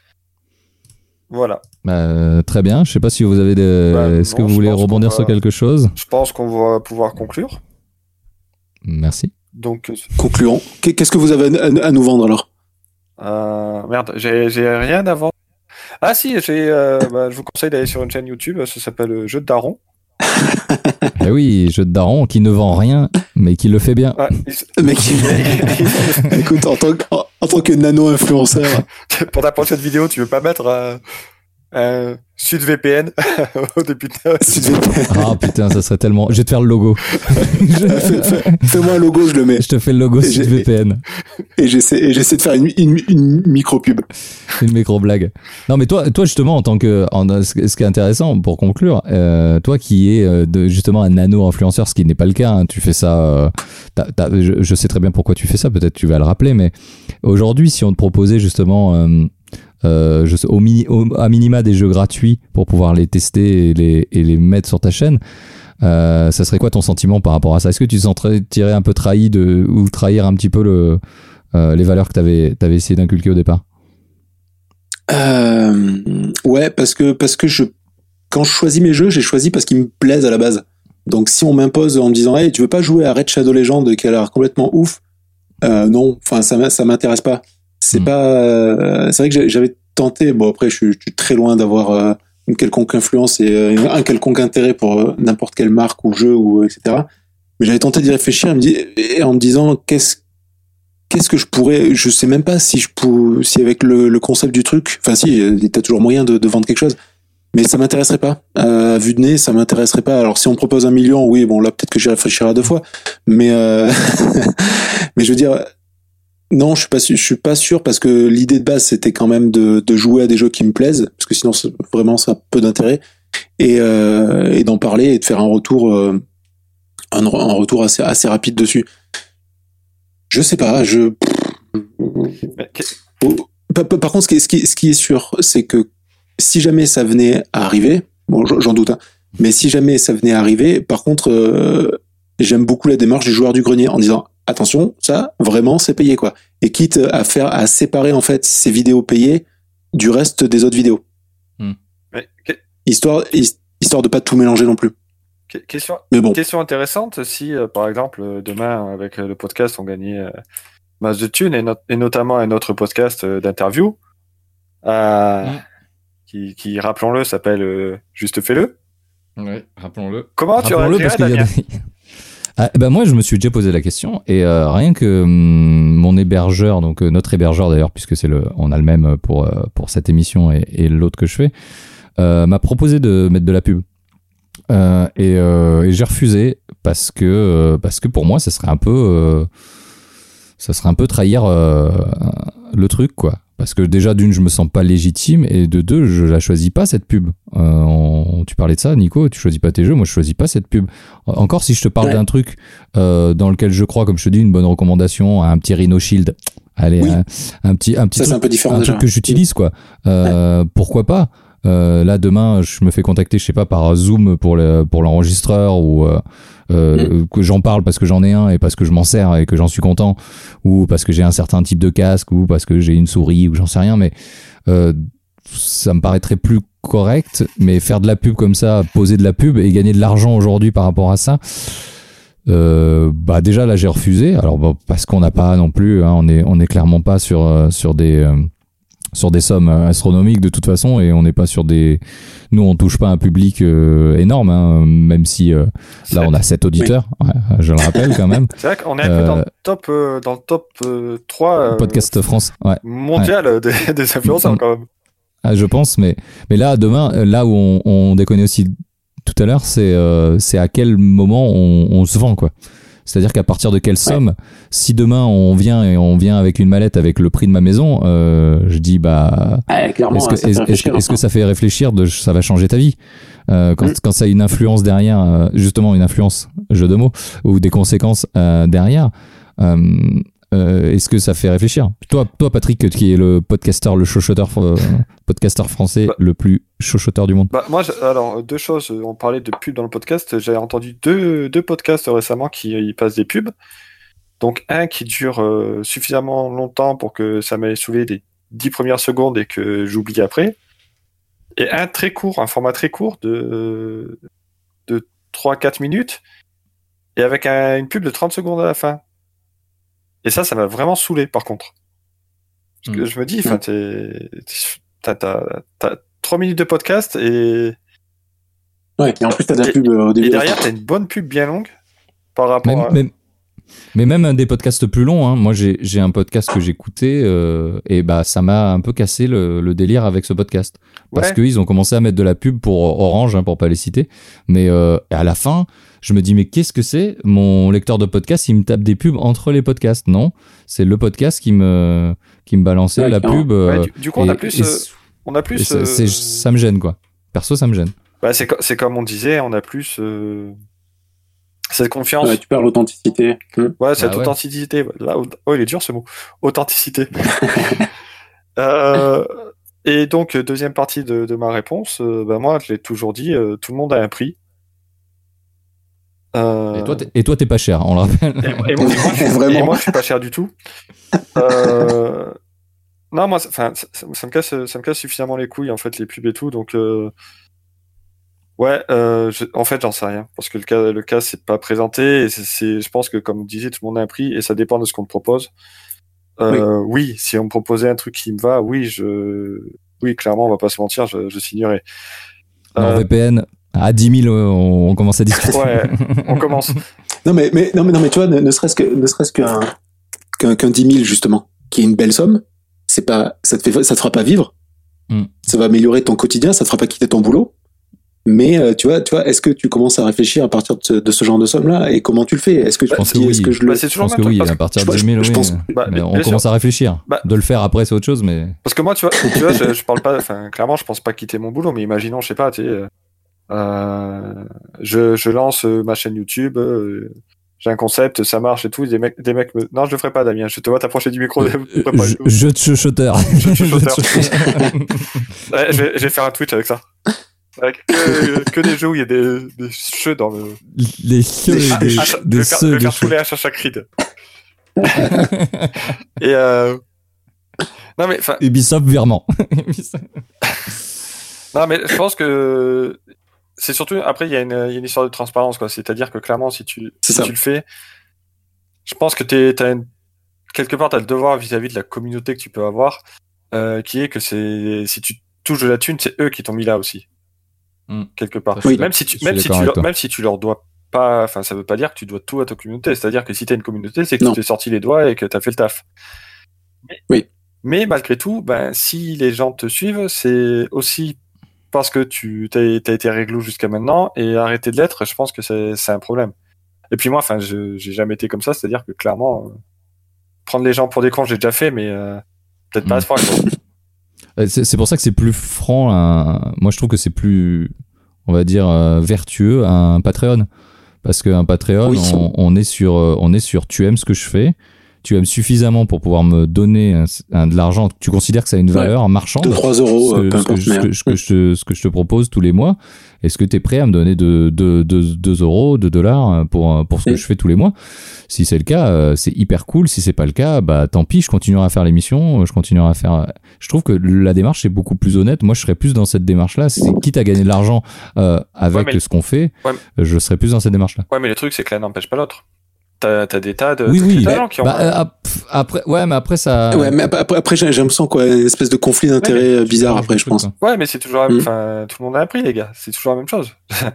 Voilà. Très bien. Je sais pas si vous avez est-ce que vous voulez rebondir sur quelque chose? Je pense qu'on va pouvoir conclure. Merci. Donc, concluons. Qu'est-ce que vous avez à nous vendre alors? Merde, j'ai rien à vendre. Ah si, je vous conseille d'aller sur une chaîne YouTube, ça s'appelle Jeu de Daron. Eh oui, Jeu de Daron qui ne vend rien, mais qui le fait bien. Ouais, écoute, en tant que nano-influenceur... Pour ta prochaine vidéo, tu veux pas mettre SudVPN au début de... Ah putain, ça serait tellement... Je vais te faire le logo. Fais-moi un logo, je le mets. Je te fais le logo SudVPN. Et j'essaie de faire une micro-pub. Une micro-blague. Non mais toi justement, ce qui est intéressant pour conclure, toi qui es justement un nano-influenceur, ce qui n'est pas le cas, hein, tu fais ça... je sais très bien pourquoi tu fais ça, peut-être tu vas le rappeler, mais aujourd'hui, si on te proposait justement... à minima des jeux gratuits pour pouvoir les tester et les mettre sur ta chaîne, ça serait quoi ton sentiment par rapport à ça? Est-ce que tu te sentirais un peu trahi ou trahir un petit peu les valeurs que t'avais essayé d'inculquer au départ? Ouais, parce que quand je choisis mes jeux, j'ai choisi parce qu'ils me plaisent à la base. Donc si on m'impose en me disant hey, tu veux pas jouer à Red Shadow Legend qui a l'air complètement ouf, non, enfin ça m'intéresse pas. C'est pas, c'est vrai que j'avais tenté. Bon après, je suis très loin d'avoir une quelconque influence et un quelconque intérêt pour n'importe quelle marque ou jeu ou etc. Mais j'avais tenté d'y réfléchir en me disant qu'est-ce que je pourrais. Je sais même pas si avec le concept du truc. Enfin si, t'as toujours moyen de vendre quelque chose. Mais ça m'intéresserait pas. À vue de nez, ça m'intéresserait pas. Alors si on propose 1 million, oui, bon là peut-être que j'y réfléchirai à 2 fois. Mais mais je veux dire, non, je suis pas sûr parce que l'idée de base c'était quand même de jouer à des jeux qui me plaisent, parce que sinon vraiment ça a peu d'intérêt, et d'en parler et de faire un retour assez rapide dessus. Je sais pas, Par contre, ce qui est sûr, c'est que si jamais ça venait à arriver, bon, j'en doute, hein, mais si jamais ça venait à arriver, par contre, j'aime beaucoup la démarche du joueur du grenier en disant attention, ça vraiment c'est payé quoi. Et quitte à séparer en fait ces vidéos payées du reste des autres vidéos. Histoire de pas tout mélanger non plus. Question intéressante, si par exemple demain avec le podcast on gagnait masse de thunes et notamment un autre podcast d'interview qui rappelons-le s'appelle Juste fais-le. Ouais, rappelons-le. Comment tu réagirais, Damien? Moi je me suis déjà posé la question et rien que mon hébergeur, donc notre hébergeur d'ailleurs, puisque on a le même pour cette émission et l'autre que je fais, m'a proposé de mettre de la pub. Et j'ai refusé parce que pour moi ça serait un peu trahir le truc quoi. Parce que déjà d'une je me sens pas légitime et de deux je la choisis pas cette pub. Tu parlais de ça Nico, tu choisis pas tes jeux, moi je choisis pas cette pub. Encore si je te parle d'un truc dans lequel je crois, comme je te dis, une bonne recommandation, un petit Rhino Shield, allez, oui. un petit ça, truc, c'est un peu différent, un truc que j'utilise quoi. Pourquoi pas. Là demain je me fais contacter je sais pas par Zoom pour l'enregistreur ou que j'en parle parce que j'en ai un et parce que je m'en sers et que j'en suis content, ou parce que j'ai un certain type de casque, ou parce que j'ai une souris, ou j'en sais rien, mais ça me paraîtrait plus correct. Mais faire de la pub comme ça, poser de la pub et gagner de l'argent aujourd'hui par rapport à ça, déjà là j'ai refusé. Alors parce qu'on n'a pas non plus, hein, on est clairement pas sur des sommes astronomiques de toute façon, et on n'est pas sur nous on touche pas un public énorme, hein, même si là on a 7 auditeurs, ouais, je le rappelle quand même. C'est vrai qu'on est un peu dans le top 3 podcast France mondial des influenceurs quand même. Je pense, mais là demain, là où on déconne aussi tout à l'heure, c'est à quel moment on se vend quoi. C'est-à-dire qu'à partir de quelle somme, si demain on vient avec une mallette avec le prix de ma maison, je dis clairement, est-ce que ça fait réfléchir ça va changer ta vie quand ça a une influence derrière, justement une influence, jeu de mots, ou des conséquences derrière, est-ce que ça fait réfléchir? Toi Patrick, qui est le podcasteur, le chuchoteur podcasteur français le plus chuchoteur du monde. Moi, alors 2 choses. On parlait de pubs dans le podcast. J'ai entendu deux podcasts récemment qui passent des pubs. Donc un qui dure suffisamment longtemps pour que ça m'ait saoulé des 10 premières secondes et que j'oublie après. Et un très court, un format très court de 3-4 minutes et avec une pub de 30 secondes à la fin. Et ça m'a vraiment saoulé, par contre. Parce que je me dis, t'as 3 minutes de podcast et... Ouais, et en plus t'as de la pub au début. Et derrière, t'as une bonne pub bien longue par rapport Mais même des podcasts plus longs, hein. Moi j'ai un podcast que j'écoutais et ça m'a un peu cassé le délire avec ce podcast. Parce qu'ils ont commencé à mettre de la pub pour Orange, hein, pour pas les citer. Mais à la fin, je me dis mais qu'est-ce que c'est? Mon lecteur de podcast, il me tape des pubs entre les podcasts. Non, c'est le podcast qui me balançait la pub. Du coup, on a plus. Ça me gêne quoi. Perso, ça me gêne. C'est comme on disait, on a plus cette confiance. Ouais, tu perds l'authenticité. Ouais, cette authenticité. Là, il est dur ce mot. Authenticité. Et donc, deuxième partie de ma réponse, moi, je l'ai toujours dit, tout le monde a un prix. Et toi, t'es pas cher, on le rappelle. Et moi, je suis pas cher du tout. Non, moi, ça me casse suffisamment les couilles, en fait, les pubs et tout, donc... en fait, j'en sais rien, parce que le cas c'est pas présenté, et je pense que, comme disait, tout le monde a un prix, et ça dépend de ce qu'on te propose. Oui, si on me proposait un truc qui me va, oui, clairement, on va pas se mentir, je signerais. VPN, à 10 000, on commence à discuter. Ouais, on commence. Non, mais tu vois, ne serait-ce qu'un 10 000, justement, qui est une belle somme, ça te fera pas vivre, Ça va améliorer ton quotidien, ça te fera pas quitter ton boulot. Mais tu vois, est-ce que tu commences à réfléchir à partir de ce genre de somme-là et comment tu le fais? Est-ce que je pense que oui. Est-ce que je le c'est Je toujours pense que oui, à partir de 2000, oui. Mais on commence à réfléchir. De le faire après, c'est autre chose, mais. Parce que moi, tu vois, je parle pas, enfin, clairement, je pense pas quitter mon boulot, mais imaginons, je sais pas, tu sais, je lance ma chaîne YouTube, j'ai un concept, ça marche et tout, des mecs me... Non, je le ferai pas, Damien, je te vois t'approcher du micro. Je te chuchoteur. Ouais, je vais faire un Twitch avec ça. Avec que des jeux où il y a des jeux dans le... Les jeux, des jeux. Je vais faire tous les H à chaque ride. Et non mais enfin. Ubisoft virement. Non mais je pense que c'est surtout après il y a une histoire de transparence quoi. C'est-à-dire que clairement si tu le fais, je pense que quelque part t'as le devoir vis-à-vis de la communauté que tu peux avoir, qui est que si tu touches de la thune, c'est eux qui t'ont mis là aussi. Quelque part. Oui. Même si tu leur dois pas, enfin ça veut pas dire que tu dois tout à ta communauté. C'est-à-dire que si t'as une communauté, c'est que tu t'es sorti les doigts et que t'as fait le taf. Mais malgré tout, si les gens te suivent, c'est aussi parce que t'as été réglo jusqu'à maintenant et arrêter de l'être, je pense que c'est un problème. Et puis moi, enfin, j'ai jamais été comme ça, c'est-à-dire que clairement, prendre les gens pour des cons, j'ai déjà fait, mais peut-être pas à ce point. C'est pour ça que c'est plus franc. Moi, je trouve que c'est plus, on va dire, vertueux un Patreon, parce qu'un Patreon, on est sur tu aimes ce que je fais. Tu aimes suffisamment pour pouvoir me donner de l'argent, tu considères que ça a une valeur marchande, 2-3 euros, ce que je te propose tous les mois. Est-ce que tu es prêt à me donner 2 euros, 2 dollars pour ce que je fais tous les mois? Si c'est le cas, c'est hyper cool. Si c'est pas le cas, tant pis, je continuerai à faire l'émission, je trouve que la démarche est beaucoup plus honnête. Moi, je serais plus dans cette démarche-là. Quitte à gagner de l'argent avec ce qu'on fait, je serais plus dans cette démarche-là. Ouais, mais le truc, c'est que l'un n'empêche pas l'autre. T'as des tas de gens qui ont... mais après ça... Ouais, mais après j'ai l'impression une espèce de conflit d'intérêts bizarre après, je pense. Ouais, mais c'est toujours enfin, tout le monde a appris, les gars. C'est toujours la même chose.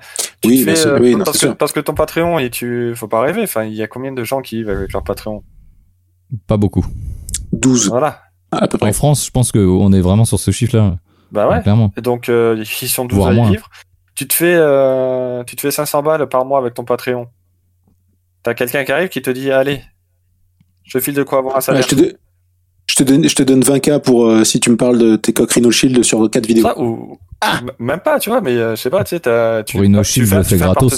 Parce que ton Patreon, faut pas rêver. Enfin, il y a combien de gens qui vivent avec leur Patreon? Pas beaucoup. 12. Voilà. À peu près. En France, je pense qu'on est vraiment sur ce chiffre-là. Bah ouais. Clairement. Et donc, ils sont 12 à y vivre. Tu te fais 500 balles par mois avec ton Patreon. T'as quelqu'un qui arrive qui te dit allez, je te file de quoi avoir un salaire. Je te donne 20K pour si tu me parles de tes coques Rhino Shield sur 4 vidéos. Ça, ou même pas, tu vois, mais je sais pas, tu sais, pour Rhino Shield, je le fais gratos.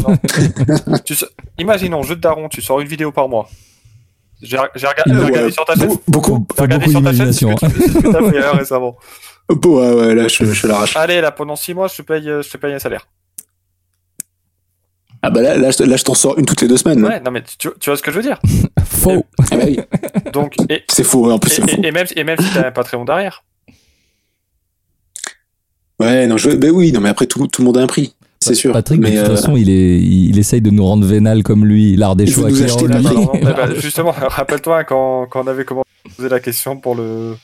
Imaginons, jeu de daron, tu sors une vidéo par mois. J'ai regardé sur ta chaîne. Beaucoup d'imagination. C'est ce que t'as fait récemment. Ouais, là je l'arrache. Allez, là pendant 6 mois, je te paye un salaire. Ah là je t'en sors une toutes les 2 semaines. Ouais, non mais tu vois ce que je veux dire. Faux. Oui. Donc c'est faux, en plus c'est faux. Et même si t'as un Patreon derrière. Ouais, non, mais après tout le monde a un prix, c'est sûr. Patrick, mais de toute façon, il essaye de nous rendre vénal comme lui, l'art des choix. Justement, rappelle-toi quand on avait commencé à poser la question pour le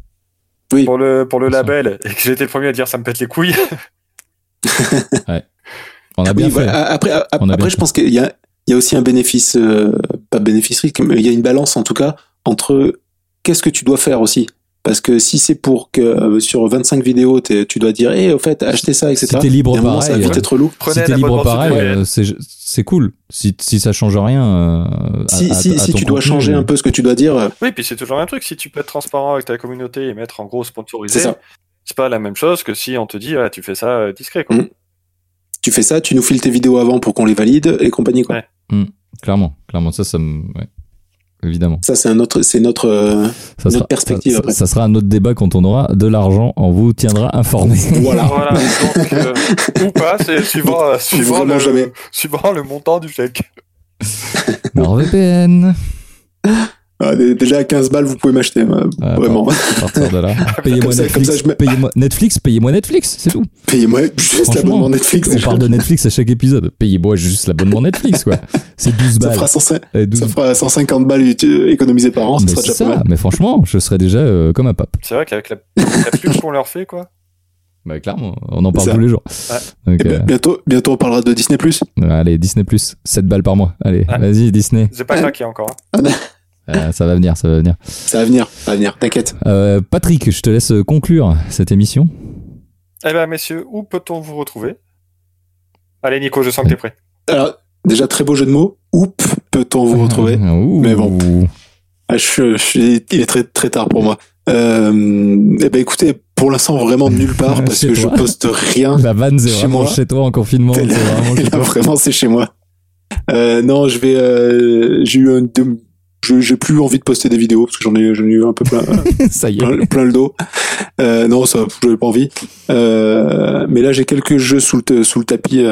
label et que j'étais le premier à dire ça me pète les couilles. Ouais. On a bien fait. Après, je pense qu'il y a aussi un bénéfice, pas bénéfice-risque, mais il y a une balance en tout cas entre qu'est-ce que tu dois faire aussi. Parce que si c'est pour que sur 25 vidéos, tu dois dire, au fait, achetez ça, etc. Si t'es libre pareil, ça va vite être lourd. Si t'es libre pareil, c'est cool. Si ça change rien. Si tu dois changer un peu ce que tu dois dire. Oui, puis c'est toujours un truc. Si tu peux être transparent avec ta communauté et mettre en gros sponsorisé, c'est pas la même chose que si on te dit, tu fais ça discret, quoi. Tu fais ça, tu nous files tes vidéos avant pour qu'on les valide et compagnie, quoi. Ouais. Clairement, ça me, évidemment. Ça, c'est notre perspective après. Ça sera un autre débat quand on aura de l'argent, on vous tiendra informé. Voilà. Donc, ou pas, c'est suivant le montant du chèque. NordVPN. Déjà à 15 balles, vous pouvez m'acheter, vraiment. À partir de là. Payez-moi Netflix, c'est tout. Payez-moi juste l'abonnement Netflix. On parle de Netflix à chaque épisode. Payez-moi juste l'abonnement Netflix, quoi. C'est 12 balles. Ça fera 150 balles économisées par an, ça sera déjà pas mal. Mais franchement, je serais déjà comme un pape. C'est vrai qu'avec la pub qu'on leur fait, quoi. Clairement, on en parle tous les jours. Ouais. Donc, bientôt on parlera de Disney+. Allez, Disney+, 7 balles par mois. Allez, vas-y, Disney. J'ai pas craqué encore. Hein. Ça va venir. Ça va venir, t'inquiète. Patrick, je te laisse conclure cette émission. Eh bien, messieurs, où peut-on vous retrouver? Allez, Nico, je sens que t'es prêt. Alors, déjà, très beau jeu de mots. Où peut-on vous retrouver? Mais bon, il est très, très tard pour moi. Eh ben, écoutez, pour l'instant, vraiment nulle part, parce que je poste rien. La vanne, c'est vraiment chez toi en confinement. C'est vraiment chez toi. Vraiment, c'est chez moi. Non, j'ai plus envie de poster des vidéos parce que j'en ai eu un peu plein. Ça y est. Plein le dos. Non, ça, j'avais pas envie. Mais là, j'ai quelques jeux sous le tapis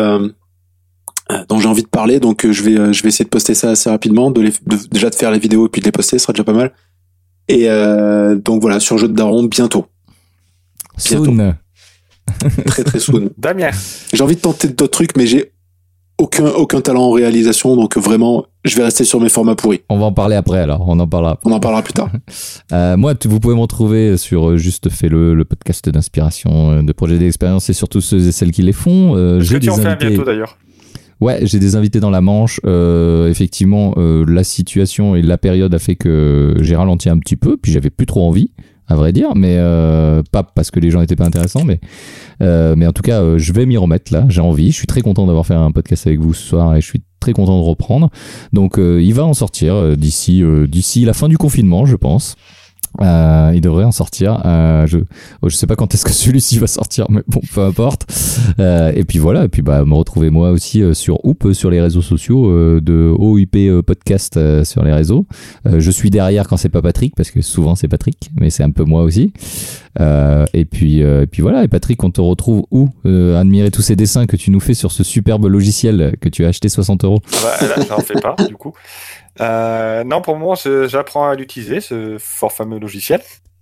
dont j'ai envie de parler, donc je vais essayer de poster ça assez rapidement, déjà de faire les vidéos et puis de les poster, ce sera déjà pas mal. Et donc voilà, sur Jeux de Daron bientôt. Soon. Très très soon. Damien. J'ai envie de tenter d'autres trucs, mais j'ai aucun talent en réalisation, donc vraiment, je vais rester sur mes formats pourris. On va en parler après, alors. On en parlera plus tard. Moi, vous pouvez me retrouver sur Juste Fais-le, le podcast d'inspiration, de projets d'expérience et surtout ceux et celles qui les font. J'ai des invités. Bientôt d'ailleurs. Ouais, j'ai des invités dans la Manche. Effectivement, la situation et la période a fait que j'ai ralenti un petit peu, puis j'avais plus trop envie, à vrai dire, mais pas parce que les gens étaient pas intéressants, mais en tout cas, je vais m'y remettre là. J'ai envie. Je suis très content d'avoir fait un podcast avec vous ce soir et je suis très content de reprendre. Donc, il va en sortir d'ici la fin du confinement, je pense. Il devrait en sortir. Je sais pas quand est-ce que celui-ci va sortir, mais bon, peu importe. Et puis voilà. Et puis me retrouvez moi aussi sur Hoop, sur les réseaux sociaux de OUP Podcast sur les réseaux. Je suis derrière quand c'est pas Patrick, parce que souvent c'est Patrick, mais c'est un peu moi aussi. Et puis voilà. Et Patrick, on te retrouve où? Admirer tous ces dessins que tu nous fais sur ce superbe logiciel que tu as acheté 60 €. Là, j'en fais pas du coup. Non, pour moi, j'apprends à l'utiliser, ce fort fameux logiciel.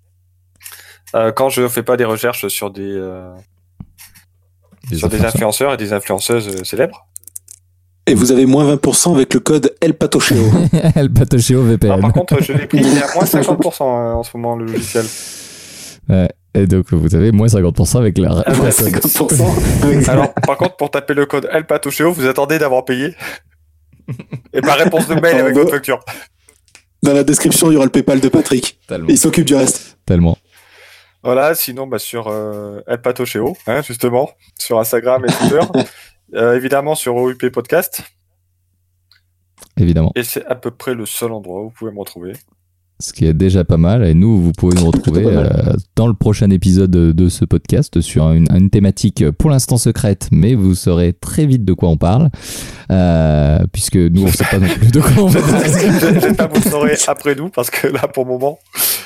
Quand je fais pas des recherches sur des influenceurs et des influenceuses célèbres. Et vous avez moins 20% avec le code ElPatocheo. ElPatocheo VPN. Non, par contre, je l'ai pris à moins 50% en ce moment, le logiciel. Ouais. Et donc, vous avez moins 50% avec la... moins 50%. Alors, par contre, pour taper le code ElPatocheo, vous attendez d'avoir payé. Et par réponse de mail avec votre facture. Dans la description, il y aura le PayPal de Patrick. Tellement. Il s'occupe du reste. Tellement. Voilà, sinon sur ElPatocheo, justement, sur Instagram et Twitter. Évidemment sur OUP Podcast. Évidemment. Et c'est à peu près le seul endroit où vous pouvez me retrouver. Ce qui est déjà pas mal. Et nous, vous pouvez nous retrouver dans le prochain épisode de ce podcast sur une thématique pour l'instant secrète, mais vous saurez très vite de quoi on parle, puisque nous, on ne sait pas non plus de quoi on parle. J'espère que vous le saurez après nous, parce que là, pour le moment...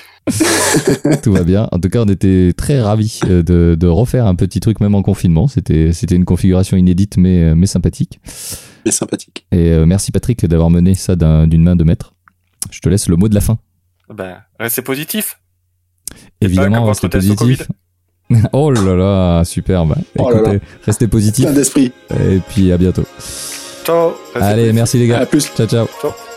Tout va bien. En tout cas, on était très ravis de refaire un petit truc, même en confinement. C'était une configuration inédite, mais sympathique. Mais sympathique. Et merci Patrick d'avoir mené ça d'une main de maître. Je te laisse le mot de la fin. Restez positif. Évidemment, restez positif. Oh là là, superbe. Écoutez, restez positif. Plein d'esprit. Et puis à bientôt. Ciao. Allez, merci les gars. À plus. Ciao, ciao. Ciao.